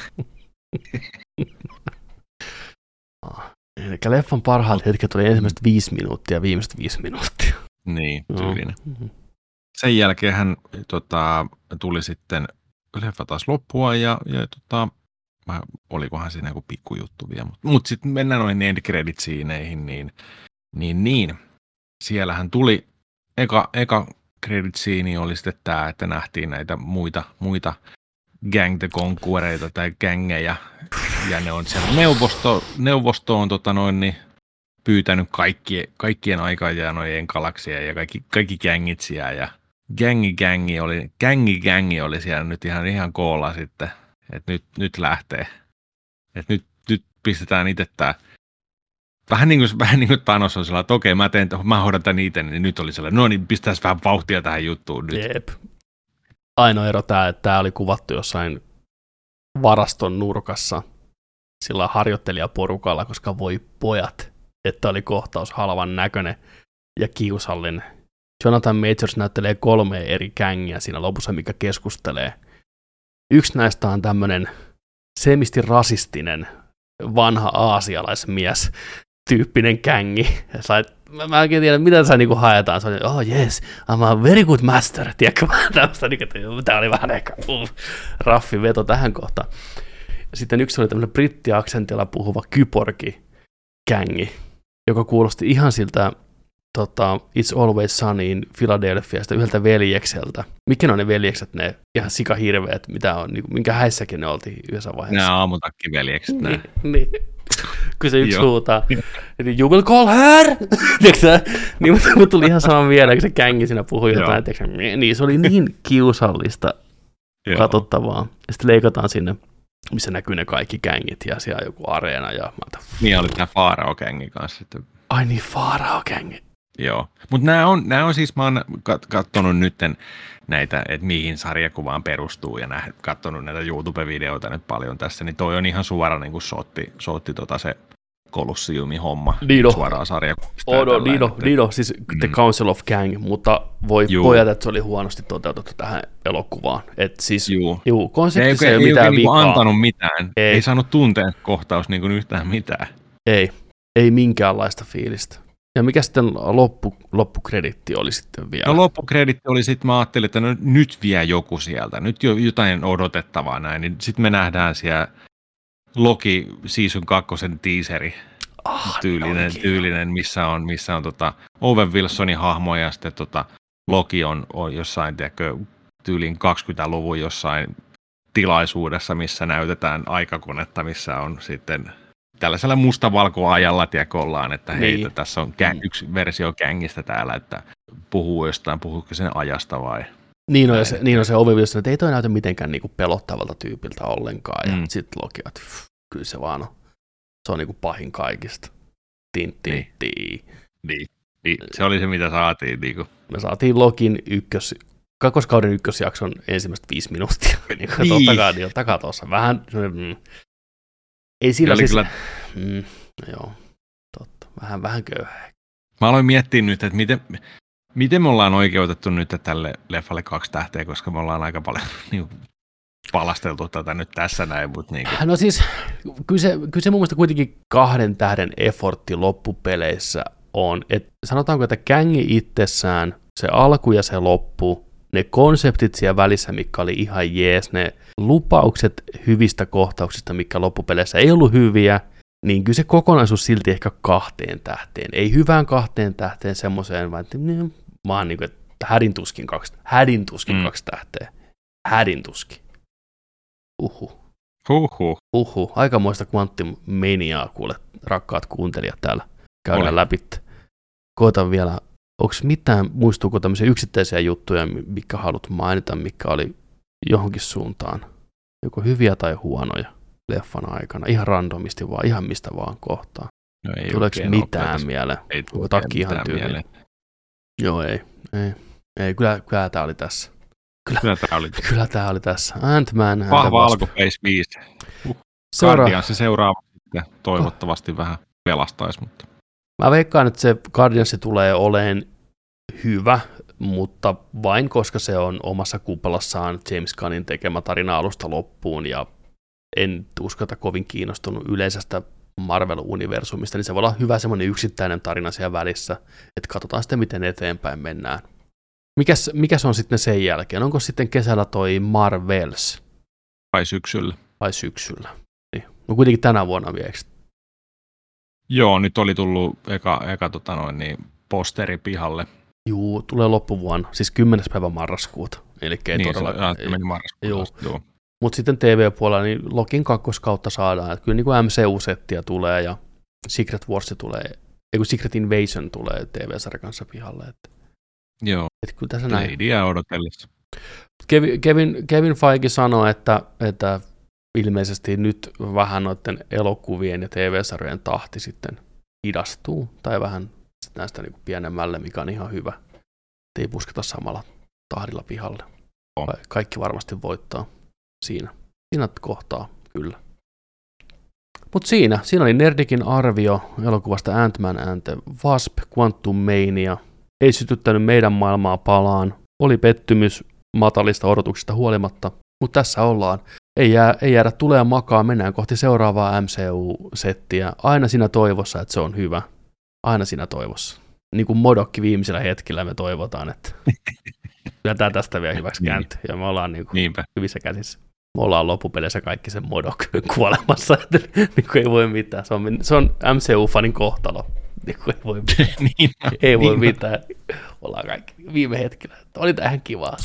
Eli leffan parhaat hetket oli ensimmäiset viisi minuuttia ja viimeiset viisi minuuttia. Niin, tyylinen. No. Sen jälkeen hän tota, tuli sitten, leffa taas loppua ja, ja tota, olikohan siinä joku pikkujuttu vielä. Mutta mut sitten mennään noihin end credit sceneihin, niin, niin, niin. Siellähän tuli, eka, eka credit scene oli sitten tämä, että nähtiin näitä muita, muita Gang the Conquereita tai gängejä. Ja ne on siellä neuvosto, neuvosto on tota noin, niin pyytänyt kaikki, kaikkien aikajanojen galaksia ja kaikki, kaikki gängit siellä. Ja gängi gängi oli, gängi gängi oli siellä nyt ihan, ihan koolla sitten, että nyt, nyt lähtee. Että nyt, nyt pistetään itse tää. Vähän niin kuin, vähän niin kuin Thanos on sellainen, että okei, mä, teen, mä hoidan tän itse, niin nyt oli sellainen, no niin, pistetään vähän vauhtia tähän juttuun nyt. Jep. Ainoa ero tämä, että tämä oli kuvattu jossain varaston nurkassa sillä harjoittelijaporukalla, koska voi pojat, että oli kohtaus halvan näköinen ja kiusallinen. Jonathan Majors näyttelee kolme eri gängiä siinä lopussa, mikä keskustelee. Yksi näistä on tämmöinen semisti rasistinen vanha aasialaismies tyyppinen gängi. Mä, mä oikein tiedän, mitä tässä niinku haetaan. Se on, oh yes, I'm a very good master. Tiedätkö, tämmöistä, niin, tämä oli vähän ehkä uh, raffi veto tähän kohtaan. Sitten yksi oli tämmöinen brittiaksentilla puhuva kyborgi-gängi, joka kuulosti ihan siltä tota, It's Always Sunnyin Philadelphiasta yhdeltä veljekseltä. Mikä on ne veljekset, ne ihan sikahirveet, mitä on, niin, minkä häissäkin ne oltiin yhdessä vaiheessa. Nämä aamutakkiveljekset. Niin, niin. Kun se yksi huutaa, you will call her! Niin mutta tuli ihan sama mieleen, kun se gängi siinä puhui jotain. Niin, se oli niin kiusallista katsottavaa. Ja sitten leikataan sinne, missä näkyy ne kaikki gängit ja siellä on joku areena. Ja niin oli tämä Faarao-gängi kanssa sitten. Ai niin, Faarao-gängi. Joo, mutta nämä on, nämä on siis, mä oon katsonut nytten näitä, että mihin sarjakuvaan perustuu ja katsonut näitä YouTube-videoita nyt paljon tässä, niin toi on ihan suora niin kuin sotti, sotti tota se Colosseumi homma Dino. Suoraan sarjakuvasta. Oh, no, Dino, Dino, siis mm. The Council of Gang, mutta voi Juu. pojat, että se oli huonosti toteutettu tähän elokuvaan. Et siis, juu, juu konseptissa ei, ei ole mitään ei, vikaa. Ei antanut mitään, ei, ei saanut tunteen kohtaus niin kuin yhtään mitään. Ei, ei minkäänlaista fiilistä. Ja mikä sitten loppu, loppukreditti oli sitten vielä? No loppukreditti oli sitten, mä ajattelin, että no, nyt vie joku sieltä, nyt jo jotain odotettavaa näin, niin sitten me nähdään siellä Loki Season kakkosen teaseri ah, tyylinen, tyylinen, missä on, missä on tota Owen Wilsonin hahmo ja sitten tota Loki on, on jossain tiedätkö, tyylin kaksikymmentäluvun jossain tilaisuudessa, missä näytetään aikakonetta, missä on sitten tällaisella mustavalkoajalla tiedätkö ollaan, että hei, niin. Tässä on gäng, yksi versio gängistä täällä, että puhuu jostain, puhuuko sen ajasta vai? Niin on, se, niin on se Owen Wilson, että ei toi näytä mitenkään niinku pelottavalta tyypiltä ollenkaan, ja mm. sitten Loki, että pff, kyllä se vaan on, se on niinku pahin kaikista. Tin, tin, niin. Tii. Niin. Niin. Se oli se, mitä saatiin. Niinku. Me saatiin Lokin ykkös, kakkoskauden ykkösjakson ensimmäistä viisi minuuttia. niin. Tottakaa, niin takaa tuossa vähän, mm. ei sillä siis, kyllä... mm, joo, totta, vähän, vähän köyhää. Mä aloin miettiä nyt, että miten, miten me ollaan oikeutettu nyt tälle leffalle kaksi tähteä, koska me ollaan aika paljon niin, palasteltu tätä nyt tässä näin. Mutta niin kuin. No siis, kyllä se, kyllä se mun mielestä kuitenkin kahden tähden effortti loppupeleissä on, että sanotaanko, että gängi itsessään, se alku ja se loppu, ne konseptit siellä välissä, mikä oli ihan jees, ne lupaukset hyvistä kohtauksista, mikä loppupeleissä ei ollut hyviä, niin kyllä se kokonaisuus silti ehkä kahteen tähteen. Ei hyvään kahteen tähteen semmoiseen, vaan, vaan niin kuin, että hädintuskin kaksi, hädintuskin mm. kaksi tähteä. Hädintuskin. Uhu. Huhhuh. Uhu. Aikamoista kvanttimeniaa, kuule, rakkaat kuuntelijat täällä käydään Ole. läpi. Koitan vielä, onko mitään, muistuuko tämmöisiä yksittäisiä juttuja, mitkä haluat mainita, mikä oli johonkin suuntaan, joko hyviä tai huonoja leffan aikana, ihan randomisti vaan, ihan mistä vaan kohtaan. No ei tuleeko mitään ole, mieleen? Ei tule Takki ihan tyyliin. Joo, ei. Ei, ei kyllä, kyllä tämä oli tässä. Kyllä, kyllä tämä oli, kyllä tämä oli tässä. Ant-Man. Vahva alku Phase viisi. Uh, Seura- Guardians se seuraava sitten toivottavasti vähän pelastaisi. Mutta. Mä veikkaan, että se Guardians tulee oleen hyvä, mutta vain koska se on omassa kuplassaan James Gunnin tekemä tarina alusta loppuun, ja en uskota kovin kiinnostunut yleisestä Marvel-universumista, niin se voi olla hyvä semmoinen yksittäinen tarina siellä välissä, että katsotaan sitten, miten eteenpäin mennään. Mikäs, mikäs on sitten sen jälkeen? Onko sitten kesällä toi Marvels? Vai syksyllä. Vai syksyllä. Niin. No kuitenkin tänä vuonna vielä. Joo, nyt oli tullut eka, eka tota noin, niin posteri pihalle. Juu, tulee loppuvuonna, siis kymmenes päivä marraskuuta. Eli ei niin, todella... Se, meni marraskuuta. Joo. Mutta sitten T V-puolella niin Lokin kakkoskautta saadaan. Että kyllä niin kuin M C U-settiä tulee ja Secret Wars tulee, ei kun Secret Invasion tulee T V-sarjan kanssa pihalle. Että, joo, että kyllä tässä näin. Bladeä odotellessa. Kevin, Kevin, Kevin Feige sanoi, että, että ilmeisesti nyt vähän noiden elokuvien ja T V-sarjojen tahti sitten hidastuu, tai vähän näistä niin kuin pienemmälle, mikä on ihan hyvä. Ei pusketa samalla tahdilla pihalle. Oh. Kaikki varmasti voittaa siinä. Siinä kohtaa, kyllä. Mutta siinä, siinä oli Nerdikin arvio elokuvasta Ant-Man and the Wasp, Quantumania. Ei sytyttänyt meidän maailmaa palaan. Oli pettymys matalista odotuksista huolimatta, mutta tässä ollaan. Ei, jää, ei jäädä tulee makaa, mennään kohti seuraavaa M C U-settiä. Aina siinä toivossa, että se on hyvä. Aina siinä toivossa. Niin kuin Modokki viimeisellä hetkellä me toivotaan, että kyllä tämä tästä vielä hyväksi kääntyy. Ja me ollaan niin kuin hyvissä käsissä. Me ollaan loppupeleissä kaikki sen Modok kuolemassa, että niin kuin ei voi mitään. Se on, se on M C U-fanin kohtalo. Niin kuin ei voi mitään. niin, ei voi niin, mitään. Ollaan kaikki viime hetkellä. Oli tähän kiva.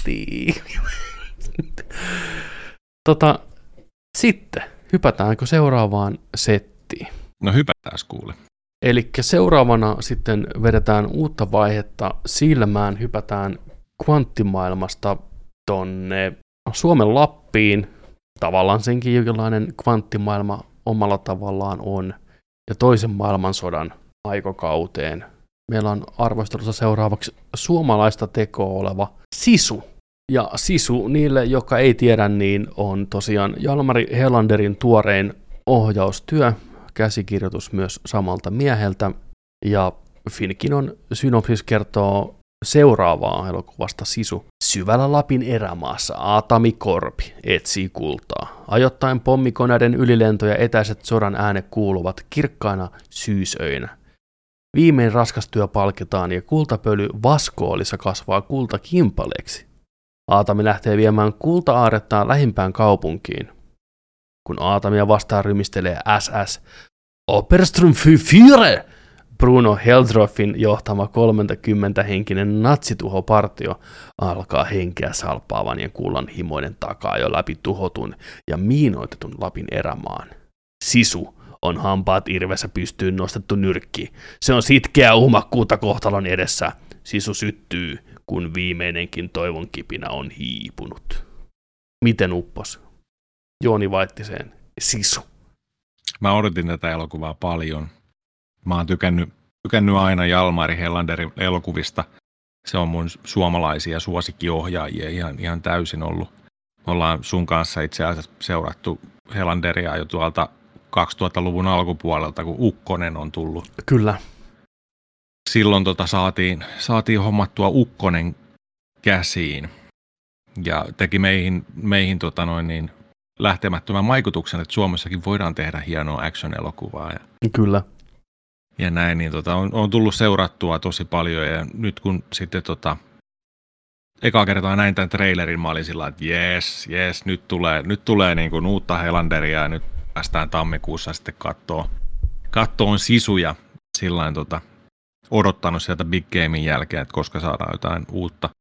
tota, sitten hypätäänkö seuraavaan settiin? No hypätään kuule. Eli seuraavana sitten vedetään uutta vaihetta silmään, hypätään kvanttimaailmasta tonne Suomen Lappiin. Tavallaan senkin jonkinlainen kvanttimaailma omalla tavallaan on. Ja toisen maailmansodan aikakauteen. Meillä on arvostelussa seuraavaksi suomalaista tekoa oleva Sisu. Ja Sisu, niille, jotka ei tiedä, niin on tosiaan Jalmari Helanderin tuorein ohjaustyö. Käsikirjoitus myös samalta mieheltä, ja Finkinon synopsis kertoo seuraavaa elokuvasta Sisu. Syvällä Lapin erämaassa Aatami Korpi etsii kultaa. Ajoittain pommikoneiden ylilentoja etäiset sodan äänet kuuluvat kirkkaina syysöinä. Viimein raskas työ palkitaan ja kultapöly Vaskoolissa kasvaa kultakimpaleeksi. Aatami lähtee viemään kulta-aarettaan lähimpään kaupunkiin. Kun Aatamia vastaan rymistelee S S Oberström für Führer, Bruno Heldroffin johtama kolmekymmentä-henkinen natsituhopartio alkaa henkeä salpaavan ja kullanhimoinen takaa jo läpi tuhotun ja miinoitetun Lapin erämaan. Sisu on hampaat irvessä pystyyn nostettu nyrkki. Se on sitkeä uhmakkuutta kohtalon edessä. Sisu syttyy, kun viimeinenkin toivon kipinä on hiipunut. Miten uppos? Jooni Vaittiseen Sisu. Mä odotin tätä elokuvaa paljon. Mä oon tykännyt, tykännyt aina Jalmari Helanderin elokuvista. Se on mun suomalaisia suosikkiohjaajia ihan, ihan täysin ollut. Me ollaan sun kanssa itse asiassa seurattu Helanderia jo tuolta kaksituhattaluvun alkupuolelta, kun Ukkonen on tullut. Kyllä. Silloin tota saatiin, saatiin hommattua Ukkonen käsiin ja teki meihin, meihin tota noin niin lähtemättömän vaikutuksen, että Suomessakin voidaan tehdä hienoa action-elokuvaa. Ja, Kyllä. Ja näin, niin tota, on, on tullut seurattua tosi paljon, ja nyt kun sitten tota, eka kertaa näin tämän trailerin, mä olin sillä että jes, jes, nyt tulee, nyt tulee niin kuin uutta Helanderia, ja nyt päästään tammikuussa sitten kattoon, kattoon Sisuja, sillain tota, odottanut sieltä Big Gamein jälkeen, että koska saadaan jotain uutta.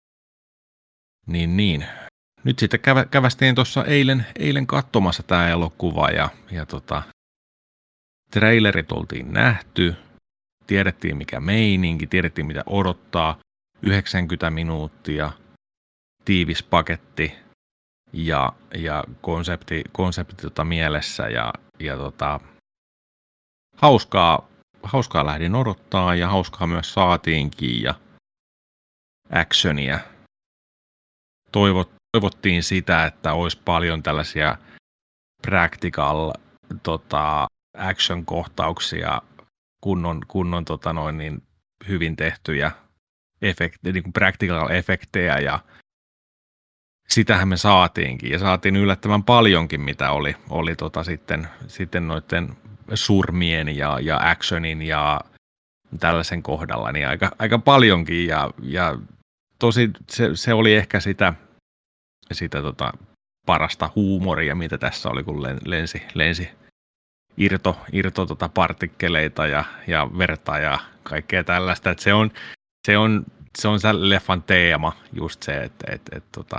Niin, niin. Nyt sitten kävä, kävästiin tuossa eilen, eilen katsomassa tämä elokuva ja, ja tota, trailerit oltiin nähty, tiedettiin mikä meininki, tiedettiin mitä odottaa, yhdeksänkymmentä minuuttia, tiivis paketti ja, ja konsepti, konsepti tota mielessä ja, ja tota, hauskaa, hauskaa lähdin odottaa ja hauskaa myös saatiinkin ja actionia. Toivot, toivottiin sitä, että olisi paljon tällaisia practical tota, action-kohtauksia, kunnon, kunnon tota noin, niin hyvin tehtyjä efekti, niin kuin practical-efektejä ja sitähän me saatiinkin ja saatiin yllättävän paljonkin, mitä oli, oli tota sitten, sitten noiden surmien ja, ja actionin ja tällaisen kohdalla, niin aika, aika paljonkin ja, ja tosi se, se oli ehkä sitä, sitä tota parasta huumoria, mitä tässä oli, kun lensi, lensi irto, irto tota partikkeleita ja, ja verta ja kaikkea tällaista, että se on se on se on se leffan teema just se, että et, et, tota,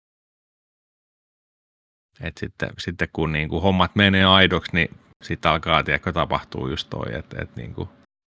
et sitten, sitten kun niinku hommat menee aidoksi, niin sitten alkaa tiedäkö tapahtuu just toi, että et, niinku.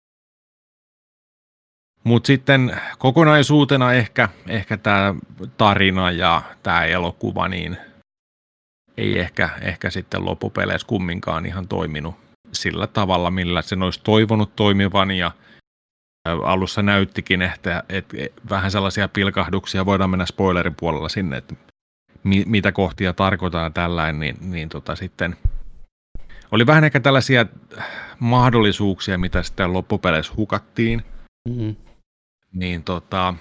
Mut sitten kokonaisuutena ehkä ehkä tämä tarina ja tämä elokuva niin ei ehkä ehkä sitten loppupeleissä kumminkaan ihan toiminut sillä tavalla, millä sen olisi toivonut toimivan ja alussa näyttikin, että, että vähän sellaisia pilkahduksia, voidaan mennä spoilerin puolella sinne, että mi, mitä kohtia tarkoitaan tällainen, niin, niin tota sitten oli vähän ehkä tällaisia mahdollisuuksia, mitä sitten loppupeleissä hukattiin, mm-hmm. niin tota,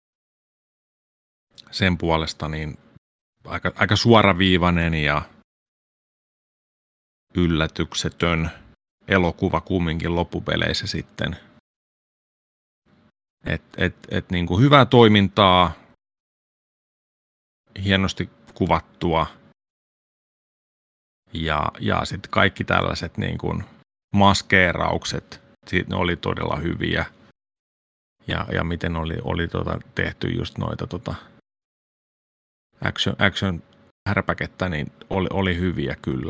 sen puolesta niin aika, aika suoraviivainen ja yllätyksetön elokuva kumminkin loppupeleissä sitten. Et, et, et niin kuin hyvää toimintaa, hienosti kuvattua ja, ja sitten kaikki tällaiset niin kuin maskeeraukset, ne oli todella hyviä ja, ja miten oli, oli tota tehty just noita tota action, action härpäkettä, niin oli, oli hyviä kyllä.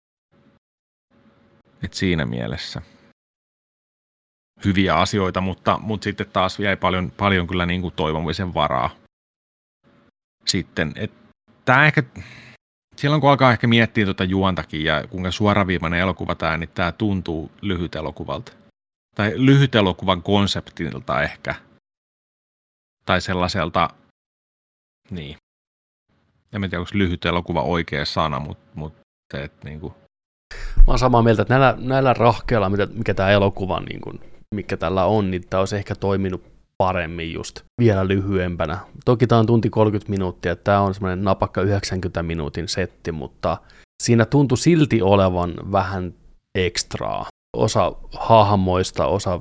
Et siinä mielessä hyviä asioita, mutta, mutta sitten taas jäi paljon, paljon kyllä niin kuin toivomisen varaa. Sitten, että tämä ehkä, silloin kun alkaa ehkä miettiä tuota juontakin ja kuinka suoraviivainen elokuva tämä, niin tämä tuntuu lyhyt elokuvalta. Tai lyhyt elokuvan konseptilta ehkä. Tai sellaiselta, niin, en tiedä onko lyhyt elokuva oikea sana, mutta, mutta se, että niin kuin. Mä oon samaa mieltä, että näillä, näillä rahkeilla, mikä tämä elokuva, niin kuin, mikä tällä on, niin tämä olisi ehkä toiminut paremmin just vielä lyhyempänä. Toki tämä on tunti kolmekymmentä minuuttia, että tämä on semmoinen napakka yhdeksänkymmentä minuutin setti, mutta siinä tuntui silti olevan vähän ekstraa. Osa hahmoista, osa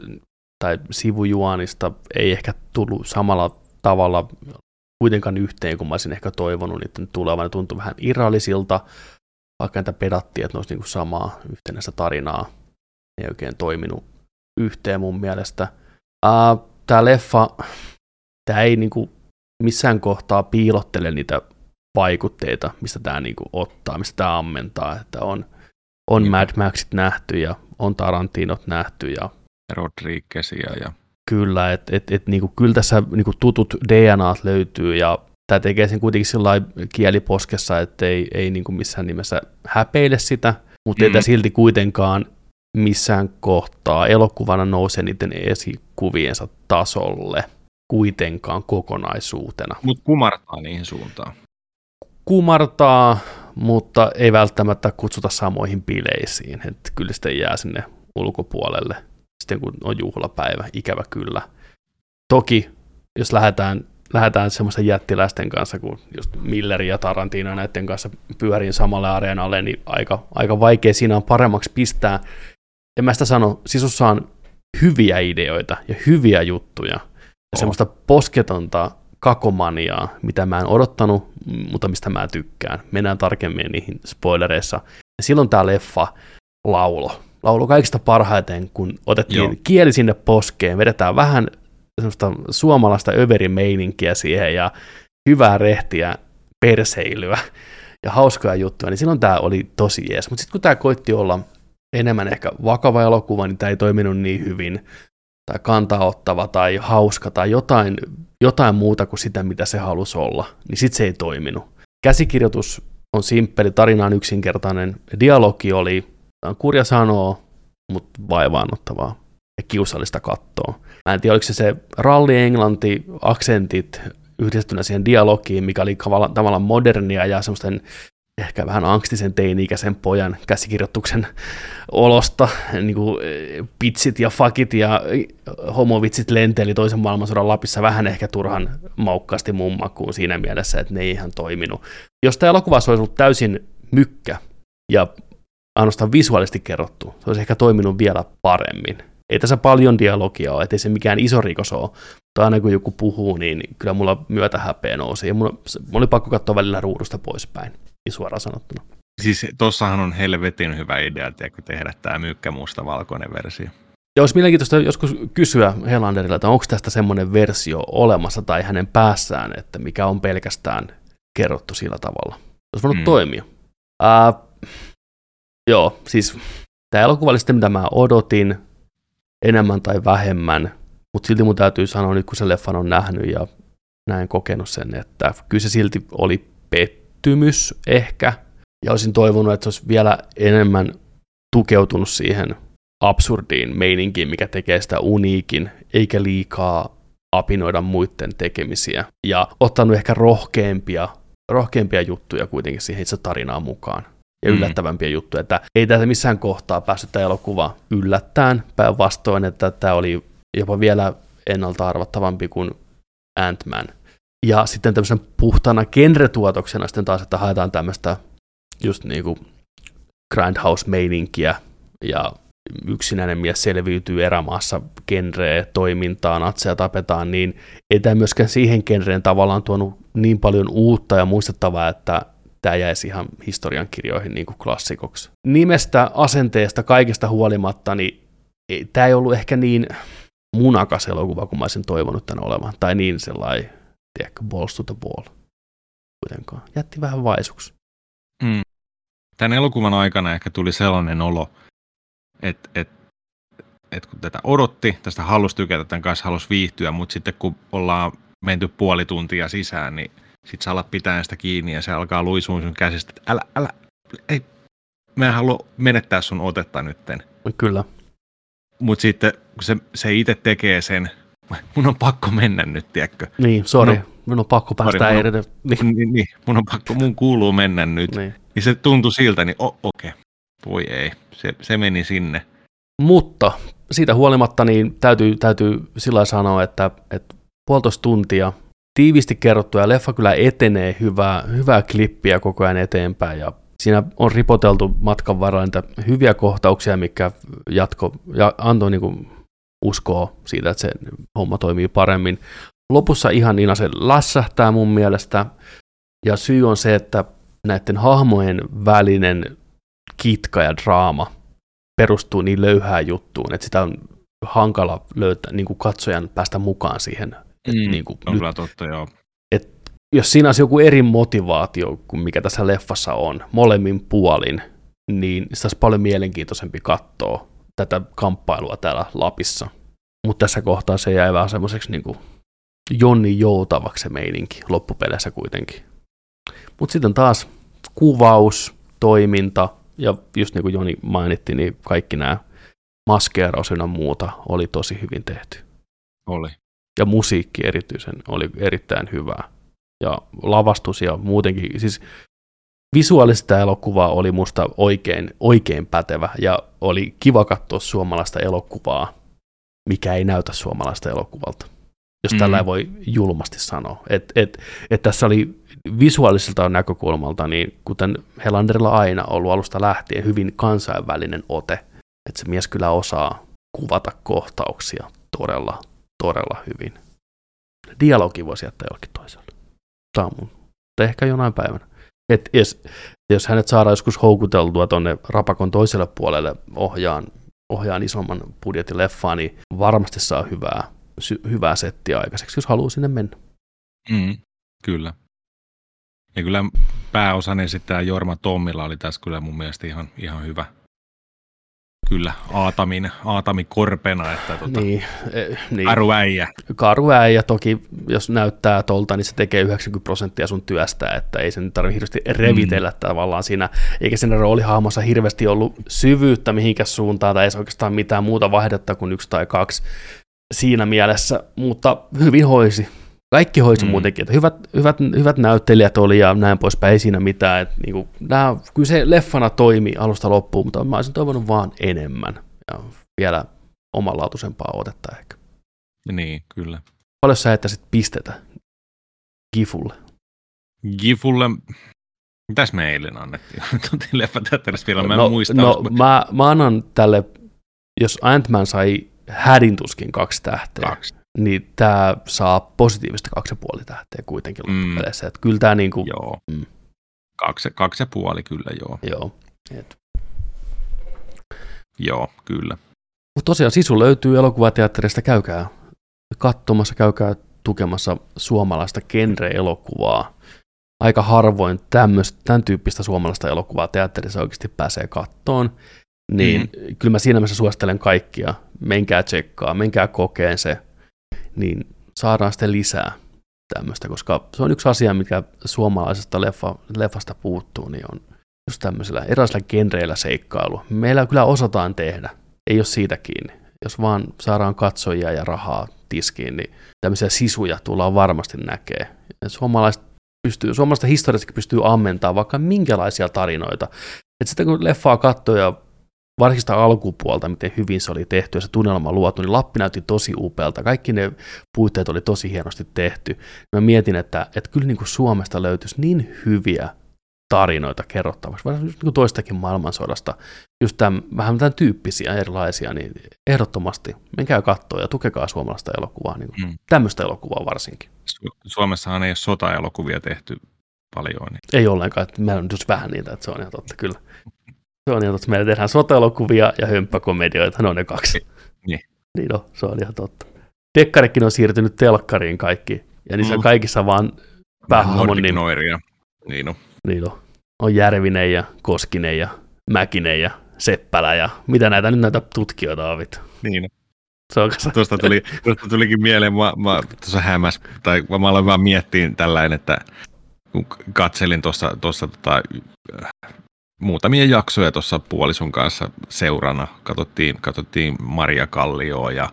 tai sivujuonista ei ehkä tullut samalla tavalla kuitenkaan yhteen, kun mä olisin ehkä toivonut niiden tulevan. Ne tuntui vähän irrallisilta, vaikka niitä pedattiin, että ne olisi niinku samaa yhtenäistä tarinaa. Ei oikein toiminut yhteen mun mielestä. Uh, tämä leffa, tämä ei niinku missään kohtaa piilottele niitä vaikutteita, mistä tämä niinku ottaa, mistä tämä ammentaa. Että on, on mm. Mad Maxit nähty ja on Tarantinot nähty. Ja Rodriguezia. Ja kyllä, että et, et, niinku, kyllä tässä niinku tutut D N A:t löytyy ja tämä tekee sen kuitenkin sillä kieliposkessa, että ei, ei niinku missään nimessä häpeile sitä, mutta mm. ei tämä silti kuitenkaan missään kohtaa elokuvana nousee niiden esikuviensa tasolle kuitenkaan kokonaisuutena. Mutta kumartaa niihin suuntaan. Kumartaa, mutta ei välttämättä kutsuta samoihin bileisiin. Että kyllä sitten jää sinne ulkopuolelle, sitten kun on juhlapäivä, ikävä kyllä. Toki, jos lähdetään, lähdetään semmoisten jättiläisten kanssa, kun just Miller ja Tarantino näiden kanssa pyöriin samalle areenalle, niin aika, aika vaikea siinä on paremmaksi pistää. En mä sitä sano, sisussa on hyviä ideoita ja hyviä juttuja. Ja oh. semmoista posketonta kakomaniaa, mitä mä en odottanut, mutta mistä mä tykkään. Mennään tarkemmin niihin spoilereissa. Ja silloin tää leffa laulo. Laulo kaikista parhaiten, kun otettiin Joo. kieli sinne poskeen, vedetään vähän semmoista suomalaista överimeininkiä siihen ja hyvää rehtiä perseilyä ja hauskaa juttuja, niin silloin tää oli tosi jees. Mutta sitten kun tää koitti olla enemmän ehkä vakava elokuva, niin tämä ei toiminut niin hyvin, tai kantaottava, tai hauska, tai jotain, jotain muuta kuin sitä, mitä se halusi olla, niin sitten se ei toiminut. Käsikirjoitus on simppeli, tarina on yksinkertainen, dialogi oli, on kurja sanoo, mutta vaivaannuttavaa ja kiusallista kattoa. Mä en tiedä, oliko se se ralli-englanti, aksentit yhdistettynä siihen dialogiin, mikä oli tavallaan modernia ja semmoisten ehkä vähän angstisen teini-ikäisen pojan käsikirjoituksen olosta, niin kuin pitsit ja fakit ja homovitsit lenteli toisen maailmansodan Lapissa vähän ehkä turhan maukkaasti mun makuun siinä mielessä, että ne ei ihan toiminut. Jos tämä elokuva olisi ollut täysin mykkä ja ainoastaan visuaalisesti kerrottu, se olisi ehkä toiminut vielä paremmin. Ei tässä paljon dialogia ole, ettei se mikään iso rikos ole, mutta aina kun joku puhuu, niin kyllä mulla myötähäpeä nousi. Ja mulla, mulla oli pakko katsoa välillä ruudusta poispäin, suoraan sanottuna. Siis tossahan on helvetin hyvä idea, tiedätkö, tehdä tämä mykkä musta-valkoinen versio. Ja olisi mielenkiintoista joskus kysyä Helanderilla, että onko tästä semmoinen versio olemassa tai hänen päässään, että mikä on pelkästään kerrottu sillä tavalla. Olisi voinut mm. toimia. Ää, joo, siis tämä elokuva oli sitten, mitä mä odotin, enemmän tai vähemmän, mutta silti mun täytyy sanoa nyt, kun se leffan on nähnyt ja näin kokenut sen, että kyllä se silti oli pettymys ehkä, ja olisin toivonut, että se olisi vielä enemmän tukeutunut siihen absurdiin meininkiin, mikä tekee sitä uniikin, eikä liikaa apinoida muiden tekemisiä, ja ottanut ehkä rohkeampia, rohkeampia juttuja kuitenkin siihen itse tarinaan mukaan. Ja yllättävämpiä mm. juttuja, että ei tätä missään kohtaa päässyt tämä elokuva yllättäen, päinvastoin, että tämä oli jopa vielä ennalta arvattavampi kuin Ant-Man. Ja sitten tämmöisen puhtana genretuotoksena sitten taas, että haetaan tämmöistä just niin kuin grindhouse-meininkiä ja yksinäinen mies selviytyy erämaassa genreä toimintaan, natseja tapetaan, niin ei tämä myöskään siihen genreen tavallaan tuonut niin paljon uutta ja muistettavaa, että tämä jäisi ihan historiankirjoihin niin kuin klassikoksi. Nimestä, asenteesta, kaikesta huolimatta, niin tämä ei ollut ehkä niin munakas elokuva, kuin mä olisin toivonut tämän olevan. Tai niin sellainen, tiedätkö, balls to the wall. Kuitenkaan. Jätti vähän vaisuksi. Mm. Tämän elokuvan aikana ehkä tuli sellainen olo, että, että, että kun tätä odotti, tästä halusi tykätä, tämän kanssa halusi viihtyä, mutta sitten kun ollaan menty puoli tuntia sisään, niin sitten sä alat pitää sitä kiinni ja se alkaa luisua sun käsistä, että älä, älä, ei, mä en halua menettää sun otetta nytten. Kyllä. Mutta sitten kun se, se itse tekee sen, mun on pakko mennä nyt, tiedätkö? Niin, sori, no, mun on pakko päästä edetä. Niin. Niin, niin, mun on pakko, mun kuuluu mennä nyt. Niin, niin se tuntui siltä, niin okei, okay. Voi ei, se, se meni sinne. Mutta siitä huolimatta niin täytyy, täytyy sillä sanoa, että, että puolitoista tuntia tiiviisti kerrottu ja leffa kyllä etenee hyvää, hyvää klippiä koko ajan eteenpäin ja siinä on ripoteltu matkan varrella niitä hyviä kohtauksia, mikä jatko, ja antoi niin kuin uskoa siitä, että se homma toimii paremmin. Lopussa ihan Niina se lässähtää mun mielestä ja syy on se, että näiden hahmojen välinen kitka ja draama perustuu niin löyhään juttuun, että sitä on hankala löytää niin kuin katsojan päästä mukaan siihen. Mm, niin kuin on nyt, kyllä totta, joo. Et jos siinä olisi joku eri motivaatio kuin mikä tässä leffassa on, molemmin puolin, niin sitä olisi paljon mielenkiintoisempi katsoa tätä kamppailua täällä Lapissa. Mutta tässä kohtaa se jäi vähän semmoiseksi niin kuin Jonni joutavaksi se meininki loppupeleissä kuitenkin. Mutta sitten taas kuvaus, toiminta ja just niin kuin Joni mainitti, niin kaikki nämä maskeeraus ja muuta oli tosi hyvin tehty. Oli. Ja musiikki erityisen oli erittäin hyvää. Ja lavastus ja muutenkin, siis visuaalista elokuvaa oli musta oikein, oikein pätevä ja oli kiva katsoa suomalaista elokuvaa, mikä ei näytä suomalaista elokuvalta, jos mm-hmm. tällä ei voi julmasti sanoa. Että et, et tässä oli visuaaliselta näkökulmalta, niin kuten Helanderilla aina ollut alusta lähtien, hyvin kansainvälinen ote, että se mies kyllä osaa kuvata kohtauksia todella, todella hyvin. Dialogi voisi jättää jollekin toiselle. Tämä on mun. Ehkä jonain päivänä. Et jos, jos hänet saadaan joskus houkuteltua tuonne rapakon toiselle puolelle ohjaan, ohjaan isomman budjetin leffaan, niin varmasti saa hyvää, sy- hyvää settiä aikaiseksi, jos haluaa sinne mennä. Mm, kyllä. Ja kyllä pääosan esittää Jorma Tommila oli tässä kyllä mun mielestä ihan, ihan hyvä. kyllä Aatamin, Aatamin korpena, että tota, niin, eh, niin. karu äijä. Karu äijä, toki jos näyttää tolta, niin se tekee yhdeksänkymmentä prosenttia sun työstä, että ei sen tarvitse hirveästi revitellä mm. tavallaan siinä, eikä siinä roolihahmossa hirveästi ollut syvyyttä mihinkä suuntaan, tai ei oikeastaan mitään muuta vaihdetta kuin yksi tai kaksi siinä mielessä, mutta hyvin hoisi. Kaikki hoisi mm. muutenkin, että hyvät, hyvät, hyvät näyttelijät oli ja näin poispäin, ei siinä mitään. Että niin kuin, nämä, kyllä se leffana toimi alusta loppuun, mutta mä olisin toivonut vaan enemmän ja vielä omanlaatuisempaa otetta ehkä. Niin, kyllä. Paljon sä heittäisit pistetä Gifulle? Gifulle, mitäs me eilen annettiin? Tuntiin leffateatterissa vielä, mä en no, muista. No, mä, mä annan tälle, jos Ant-Man sai hädintuskin kaksi tähteä. Kaksi. Niin tämä saa positiivista kaksi ja puoli tähteä kuitenkin loppupeleissä. Mm. Että kyllä tämä niinku... Joo. Mm. Kaksi, kaksi ja puoli kyllä, joo. Joo. Et. Joo, kyllä. Mutta tosiaan Sisu löytyy elokuvateatterista. Käykää katsomassa, käykää tukemassa suomalaista genre-elokuvaa. Aika harvoin tämmöistä, tämän tyyppistä suomalaista elokuvaa teatterissa oikeasti pääsee kattoon. Niin mm. kyllä mä siinä mielessä suosittelen kaikkia. Menkää tsekkaa, menkää kokeen se. Niin saadaan sitten lisää tämmöistä, koska se on yksi asia, mikä suomalaisesta leffa, leffasta puuttuu, niin on just tämmöisellä erilaisilla genreillä seikkailu. Meillä kyllä osataan tehdä, ei ole siitä kiinni. Jos vaan saadaan katsojia ja rahaa tiskiin, niin tämmöisiä sisuja tullaan varmasti näkee. Suomalaiset pystyy, suomalaista historiasta pystyy ammentamaan vaikka minkälaisia tarinoita. Et sitten kun leffaa katsoo ja varsinkin sitä alkupuolta, miten hyvin se oli tehty ja se tunnelma luotu, niin Lappi näytti tosi upealta. Kaikki ne puitteet oli tosi hienosti tehty. Mä mietin, että, että kyllä niin kuin Suomesta löytyisi niin hyviä tarinoita kerrottavaksi, varsinkin niin kuin toistakin maailmansodasta, just tämän, vähän tämän tyyppisiä erilaisia, niin ehdottomasti menkää katsoa ja tukekaa suomalaista elokuvaa, niin kuin mm. tämmöistä elokuvaa varsinkin. Su- Suomessahan ei ole sota-elokuvia tehty paljon. Niin. Ei ollenkaan, että meillä on just vähän niitä, että se on ihan totta, kyllä. Se on ihan totta. Meillä tehdään sota-elokuvia ja hömppäkomedioita, ne on ne kaksi. Niin. Niin no, se on ihan totta. Dekkarikin on siirtynyt telkkariin kaikki, ja niissä mm. kaikissa vaan päähahmon nimi. Niin no. Niin no. On Järvinen ja Koskinen ja Mäkinen ja Seppälä ja mitä näitä nyt näitä tutkijoita on vittu. Niin no. Tuosta tuli, tulikin mieleen, mä, mä tuossa hämäs, tai mä aloin vaan miettiin tällainen, että kun katselin tuossa, tuossa tota, muutamia jaksoja tuossa puolison kanssa seurana, katsottiin, katsottiin Maria Kallioa ja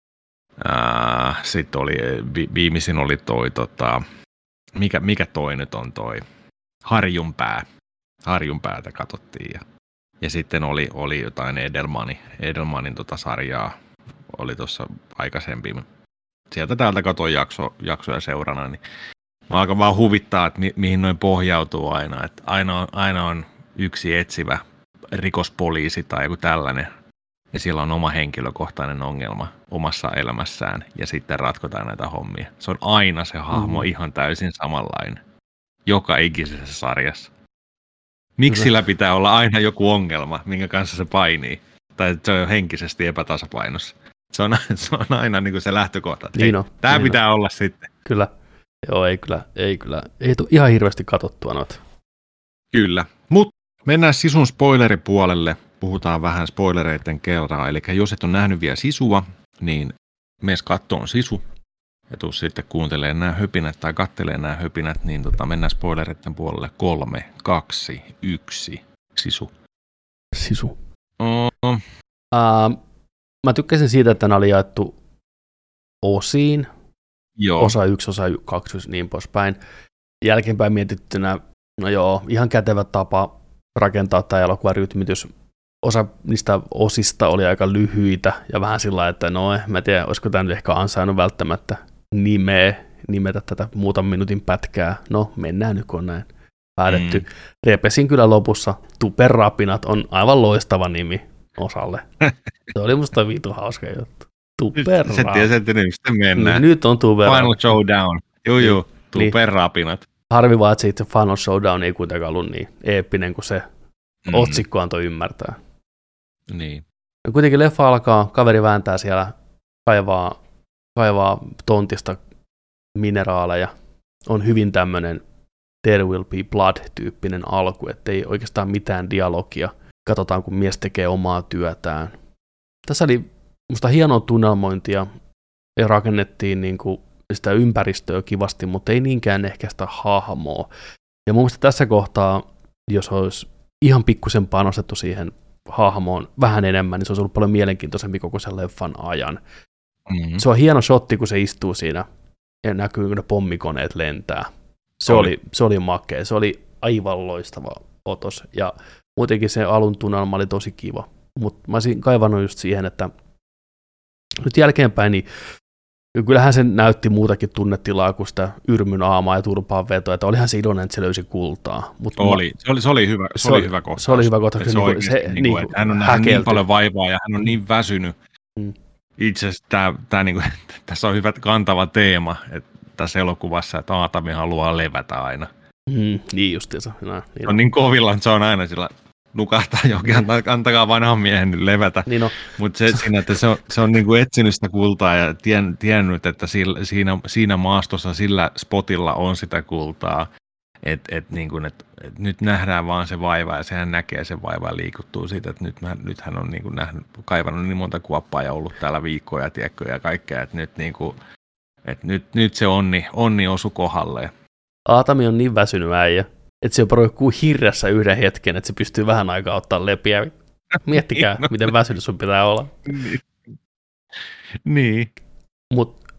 sitten oli, vi, viimeisin oli toi, tota, mikä, mikä toi nyt on toi, Harjunpää, Harjunpäätä katsottiin ja, ja sitten oli, oli jotain Edelmanin, Edelmanin tota sarjaa, oli tuossa aikaisempi, sieltä täältä katsoin jakso, jaksoja seurana, niin mä alkan vaan huvittaa, että mi, mihin noin pohjautuu aina, että aina on, aina on yksi etsivä rikospoliisi tai joku tällainen, ja sillä on oma henkilökohtainen ongelma omassa elämässään, ja sitten ratkotaan näitä hommia. Se on aina se hahmo mm. ihan täysin samanlainen, joka ikisessä sarjassa. Miksi sillä pitää olla aina joku ongelma, minkä kanssa se painii, tai se on henkisesti epätasapainossa? Se on, se on aina niin kuin se lähtökohta, että niin tämä niin pitää on. olla sitten. Kyllä. Joo, ei kyllä, ei kyllä. Ei tule ihan hirveästi katsottua noita. Kyllä, mutta mennään Sisun spoileripuolelle. Puhutaan vähän spoilereiden kerran. Eli jos et ole nähnyt vielä Sisua, niin mees kattoon Sisu. Ja tuu sitten kuuntelee nämä höpinät tai kattelee nämä höpinät, niin tota, mennään spoilereiden puolelle. Kolme, kaksi, yksi. Sisu. Sisu. Oh. Uh, mä tykkäsin siitä, että nämä oli jaettu osiin. Joo. Osa yksi, osa kaksi, niin poispäin. Jälkeenpäin mietittynä, no joo, ihan kätevä tapa rakentaa tämä elokuvan rytmitys. Osa niistä osista oli aika lyhyitä ja vähän sillä, että no, mä tiedän, olisiko tämä nyt ehkä ansainnut välttämättä nimeä, nimetä tätä muutaman minuutin pätkää. No, mennään nyt, kun on näin päätetty. Mm. Repesin kyllä lopussa. Tuperrapinat on aivan loistava nimi osalle. Se oli musta vitu hauska juttu. Tuperrapinat. Se tiesi, että nyt mennään. Nyt on tuperrapinat. Final Showdown. Juu, juu. Tuperrapinat. Niin. Harvi vaan, että siitä Final Showdown ei kuitenkaan ollut niin eeppinen kuin se mm. otsikko antoi ymmärtää. Niin. Ja kuitenkin leffa alkaa, kaveri vääntää siellä, kaivaa, kaivaa tontista mineraaleja. On hyvin tämmöinen There Will Be Blood-tyyppinen alku, ettei oikeastaan mitään dialogia. katsotaan, kun mies tekee omaa työtään. Tässä oli musta hienoa tunnelmointia, ja rakennettiin niin kuin sitä ympäristöä kivasti, mutta ei niinkään ehkä sitä hahmoa. Ja mun mielestä tässä kohtaa, jos olisi ihan pikkusen panostettu siihen hahmoon vähän enemmän, niin se olisi ollut paljon mielenkiintoisempi koko sen leffan ajan. Mm-hmm. Se on hieno shotti, kun se istuu siinä ja näkyy, kun ne pommikoneet lentää. Se oli, oli, se oli makea, se oli aivan loistava otos, ja muutenkin se alun tunnelma oli tosi kiva. Mutta mä olisin kaivannut just siihen, että nyt jälkeenpäin, niin kyllähän se näytti muutakin tunnetilaa kuin sitä yrmyn aamaa ja turpaan vetoa, että olihan se iloinen, että se löysi kultaa. Mutta oli, se oli, se oli hyvä, se, se oli hyvä kohtaus. Se oli hyvä kohtaus. Se, niin, se, niin, niin, hän on nähnyt niin paljon vaivaa ja hän on niin väsynyt. Mm. Itse asiassa tää, tää, niin kuin, tässä on hyvä kantava teema että tässä elokuvassa, että Aatami haluaa levätä aina. Mm, niin justiinsa. No, niin on, on niin kovilla, että se on aina sillä nukahtaa johonkin, antakaa vanhan miehen nyt levätä. Niin no. Mutta se siinä, että se on, se on niin kuin etsinyt sitä kultaa ja tien, tiennyt, että sillä, siinä, siinä maastossa, sillä spotilla on sitä kultaa. Että et, niin et, et nyt nähdään vaan se vaiva ja sehän näkee sen vaiva ja liikuttuu siitä, että nyt, mä, nyt hän on niin kuin nähnyt, kaivannut niin monta kuoppaa ja ollut täällä viikkoja tiekkoja ja kaikkea, että nyt, niin kuin, et nyt, nyt se onni, onni osui kohdalleen. Aatami on niin väsynyt äijä, että se on roikkuu hirressä yhden hetken, että se pystyy vähän aikaa ottaa lepiä. Miettikää, no, miten väsynyt sun pitää olla. Niin. niin. Mutta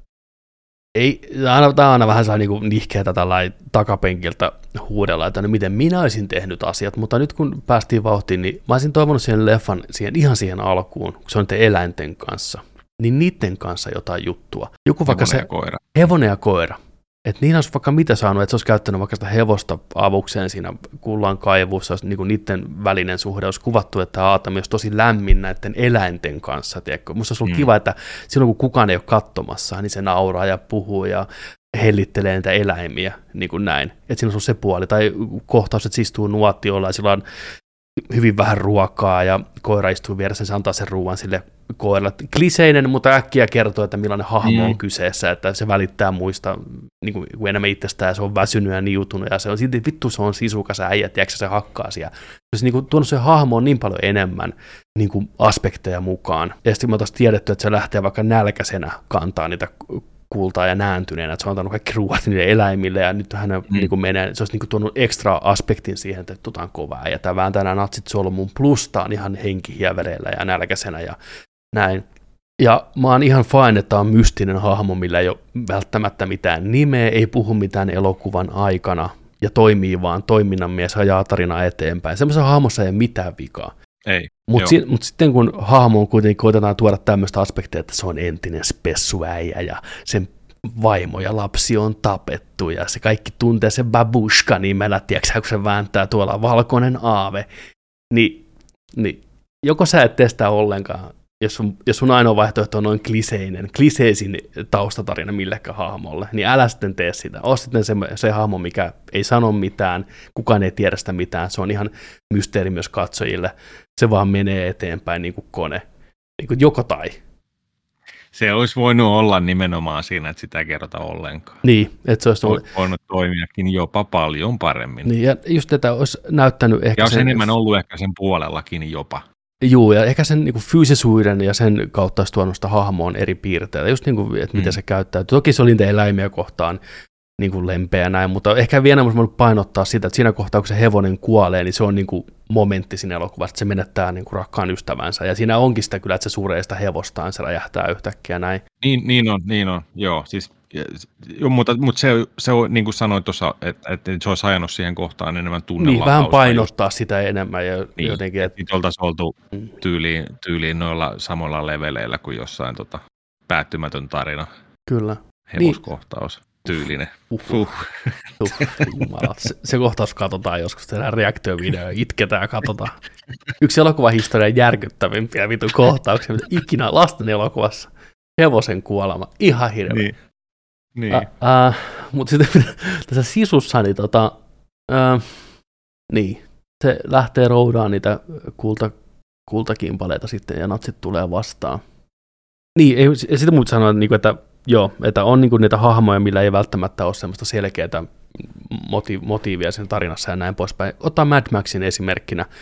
ei, aina, tämä aina vähän saa niinku nihkeätä tällainen takapenkiltä huudella, että no miten minä olisin tehnyt asiat, mutta nyt kun päästiin vauhtiin, niin mä olisin toivonut siihen leffan siihen, ihan siihen alkuun, kun se on niiden eläinten kanssa, niin niiden kanssa jotain juttua. Joku vaikka hevonen se, ja koira. Hevonen ja koira. Että niin olisi vaikka mitä saanut, että se olisi käyttänyt vaikka sitä hevosta avukseen siinä kullan kaivussa, niin kuin niiden välinen suhde olisi kuvattu, että Aatami olisi tosi lämmin näiden eläinten kanssa. Tiedätkö? Musta olisi ollut mm. kiva, että silloin kun kukaan ei ole katsomassa, niin se nauraa ja puhuu ja hellittelee niitä eläimiä, niin kuin näin. Että siinä olisi se puoli. Tai kohtaus, että se istuu nuotiolla ja sillä on hyvin vähän ruokaa ja koira istuu vieressä, se antaa sen ruoan sille koiralle. Kliseinen, mutta äkkiä kertoo, että millainen hahmo on mm. kyseessä, että se välittää muista niin kuin enemmän itsestään, se on väsynyt ja niutunut, ja se on silti, vittu se on sisukas äijä, tiedätkö se hakkaa siellä. Se niin kuin, tuonut se hahmo on niin paljon enemmän niin kuin aspekteja mukaan. Ja sitten me oltaisiin tiedetty, että se lähtee vaikka nälkäisenä kantaa niitä kultaa ja nääntyneenä, että se on antanut kaikki ruuat niille eläimille, ja nyt hän mm. niin kuin menee, se olisi niin kuin tuonut ekstra aspektin siihen, että tutaan kovaa, ja tämä vääntää nämä natsit solmuun, plus tämä on ihan henkihieveleillä ja nälkäisenä, ja näin. Ja mä oon ihan fine, että tämä on mystinen hahmo, millä ei ole välttämättä mitään nimeä, ei puhu mitään elokuvan aikana, ja toimii vaan toiminnan mies, ajaa tarina eteenpäin. Semmoisessa hahmossa ei ole mitään vikaa. Ei. Mutta si- mut sitten kun hahmoon kuitenkin koitetaan tuoda tämmöistä aspektia, että se on entinen spessuäijä ja sen vaimo ja lapsi on tapettu ja se kaikki tuntee sen babushka nimellä, tiedätkö, kun se vääntää tuolla valkoinen aave, niin, niin joko sä et tee sitä ollenkaan, jos sun, jos sun ainoa vaihtoehto on noin kliseinen, kliseisin taustatarina millekään hahmolle, niin älä sitten tee sitä. Oo sitten se, se hahmo, mikä ei sano mitään, kukaan ei tiedä sitä mitään, se on ihan mysteeri myös katsojille. Se vaan menee eteenpäin niin kuin kone, niin kuin joko tai. Se olisi voinut olla nimenomaan siinä, että sitä ei kerrota ollenkaan. Niin, että se olisi ollut voinut toimiakin jopa paljon paremmin. Niin, ja just tätä olisi näyttänyt ehkä... Ja olisi sen... enemmän ollut ehkä sen puolellakin jopa. Juu, ja ehkä sen niin kuin fyysisuuden ja sen kautta olisi tuonut sitä hahmoon eri piirteitä, just niin kuin, että miten mm. se käyttää. Toki se oli niitä eläimiä kohtaan niin kuin lempeä ja näin, mutta ehkä vielä olisi voinut painottaa sitä, että siinä kohtaa, kun se hevonen kuolee, niin se on niin kuin momentti siinä elokuvassa, että se menettää niin kuin rakkaan ystävänsä, ja siinä onkin sitä kyllä, että se suree sitä hevostaan, se räjähtää yhtäkkiä näin. Niin, niin on, niin on, joo, siis, jo, mutta, mutta se, se on, niin kuin sanoit tuossa, että, että se olisi ajanut siihen kohtaan enemmän tunnelauhausta. Niin, vähän painottaa sitä enemmän. Ja niin, jotenkin, että... Nyt oltaisiin oltu tyyliin, tyyliin noilla samoilla leveleillä kuin jossain tota, päättymätön tarina. Kyllä. Hevoskohtaus. Niin. Tyylinen. Uhuh. Uhuh. Jumalat. Se, se kohtaus katsotaan joskus, tehdään reaktiovideo ja itketään ja katsotaan. Yksi elokuvahistorian järkyttävimpiä vitun kohtauksia, mitä ikinä lasten elokuvassa. Hevosen kuolema. Ihan hirveä. Niin. Niin. Uh, uh, mutta sitten tässä sisussa, niin, tota, uh, niin, se lähtee roudaan niitä kulta, kultakimpaleita sitten ja natsit tulee vastaan. Niin, ei, sitä muuta sanoa, että joo, että on niin kuin niitä hahmoja, millä ei välttämättä ole semmoista selkeää moti- motiivia sen tarinassa ja näin poispäin. Ottaa Mad Maxin esimerkkinä.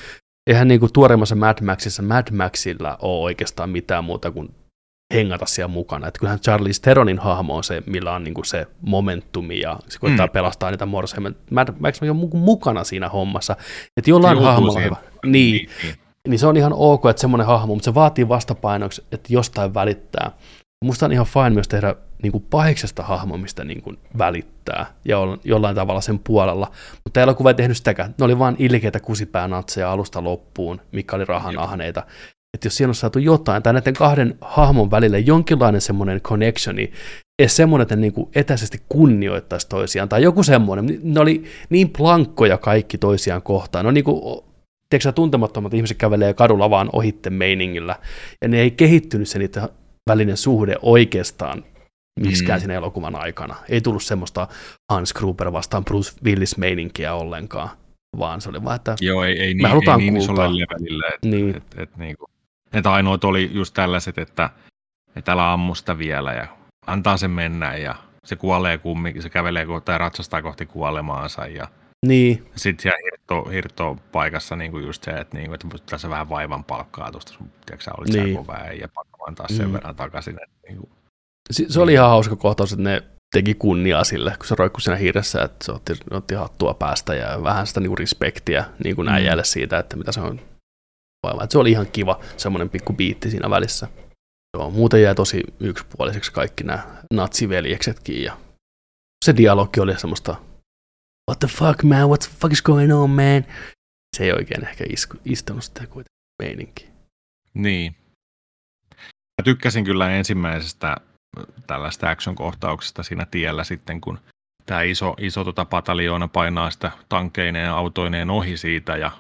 eihän niinku tuoreimmassa Mad Maxissa Mad Maxilla ole oikeastaan mitään muuta kuin hengata siellä mukana. Että kyllähän Charlize Theronin hahmo on se, millä on niinku se momentumi ja se koittaa mm. pelastaa niitä morseja. Mad Max on jo mukana siinä hommassa. Että jollain hahmolla hyvä. Niin, niin, niin. niin se on ihan ok, että semmoinen hahmo, mutta se vaatii vastapainoksi, että jostain välittää. Musta on ihan fine myös tehdä niinku pahiksesta hahmo, mistä niinku välittää ja on jollain tavalla sen puolella. Mutta elokuva ei tehnyt sitäkään. Ne oli vaan ilkeitä kusipäänatseja alusta loppuun, mikä oli rahan ahneita. Että jos siinä on saatu jotain, tai näiden kahden hahmon välille jonkinlainen semmoinen connectioni, edes semmoinen, että ne niinku etäisesti kunnioittaisi toisiaan, tai joku semmoinen. Ne oli niin plankkoja kaikki toisiaan kohtaan. Ne on niinku, tiedätkö, tuntemattomat ihmiset kävelee kadulla vaan ohitte meiningillä, ja ne ei kehittynyt se niiden välinen suhde oikeastaan miksikään mm. siinä elokuvan aikana. Ei tullut semmoista Hans Gruber vastaan Bruce Willis-meininkiä ollenkaan, vaan se oli vaan, että Joo, ei, ei, me niin, halutaan ei kultaa. niin isolle levelille, että niin. et, et, et, niinku, että ainoat oli just tällaiset, että et älä ammu sitä vielä ja antaa sen mennä ja se kuolee kumminkin, se kävelee tai ratsastaa kohti kuolemaansa ja niin. sitten siellä hirto, hirtopaikassa niinku just se, että, niinku, että tässä vähän vaivan palkkaa tuosta, sun tiedätkö olit niin. siellä kovaa ja pakkaan taas sen mm. verran takaisin. Että, niinku. se, se oli ihan hauska kohtaus, että ne teki kunniaa sille, kun se roikkui siinä hiiressä, että se otti, otti hattua päästä ja vähän sitä niinku respektiä niin kuin äijälle siitä, että mitä se on vaiva. Että se oli ihan kiva, semmoinen pikku biitti siinä välissä. Joo, muuten jäi tosi yksipuoliseksi kaikki nämä natsiveljeksetkin ja se dialogi oli semmoista what the fuck man, what the fuck is going on man? Se ei oikein ehkä isku, istunut sitä kuitenkin meininkiä. Niin. Mä tykkäsin kyllä ensimmäisestä tällaista action-kohtauksesta siinä tiellä sitten, kun tämä iso, iso tota pataljoona painaa sitä tankkeineen ja autoineen ohi siitä ja,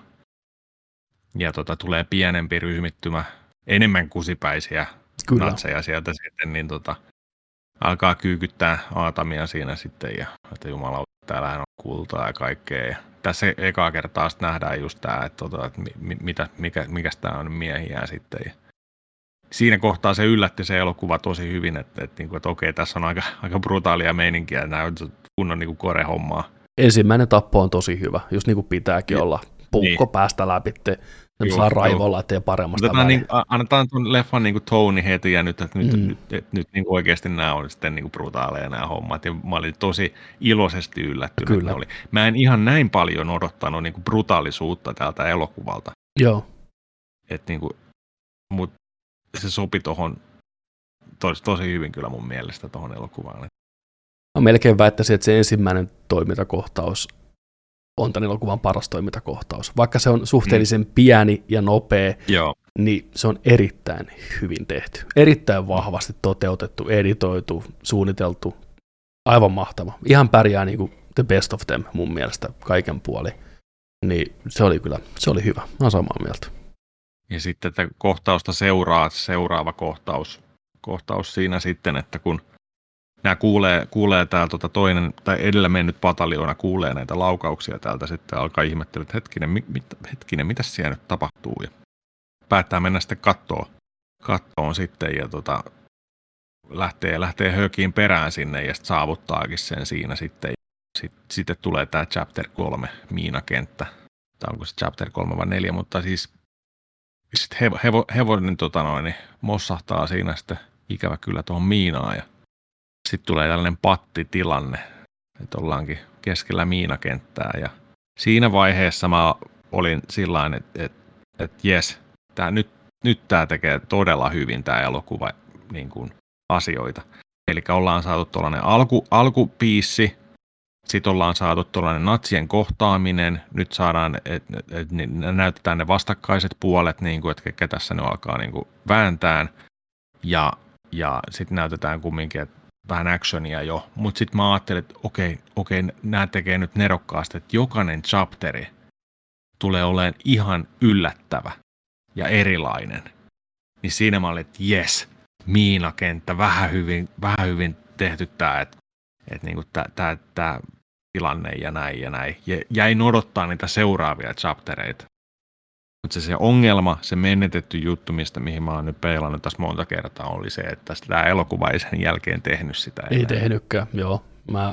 ja tota, tulee pienempi ryhmittymä, enemmän kusipäisiä kyllä. natseja sieltä sitten, niin tota, alkaa kyykyttää aatamia siinä sitten ja että jumalauta, täällähän on kultaa ja kaikkea. Ja tässä ekaa kertaa sitten nähdään just tämä, että, tota, että mi, mitä, mikä, mikäs tämä on miehiä sitten. Ja siinä kohtaa se yllätti se elokuva tosi hyvin, että, että, että, että okei, tässä on aika, aika brutaalia meininkiä ja nämä on kunnon niin kore-hommaa. Ensimmäinen tappo on tosi hyvä, just niin kuin pitääkin ja, olla. Puukko niin. päästä läpi, semmoisella raivolla, ettei paremmasta väliä. Niin, annetaan tuon leffan niin toni heti ja nyt, että nyt, mm. nyt, että nyt niin oikeasti nämä on sitten niin brutaaleja nämä hommat. Ja mä olin tosi iloisesti yllättynyt. Kyllä. Oli. Mä en ihan näin paljon odottanut niin brutaalisuutta tältä elokuvalta. Joo. Et niin kuin, mut se sopi tuohon tosi, tosi hyvin kyllä mun mielestä tuohon elokuvaan. Mä melkein väittäisin, että se ensimmäinen toimintakohtaus on tämän elokuvan paras toimintakohtaus. Vaikka se on suhteellisen mm. pieni ja nopea, Joo. niin se on erittäin hyvin tehty. Erittäin vahvasti toteutettu, editoitu, suunniteltu. Aivan mahtava. Ihan pärjää niin kuin the best of them mun mielestä kaiken puoli. Niin se oli kyllä, se oli hyvä. Mä oon samaa mieltä. Ja sitten tätä kohtausta seuraa seuraava kohtaus, kohtaus siinä sitten, että kun nämä kuulee, kuulee täällä tota toinen, tai edellä mennyt pataljoona kuulee näitä laukauksia täältä, sitten alkaa ihmettellä, että hetkinen, mit, hetkinen mitä siellä nyt tapahtuu, ja päättää mennä sitten kattoon, kattoon sitten, ja tota, lähtee, lähtee hökiin perään sinne, ja sitten saavuttaakin sen siinä sitten, ja sitten, sitten tulee tämä chapter kolme miinakenttä, tai onko se chapter kolme vai neljä, mutta siis sitten hevo, hevo, hevonen tota noin, niin mossahtaa siinä sitten ikävä kyllä tuohon miinaan, ja sitten tulee tällainen pattitilanne, että ollaankin keskellä miinakenttää ja siinä vaiheessa mä olin sillain, että et, et jes, tää, nyt, nyt tämä tekee todella hyvin tämä elokuva niin kuin, asioita. Eli ollaan saatu tuollainen alku, alkupiissi, sitten ollaan saatu tuollainen natsien kohtaaminen, nyt saadaan, että et, et, et, näytetään ne vastakkaiset puolet, niin kuin, että ketkä tässä nyt alkaa niin kuin, vääntään ja, ja sitten näytetään kumminkin, että vähän actionia jo, mutta sitten mä ajattelin, että okei, okei, nämä tekee nyt nerokkaasti, että jokainen chapteri tulee olemaan ihan yllättävä ja erilainen. Niin siinä mä olin, että jes, miinakenttä, vähän hyvin, vähän hyvin tehty tämä, että, että niinku tämä, tämä tilanne ja näin ja näin. Ja jäin odottaa niitä seuraavia chaptereita. Mutta se, se ongelma, se menetetty juttu, mistä mihin mä oon nyt peilannut tässä monta kertaa, oli se, että tämä elokuva ei sen jälkeen tehnyt sitä. Ei enää. Tehnytkään, joo. Mä...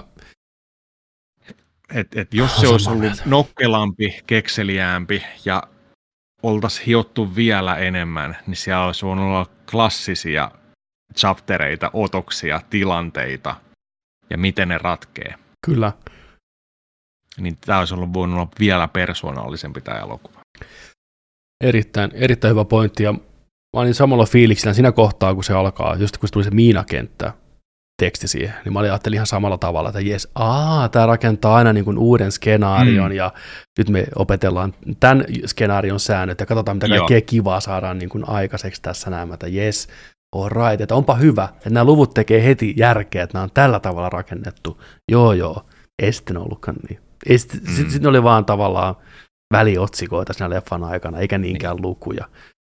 Et, et jos se olisi ollut nokkelampi, kekseliäämpi ja oltaisiin hiottu vielä enemmän, niin siellä olisi voinut olla klassisia chaptereita, otoksia, tilanteita ja miten ne ratkee. Kyllä. Niin tämä olisi ollut voinut olla vielä persoonallisempi tämä elokuva. Erittäin, erittäin hyvä pointti, ja mä olin samalla fiiliksellä siinä kohtaa, kun se alkaa, just kun se tuli se miinakenttä teksti siihen, niin mä ajattelin ihan samalla tavalla, että jes, aah, tämä rakentaa aina niin kuin uuden skenaarion, mm. ja nyt me opetellaan tämän skenaarion säännöt, ja katsotaan, mitä kaikkea Joo. kivaa saadaan niin kuin aikaiseksi tässä näemme, että jes, all right, että onpa hyvä, että nämä luvut tekee heti järkeä, että nämä on tällä tavalla rakennettu. Joo, joo, ei sitten ollutkaan niin. Mm. Sitten sit oli vaan tavallaan väliotsikoita siinä leffan aikana, eikä niinkään lukuja.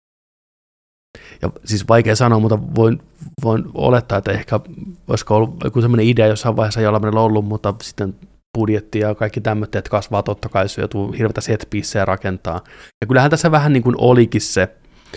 Ja siis vaikea sanoa, mutta voin, voin olettaa, että ehkä olisiko ollut joku sellainen idea jossain vaiheessa jollain ollut, mutta sitten budjetti ja kaikki tämmöiset kasvaa totta kai, se joutuu hirveätä set-piecejä rakentaa. Ja kyllähän tässä vähän niin kuin olikin se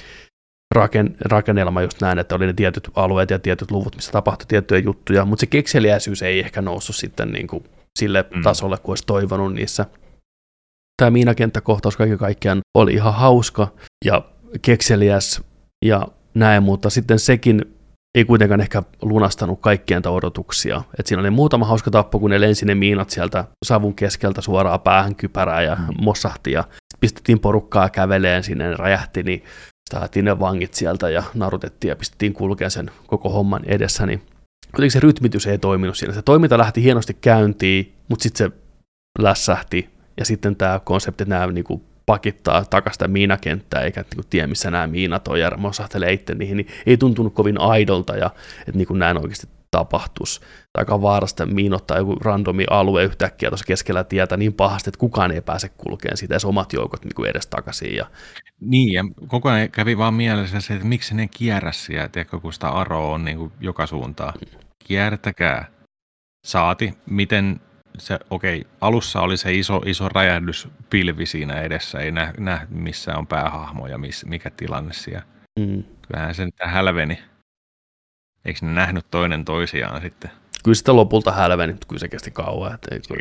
raken, rakennelma just näin, että oli ne tietyt alueet ja tietyt luvut, missä tapahtui tiettyjä juttuja, mutta se kekseliäisyys ei ehkä noussut sitten niin kuin sille mm. tasolle, kuin olisi toivonut niissä. Tämä miinakenttäkohtaus kaiken kaikkiaan oli ihan hauska ja kekseliäs ja näin, mutta sitten sekin ei kuitenkaan ehkä lunastanut kaikkien odotuksia. Et siinä oli muutama hauska tappo, kun ne lensi ne miinat sieltä savun keskeltä suoraan päähän kypärää ja mm. mossahti ja pistettiin porukkaa käveleen sinne, ne räjähti, niin saatiin ne vangit sieltä ja narutettiin ja pistettiin kulkeen sen koko homman edessä, niin kuitenkin se rytmitys ei toiminut siinä. Se toiminta lähti hienosti käyntiin, mutta sitten se lässähti ja sitten tämä konsepti, että nämä niinku pakittaa takaisin sitä miinakenttää, eikä niinku tiedä, missä nämä miinat on ja mosahtelee itse niihin, niin ei tuntunut kovin aidolta ja että niinku näin oikeasti tapahtuisi. Aika vaarasta miinottaa joku randomi alue yhtäkkiä tuossa keskellä tietä niin pahasti, että kukaan ei pääse kulkeen siitä, edes omat joukot niin edes takaisin. Ja... Niin, ja koko ajan kävi vaan mielessä se, että miksi ne kierrä siellä, tiedätkö, kun sitä aroa on niin kuin joka suuntaan. Kiertäkää. Saati, miten se, okei, alussa oli se iso, iso räjähdyspilvi siinä edessä, ei nä, nä missä on päähahmo ja miss, mikä tilanne siellä. Mm. Kyllähän se nyt hälveni. Eikö ne nähnyt toinen toisiaan sitten? Kyllä sitä lopulta hälveni, mutta kyllä se kesti kauan. Että ei...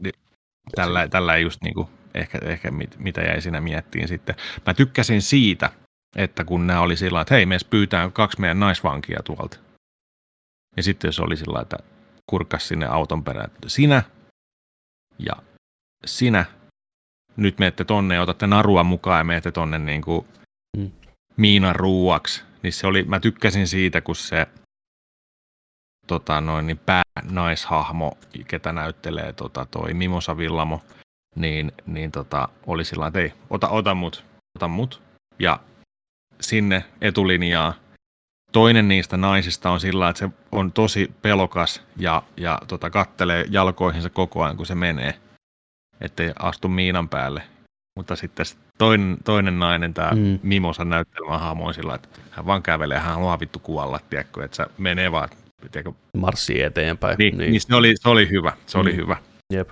Tällä, tällä just niin kuin ehkä, ehkä mit, mitä jäi siinä miettiin sitten. Mä tykkäsin siitä, että kun nämä oli sillä että hei, me pyytää kaksi meidän naisvankia tuolta. Ja sitten jos oli sillä että kurkkas sinne auton perään, että sinä ja sinä, nyt menette tonne ja otatte narua mukaan ja menette tonne niin kuin mm. miinan ruuaksi. Niin se oli, mä tykkäsin siitä, kun se tota, noin, niin päänaishahmo, ketä näyttelee tota, toi Mimosa Villamo, niin, niin tota, oli sillä että ei, ota, ota mut, ota mut. Ja sinne etulinjaa. Toinen niistä naisista on sillä että se on tosi pelokas ja, ja tota, kattelee jalkoihinsa koko ajan, kun se menee, ettei astu miinan päälle. Mutta sitten toinen, toinen nainen, tämä mm. Mimosan näyttelemä hahmo on sillä että hän vaan kävelee, hän haluaa vittu kuolla, tiedätkö, että se menee vaan. Tiedätkö? Marssii eteenpäin. Niin, niin. niin se, oli, se oli hyvä, se mm. oli hyvä. Jep.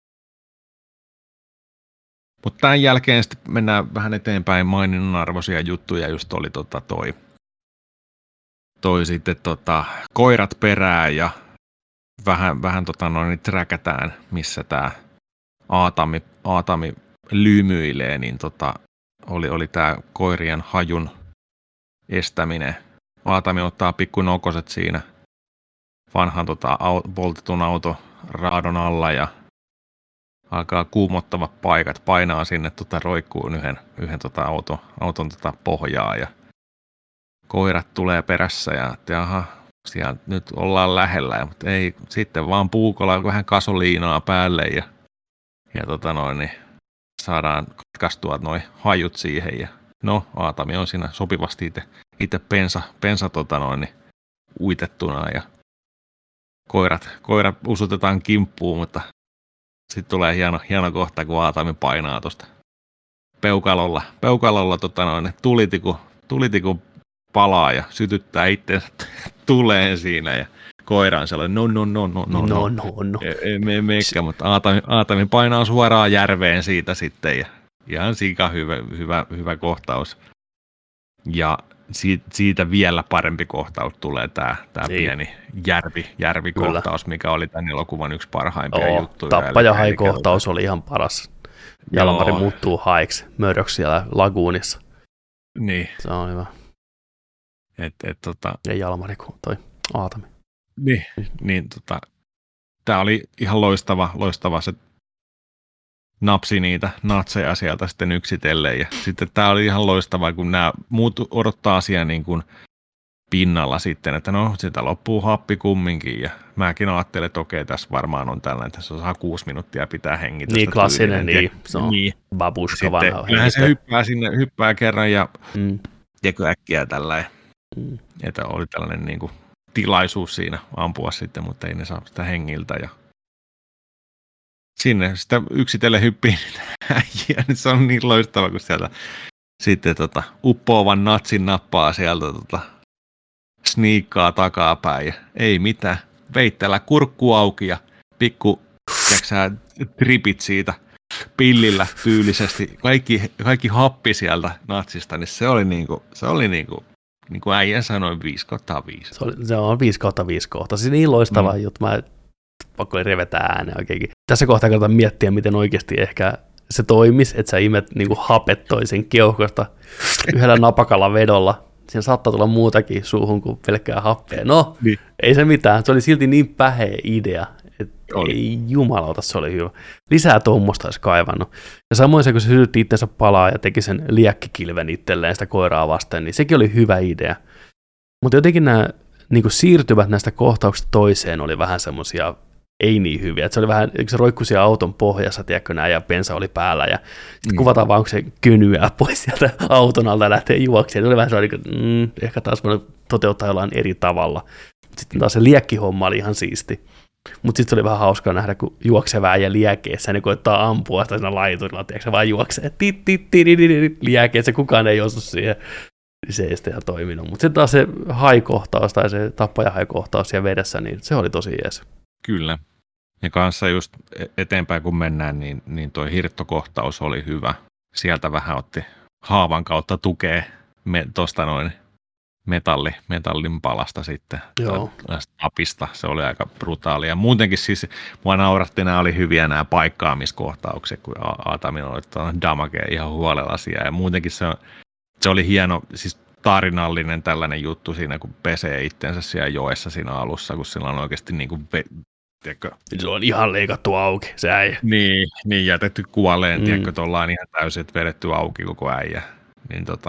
Mutta tämän jälkeen sitten mennään vähän eteenpäin maininnan arvoisia juttuja, just oli tota toi, toi sitten tota, koirat perään ja vähän, vähän tota noin träkätään, missä tämä Aatami, Aatami lymyilee, niin tota, oli, oli tämä koirien hajun estäminen. Aatami ottaa pikku nokoset siinä vanhan tota, poltetun auto raadon alla ja alkaa kuumottavat paikat, painaa sinne tota, roikkuun yhden, yhden tota, auto, auton tota, pohjaa ja koirat tulee perässä ja että aha, siellä nyt ollaan lähellä, mutta ei, sitten vaan puukolla vähän kasoliinaa päälle ja, ja tota noin, niin saadaan katkaistua noi hajut siihen ja no, Aatami on siinä sopivasti itse, itse pensa, pensa tota noin, niin uitettuna ja koirat, koirat usutetaan kimppuun, mutta sitten tulee hieno, hieno kohta, kun Aatami painaa tuosta peukalolla, peukalolla tota noin, tulitiku, tulitiku palaa ja sytyttää itseensä tuleen siinä ja koira on sellainen no no no no no no no no. Ei me mekkä, mutta Aatami, Aatami painaa suoraan järveen siitä sitten ja ihan sika hyvä, hyvä, hyvä kohtaus. Ja siitä, siitä vielä parempi kohtaus tulee tämä, tämä pieni järvi, järvikohtaus, mikä oli tämän elokuvan yksi parhaimpia Oo, juttuja. Tappaja hai kohtaus oli ihan paras. Jalmari Joo. muuttuu haiksi möröksi siellä laguunissa. Niin. Se on hyvä. Et, et, tota... Ei Jalmari kuin toi Aatami. Niin, niin tota, tää oli ihan loistava, loistava se napsi niitä natseja sieltä sitten yksitellen. Ja sitten tää oli ihan loistava, kun nämä muut odottaa asiaa niin kuin pinnalla sitten, että no, sitä loppuu happi kumminkin, ja mäkin ajattelen, että okei, tässä varmaan on tällainen, että se saa kuusi minuuttia pitää hengitystä. Niin, klassinen, tyylinen, niin, se on niin. Babushka vanha. Kyllähän se hyppää sinne, hyppää kerran, ja mm. tekö äkkiä tällainen, mm. että oli tällainen niin kuin tilaisuus siinä ampua sitten, mutta ei ne saa sitä hengiltä, ja sinne sitä yksitellen hyppii äijä, niin se on niin loistava, kun sieltä sitten tota, uppoavan natsin nappaa sieltä tota, sniikkaa takapäin ja ei mitään. Veitteellä kurkku auki ja pikku jäksää tripit siitä pillillä tyylisesti. Kaikki, kaikki happi sieltä natsista, niin se oli niinku, se oli niinku, niin kuin äijän sanoi, viisi kautta viisi. Se, oli, se on viisi kautta viisi kohta. Siis niin loistava mm. juttu. Mä pakko oli revetä ääneen oikeinkin. Tässä kohtaa kannattaa miettiä, miten oikeasti ehkä se toimisi, että sä imet niinku hapet toisen keuhkosta yhdellä napakalla vedolla. Siinä saattaa tulla muutakin suuhun kuin pelkkää happea. No, niin. Ei se mitään. Se oli silti niin päheä idea, että ei jumalauta, se oli hyvä. Lisää tuommoista olisi kaivannut. Ja samoin se, kun se sytytti itsensä palaa ja teki sen liekkikilven itselleen sitä koiraa vasten, niin sekin oli hyvä idea. Mutta jotenkin nämä niin kuin siirtyvät näistä kohtauksista toiseen oli vähän semmoisia ei niin hyviä. Et se oli vähän, se roikkui siellä auton pohjassa, tiedätkö näin, ja bensa oli päällä, ja sitten mm. kuvataan vaan, kun se kynyää pois sieltä auton alta ja lähtee juokseen. Se oli vähän sellainen, mm, ehkä taas voinut toteuttaa jollain eri tavalla. Sitten taas se liekkihomma oli ihan siisti. Mutta sitten se oli vähän hauskaa nähdä, kun juoksevää ja liekeessä, ja ne koittaa ampua sitä siinä laiturilla, tiedätkö, se vaan juoksee, tit, tit, tit, tit, tit, liekeessä, kukaan ei osu siihen. Se ei sitten ihan toiminut. Mutta sitten taas se haikohtaus, tai se tappajahaikohtaus siellä vedessä, niin se oli tosi jees. Kyllä. Ja kanssa just eteenpäin kun mennään, niin, niin toi hirttokohtaus oli hyvä. Sieltä vähän otti haavan kautta tukea me, tosta noin metalli, metallin palasta sitten. Joo. Apista. Se oli aika brutaalia. Ja muutenkin siis mua nauratti, nämä oli hyviä nämä paikkaamiskohtaukset, kun Aatami oli damagea ihan huolella siellä. Ja muutenkin se, se oli hieno, siis tarinallinen tällainen juttu siinä, kun pesee itsensä siellä joessa siinä alussa, kun sillä on oikeasti niin kuin tiedätkö? Se on ihan leikattu auki, se äijä. Niin, niin jätetty kuoleen, mm. tiedätkö, tuollain ihan täysin, että vedetty auki koko äijä. Niin tota,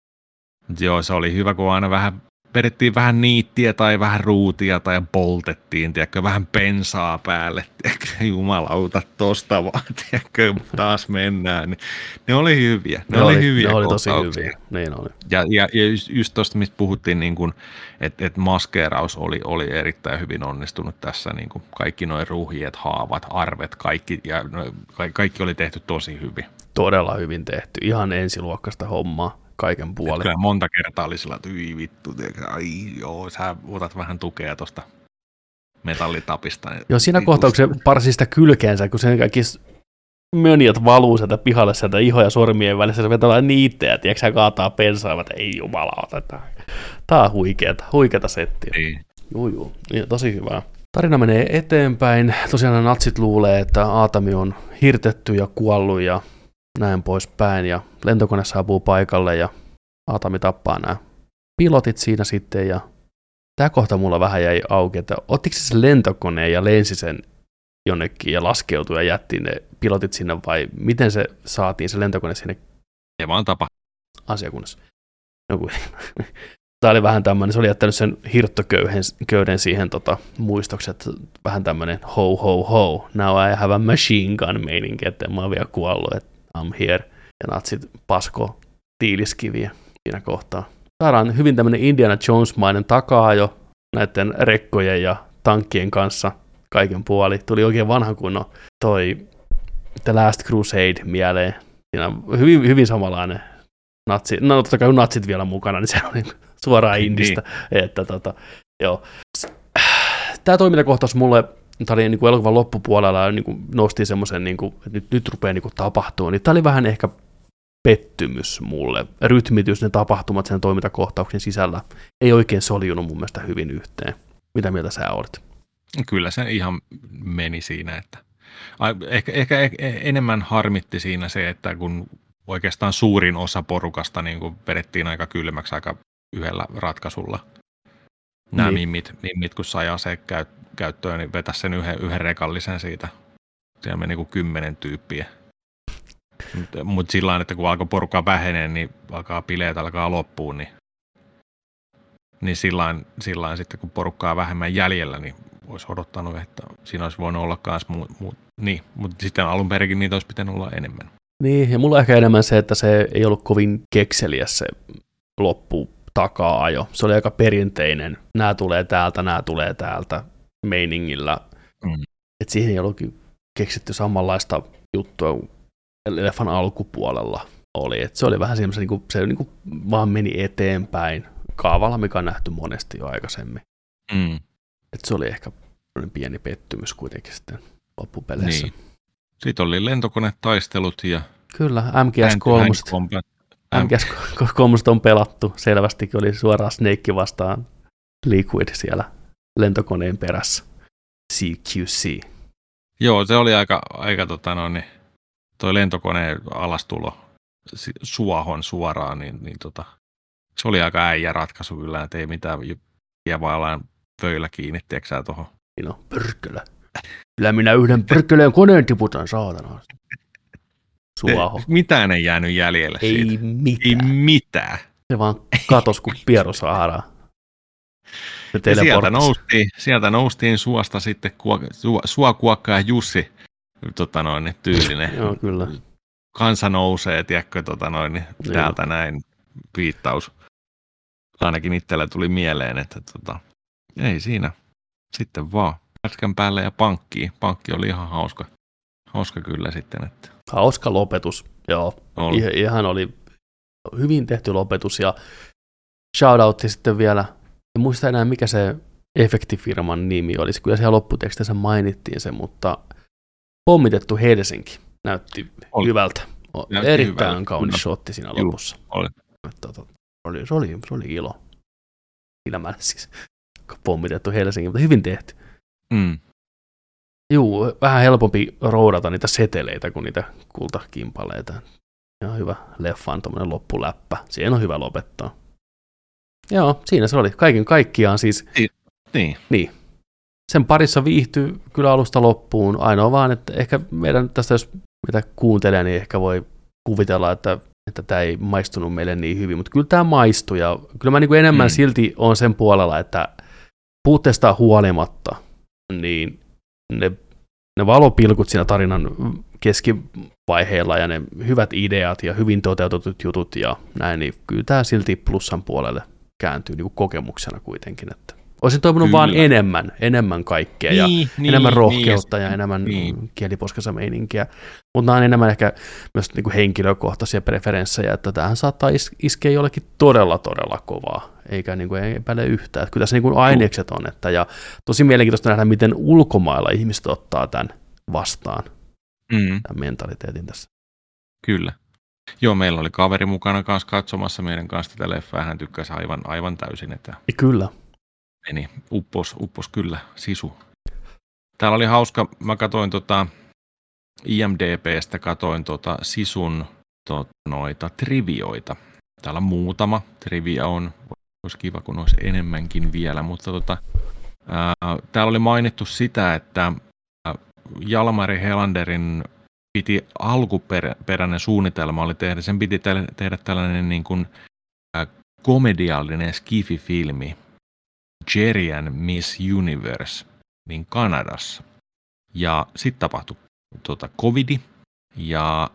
joo, se oli hyvä, kun aina vähän vedettiin vähän niittiä tai vähän ruutia tai poltettiin, tiedätkö, vähän pensaa päälle, tiedätkö, jumalauta tosta vaan, tiedätkö, taas mennään. Niin, ne oli hyviä, ne, ne oli, oli hyviä. Ne oli tosi hyviä, niin oli. Ja, ja, ja just, just tuosta, mistä puhuttiin, niin kun, että et maskeeraus oli, oli erittäin hyvin onnistunut tässä, niin kun kaikki nuo ruhjeet, haavat, arvet, kaikki, ja no, kaikki oli tehty tosi hyvin. Todella hyvin tehty, ihan ensiluokkaista hommaa. Kaiken puolin. Kyllä monta kertaa oli sillä, että yi vittu, ai joo, sä otat vähän tukea tuosta metallitapista. Joo, siinä kohtaa, kun se parsi sitä kylkeensä, kun sen kaikki mönjät valuu sieltä pihalle sieltä iho- ja sormien välissä, se vetää niittejä, tiedätkö sä kaataa pensaa, että ei jumalauta, tää on huikeeta, huikeeta settiä. Niin. Juu, juu, tosi hyvää. Tarina menee eteenpäin, tosiaan natsit luulee, että Aatami on hirtetty ja kuollut ja näin poispäin, ja lentokone saapuu paikalle, ja Aatami tappaa nämä pilotit siinä sitten, ja tämä kohta mulla vähän jäi auki, että ottiko se se lentokone ja lensi sen jonnekin ja laskeutui ja jätti ne pilotit sinne, vai miten se saatiin se lentokone sinne? Ei vaan tapa. Asiakunnassa. Joku. Tämä oli vähän tämmöinen, se oli jättänyt sen hirttoköyden siihen tota, muistoksi, että vähän tämmöinen ho ho ho, now I have a machine gun meininki, että mä oon vielä kuollut, että I'm here, ja natsit pasko tiiliskiviä siinä kohtaa. Saadaan hyvin tämmöinen Indiana Jones-mainen takaa jo näiden rekkojen ja tankkien kanssa kaiken puoli. Tuli oikein vanhan kunnon toi The Last Crusade mieleen. Siinä on hyvin, hyvin samanlainen natsi. No totta kai natsit vielä mukana, niin se on suoraan Indistä. Niin. Että, tota, joo. Tämä toimintakohtaus mulle, tämä oli niin kuin elokuvan loppupuolella ja niin kuin nosti semmoisen, niin kuin, että nyt, nyt rupeaa niin kuin tapahtumaan, niin tämä oli vähän ehkä pettymys mulle. Rytmitys, ne tapahtumat sen toimintakohtauksen sisällä ei oikein soljunut mun mielestä hyvin yhteen. Mitä mieltä sä olet? Kyllä se ihan meni siinä, että Ehkä, ehkä, ehkä enemmän harmitti siinä se, että kun oikeastaan suurin osa porukasta niin kuin vedettiin aika kylmäksi aika yhdellä ratkaisulla. Nämä niin. mimmit, mimmit, kun sai aseen käyttöön, niin vetäisi sen yhden, yhden rekallisen siitä. Siellä meni niin kuin kymmenen tyyppiä. Mutta mut sillä tavalla, että kun alkoi porukkaa vähenee, niin alkaa bileet alkaa loppuun, niin, niin sillä tavalla sitten kun porukkaa vähemmän jäljellä, niin olisi odottanut, että siinä olisi voinut olla myös muut. Mu, niin, mutta sitten alun perinkin niitä olisi pitänyt olla enemmän. Niin, ja mulla on ehkä enemmän se, että se ei ollut kovin kekseliä se loppu takaa-ajo. Se oli aika perinteinen. Nämä tulee täältä, nämä tulee täältä meiningillä. Mm. Että siihen ei ollut keksitty samanlaista juttua leffan alkupuolella oli. Et se oli vähän semmoisen, niin kuin, se niin kuin vaan meni eteenpäin kaavalla, mikä on nähty monesti jo aikaisemmin. Mm. Et se oli ehkä pieni pettymys kuitenkin sitten loppupeleissä. Niin. Sitten oli lentokonetaistelut ja kyllä, M G S kolme. M G S kolme on pelattu. Selvästikin oli suoraan Snake vastaan Liquid siellä lentokoneen perässä. C Q C. Joo, se oli aika, aika tota no, niin, toi lentokoneen alastulo suohon suoraan, niin, niin tota, se oli aika äijä ratkaisu kyllä, että ei mitään kievaillaan pöillä kiinni, tiedätkö sä tuohon? No, pörkkölä. Kyllä minä yhden pörkköleen koneen tiputan, saatana. Suohon. Mitään ei jäänyt jäljelle ei siitä. Mitään. Ei mitään. Se vaan katos kuin Piero Sahara. Sieltä noustiin, sieltä noustiin suosta sitten kuok, su, Sua Kuokka ja Jussi tota noin, tyylinen. Joo, kyllä. Kansa nousee, tiedätkö, tota noin, täältä näin viittaus. Ainakin itsellä tuli mieleen, että tota, ei siinä. Sitten vaan pätkän päälle ja pankkiin. Pankki oli ihan hauska. Hauska kyllä sitten. Että. Hauska lopetus, joo. Oli. Ihan oli hyvin tehty lopetus ja shoutoutti sitten vielä. En muista enää mikä se efektifirman nimi oli. Kyllä siellä lopputekstissä mainittiin se, mutta pommitettu Helsinki näytti oli. hyvältä. Näytti Erittäin hyvältä. Kaunis shotti siinä Juh, lopussa. Oli. Että, oli, se, oli, se oli ilo. Ilman siis pommitettu Helsinki, mutta hyvin tehty. Mm. Juu, vähän helpompi roudata niitä seteleitä kuin niitä kultakimpaleita. Ihan hyvä leffan tommoinen loppuläppä. Siihen on hyvä lopettaa. Joo, siinä se oli. Kaiken kaikkiaan siis. Niin. Niin. Sen parissa viihtyi kyllä alusta loppuun. Ainoa vaan, että ehkä meidän tästä, jos mitä kuuntelee, niin ehkä voi kuvitella, että, että tämä ei maistunut meille niin hyvin. Mutta kyllä tämä maistui. Ja kyllä mä niin kuin enemmän mm. silti on sen puolella, että puutteesta huolimatta, niin ne, ne valopilkut siinä tarinan keskivaiheella ja ne hyvät ideat ja hyvin toteutetut jutut ja näin, niin kyllä tämä silti plussan puolelle kääntyy niin kuin kokemuksena kuitenkin. Että olisin toivonut kyllä. vaan enemmän, enemmän kaikkea ja niin, enemmän rohkeutta niin, ja enemmän niin. kieliposkessa meininkiä, mutta nämä on enemmän ehkä myös niin kuin henkilökohtaisia preferenssejä, että tämähän saattaa is- iskeä jollekin todella, todella kovaa, eikä niin kuin epäile yhtään. Että kyllä tässä niin kuin ainekset on, että, ja tosi mielenkiintoista nähdä, miten ulkomailla ihmiset ottaa tämän vastaan, mm. tämän mentaliteetin tässä. Kyllä. Joo, meillä oli kaveri mukana kanssa katsomassa meidän kanssa tätä leffaa, hän tykkäsi aivan, aivan täysin. Että ja kyllä. Meni, uppos, uppos kyllä, sisu. Täällä oli hauska, mä katoin tota, I M D B:stä katoin tota sisun tota, noita trivioita. Täällä muutama trivia on, olisi kiva kun olisi enemmänkin vielä, mutta tota, ää, täällä oli mainittu sitä, että ää, Jalmari Helanderin piti alkuperäinen suunnitelma oli tehdä, sen piti tehdä tällainen niin kuin, ää, komediallinen skifi-filmi, Jerry and Miss Universe, niin Kanadassa. Ja sitten tapahtui tuota, covidi, ja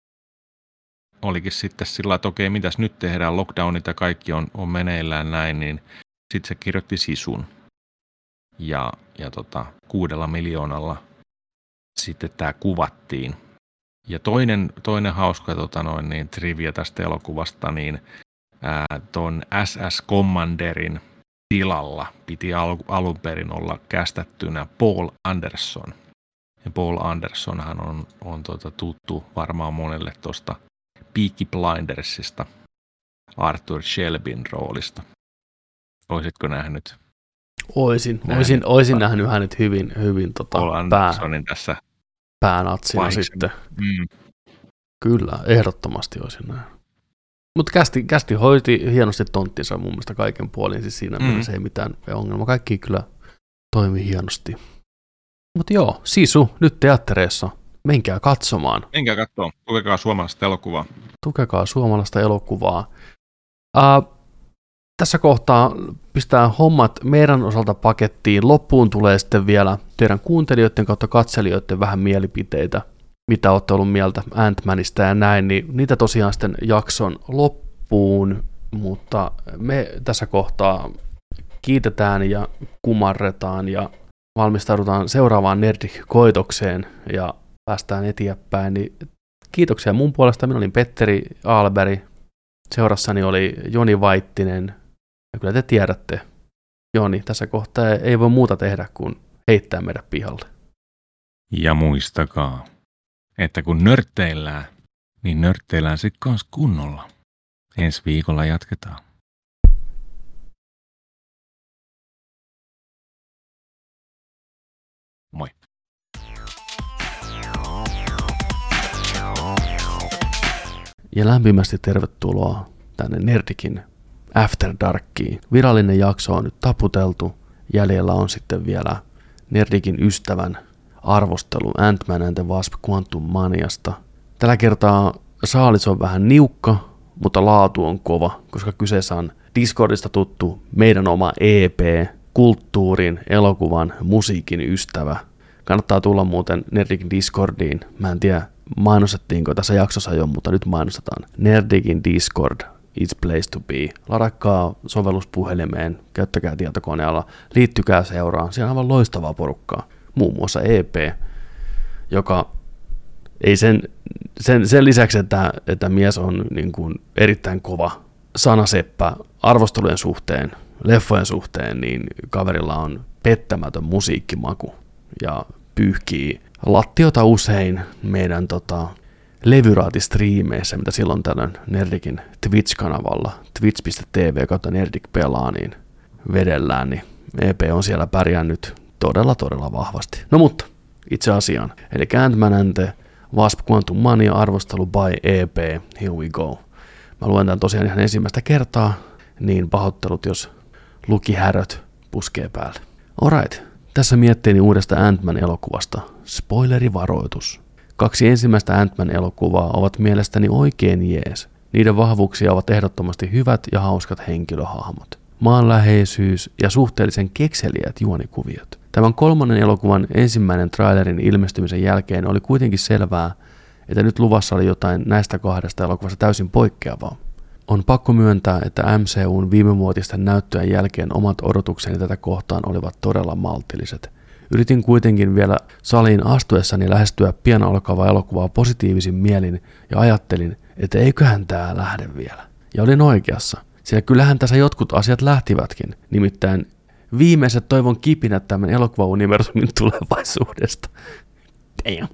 olikin sitten sillä että okei, mitäs nyt tehdään, lockdownit ja kaikki on, on meneillään näin, niin sitten se kirjoitti sisun. Ja, ja tota, kuudella miljoonalla sitten tämä kuvattiin. Ja toinen, toinen hauska tota noin, niin, trivia tästä elokuvasta, niin ää, ton S S Commanderin tilalla piti al- alun perin olla kästettynä Paul Anderson. Ja Paul Andersonhan on, on tuota, tuttu varmaan monelle tuosta Peaky Blindersista, Arthur Shelbyn roolista. Olisitko nähnyt? Oisin, nähnyt, oisin, oisin nähnyt hänet hyvin, hyvin tota, Paul Andersonin tässä päänatsina Pahiksen. sitten. Mm. Kyllä, ehdottomasti olisin näin. Mutta kästi, kästi hoiti hienosti tonttinsa mun mielestä kaiken puolin, siis siinä mm. mielessä ei mitään ongelmaa. Kaikki kyllä toimi hienosti. Mutta joo, Sisu, nyt teattereissa. Menkää katsomaan. Menkää katsomaan. Tukekaa suomalaista elokuvaa. Tukekaa suomalaista elokuvaa. Uh, tässä kohtaa pistää hommat meidän osalta pakettiin. Loppuun tulee sitten vielä teidän kuuntelijoiden kautta katselijoiden vähän mielipiteitä, mitä olette ollut mieltä Ant-Manista ja näin, niin niitä tosiaan sitten jakson loppuun, mutta me tässä kohtaa kiitetään ja kumarretaan ja valmistaudutaan seuraavaan Nerdik-koitokseen ja päästään eteenpäin. Niin kiitoksia mun puolesta. Minä olin Petteri Aalberg. Seurassani oli Joni Vaittinen. Ja kyllä te tiedätte, Joni, tässä kohtaa ei voi muuta tehdä kuin heittää meidät pihalle. Ja muistakaa, että kun nörtteillään, niin nörtteillään sitten kanssa kunnolla. Ensi viikolla jatketaan. Moi. Ja lämpimästi tervetuloa tänne Nerdikin After Darkiin. Virallinen jakso on nyt taputeltu. Jäljellä on sitten vielä Nerdikin ystävän arvostelu Ant-Man and the Wasp Quantumaniasta. Tällä kertaa saalis on vähän niukka, mutta laatu on kova, koska kyseessä on Discordista tuttu meidän oma E P, kulttuurin, elokuvan, musiikin ystävä. Kannattaa tulla muuten Nerdikin Discordiin. Mä en tiedä, mainostettiinko tässä jaksossa jo, mutta nyt mainostetaan. Nerdikin Discord is place to be. Ladatkaa sovellus puhelimeen, käyttäkää tietokoneella, liittykää seuraan. Siellä on aivan loistavaa porukkaa. Muun muassa E P, joka ei sen, sen, sen lisäksi, että, että mies on niin kuin erittäin kova sanaseppä arvostelujen suhteen, leffojen suhteen, niin kaverilla on pettämätön musiikkimaku ja pyyhkii lattiota usein meidän tota, levyraatistriimeissä, mitä silloin tällöin Nerdikin Twitch-kanavalla, twitch piste tv kautta Nerdik pelaa, niin vedellään, niin E P on siellä pärjännyt todella, todella vahvasti. No mutta, itse asiaan. Eli Ant-Man and the Wasp Quantumania arvostelu by E P, here we go. Mä luen tämän tosiaan ihan ensimmäistä kertaa, niin pahoittelut, jos lukihäröt puskee päälle. Alright, tässä mietteeni uudesta Ant-Man-elokuvasta. Spoilerivaroitus. Kaksi ensimmäistä Ant-Man-elokuvaa ovat mielestäni oikein jees. Niiden vahvuuksia ovat ehdottomasti hyvät ja hauskat henkilöhahmot, maanläheisyys ja suhteellisen kekseliäät juonikuviot. Tämän kolmannen elokuvan ensimmäinen trailerin ilmestymisen jälkeen oli kuitenkin selvää, että nyt luvassa oli jotain näistä kahdesta elokuvasta täysin poikkeavaa. On pakko myöntää, että M C U:n viimevuotisten näyttöjen jälkeen omat odotukseni tätä kohtaan olivat todella maltilliset. Yritin kuitenkin vielä saliin astuessani lähestyä pian alkavaa elokuvaa positiivisin mielin ja ajattelin, että eiköhän tää lähde vielä. Ja olin oikeassa, sillä kyllähän tässä jotkut asiat lähtivätkin, nimittäin viimeiset toivon kipinät tämän elokuvauniversumin tulevaisuudesta. Damn.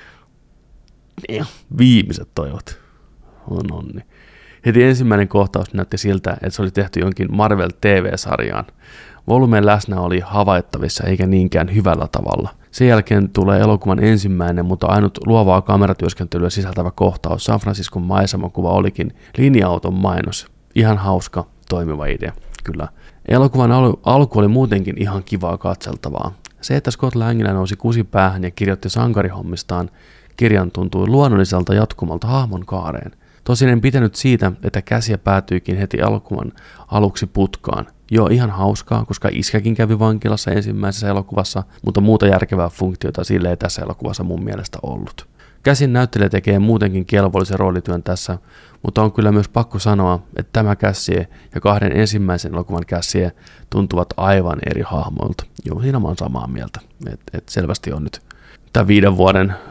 Damn. Viimeiset toivot. On onni. Heti ensimmäinen kohtaus näytti siltä, että se oli tehty jonkin Marvel T V-sarjaan. Volumeen läsnä oli havaittavissa eikä niinkään hyvällä tavalla. Sen jälkeen tulee elokuvan ensimmäinen, mutta ainut luovaa kameratyöskentelyä sisältävä kohtaus. San Franciscon maisemakuva olikin linja-auton mainos. Ihan hauska, toimiva idea, kyllä. Elokuvan al- alku oli muutenkin ihan kivaa katseltavaa. Se, että Scott Langilla nousi kusipäähän ja kirjoitti sankarihommistaan, kirjan tuntui luonnolliselta jatkumalta hahmon kaareen. Tosin en pitänyt siitä, että käsiä päätyikin heti elokuvan aluksi putkaan. Joo, ihan hauskaa, koska iskäkin kävi vankilassa ensimmäisessä elokuvassa, mutta muuta järkevää funktiota sille ei tässä elokuvassa mun mielestä ollut. Käsin näyttelijä tekee muutenkin kelvollisen roolityön tässä, mutta on kyllä myös pakko sanoa, että tämä Cassie ja kahden ensimmäisen elokuvan Cassie tuntuvat aivan eri hahmoilta. Joo, siinä mä oon samaa mieltä, että et selvästi on nyt tämä viiden vuoden äh,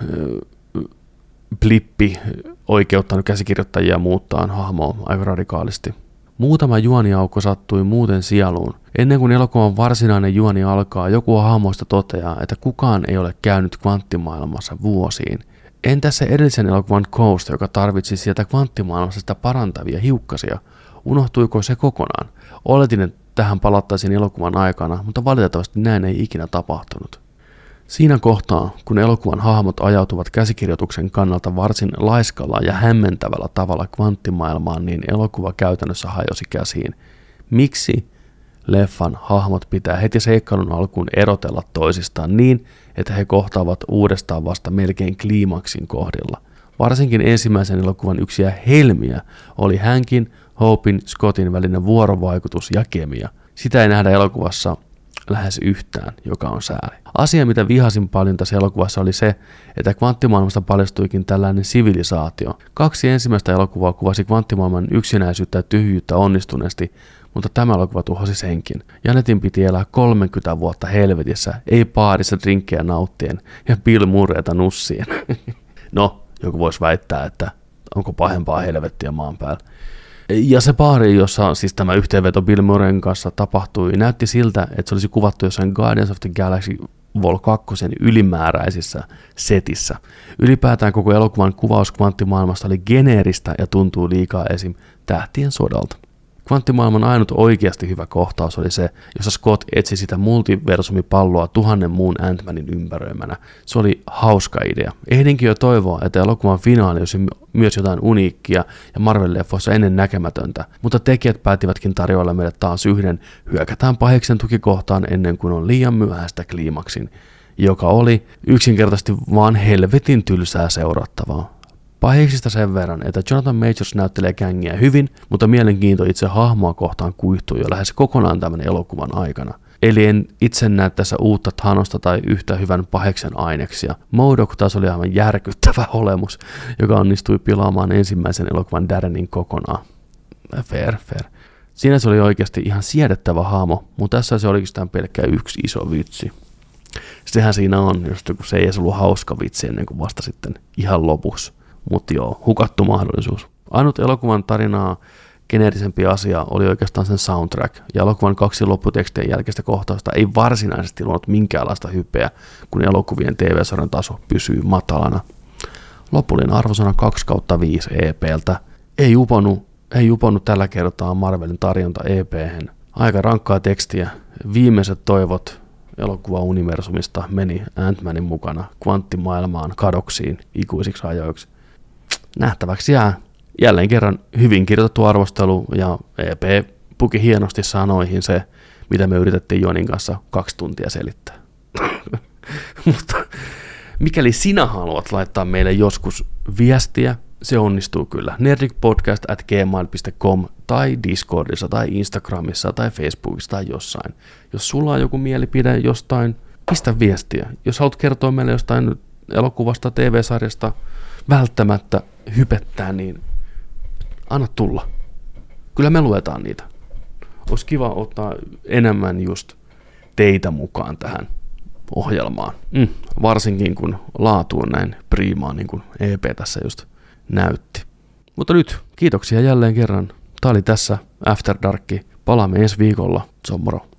blippi oikeuttanut käsikirjoittajia muuttaa hahmoa aika radikaalisti. Muutama juoniaukko sattui muuten sieluun. Ennen kuin elokuvan varsinainen juoni alkaa, joku hahmoista toteaa, että kukaan ei ole käynyt kvanttimaailmassa vuosiin. Entä se edellisen elokuvan Ghost, joka tarvitsi sieltä kvanttimaailmassa sitä parantavia hiukkasia? Unohtuiko se kokonaan? Oletin, että tähän palattaisiin elokuvan aikana, mutta valitettavasti näin ei ikinä tapahtunut. Siinä kohtaa, kun elokuvan hahmot ajautuvat käsikirjoituksen kannalta varsin laiskalla ja hämmentävällä tavalla kvanttimaailmaan, niin elokuva käytännössä hajosi käsiin. Miksi leffan hahmot pitää heti seikkailun alkuun erotella toisistaan niin, että he kohtaavat uudestaan vasta melkein kliimaksin kohdilla? Varsinkin ensimmäisen elokuvan yksiä helmiä oli Hankin, Hopen, Scottin välinen vuorovaikutus ja kemia. Sitä ei nähdä elokuvassa lähes yhtään, joka on sääli. Asia, mitä vihasin paljon tässä elokuvassa, oli se, että kvanttimaailmasta paljastuikin tällainen sivilisaatio. Kaksi ensimmäistä elokuvaa kuvasi kvanttimaailman yksinäisyyttä ja tyhjyyttä onnistuneesti, mutta tämä elokuva tuhosi senkin. Janetin piti elää kolmekymmentä vuotta helvetissä, ei baarissa drinkkejä nauttien ja Bill Murrayta nussien. No, joku voisi väittää, että onko pahempaa helvettiä maan päällä. Ja se baari, jossa siis tämä yhteenveto Bill Murrayn kanssa tapahtui, näytti siltä, että se olisi kuvattu jossain Guardians of the Galaxy Vol kaksi ylimääräisissä setissä. Ylipäätään koko elokuvan kuvaus kvanttimaailmasta oli geneeristä ja tuntuu liikaa esim. Tähtien sodalta. Kvanttimaailman ainut oikeasti hyvä kohtaus oli se, jossa Scott etsi sitä multiversumipalloa tuhannen muun Ant-Manin ympäröimänä. Se oli hauska idea. Ehdinkin jo toivoa, että elokuvan finaali olisi myös jotain uniikkia ja Marvel-leffoissa ennen näkemätöntä, mutta tekijät päätivätkin tarjoilla meille taas yhden hyökätään pahiksen tukikohtaan ennen kuin on liian myöhäistä kliimaksin, joka oli yksinkertaisesti vaan helvetin tylsää seurattavaa. Pahiksista sen verran, että Jonathan Majors näyttelee gängiä hyvin, mutta mielenkiinto itse hahmoa kohtaan kuihtuu jo lähes kokonaan tämän elokuvan aikana. Eli en itse näe tässä uutta Thanosta tai yhtä hyvän paheksen aineksia. MODOK taas oli aivan järkyttävä olemus, joka onnistui pilaamaan ensimmäisen elokuvan Darrenin kokonaan. Fair, fair. Siinä se oli oikeasti ihan siedettävä hahmo, mutta tässä se oli oikeastaan pelkkä yksi iso vitsi. Sehän siinä on, just kun se ei edes ollut hauska vitsi ennen kuin vasta sitten ihan lopussa. Mutta joo, hukattu mahdollisuus. Ainut elokuvan tarinaa geneerisempi asia oli oikeastaan sen soundtrack, ja elokuvan kaksi lopputekstien jälkeistä kohtausta ei varsinaisesti luonut minkäänlaista hypeä, kun elokuvien T V-sarjan taso pysyy matalana. Lopullinen arvosana kaksi kautta viisi E P:ltä. Ei uponnut, ei uponnut tällä kertaa Marvelin tarjonta E P:hen. Aika rankkaa tekstiä. Viimeiset toivot elokuva-universumista meni Ant-Manin mukana kvanttimaailmaan kadoksiin ikuisiksi ajoiksi. Nähtäväksi jää jälleen kerran hyvin kirjoitettu arvostelu, ja E P puki hienosti sanoihin se, mitä me yritettiin Jonin kanssa kaksi tuntia selittää. Mutta mikäli sinä haluat laittaa meille joskus viestiä, se onnistuu kyllä. nerdicpodcast at gmail dot com tai Discordissa tai Instagramissa tai Facebookissa tai jossain. Jos sulla on joku mielipide jostain, pistä viestiä. Jos haluat kertoa meille jostain elokuvasta, T V-sarjasta, välttämättä hypettää, niin anna tulla. Kyllä me luetaan niitä. Olisi kiva ottaa enemmän just teitä mukaan tähän ohjelmaan. Mm, varsinkin kun laatu on näin priimaa, niin kuin E P tässä just näytti. Mutta nyt, kiitoksia jälleen kerran. Tämä oli tässä After Dark. Palaamme ensi viikolla. Se on moro.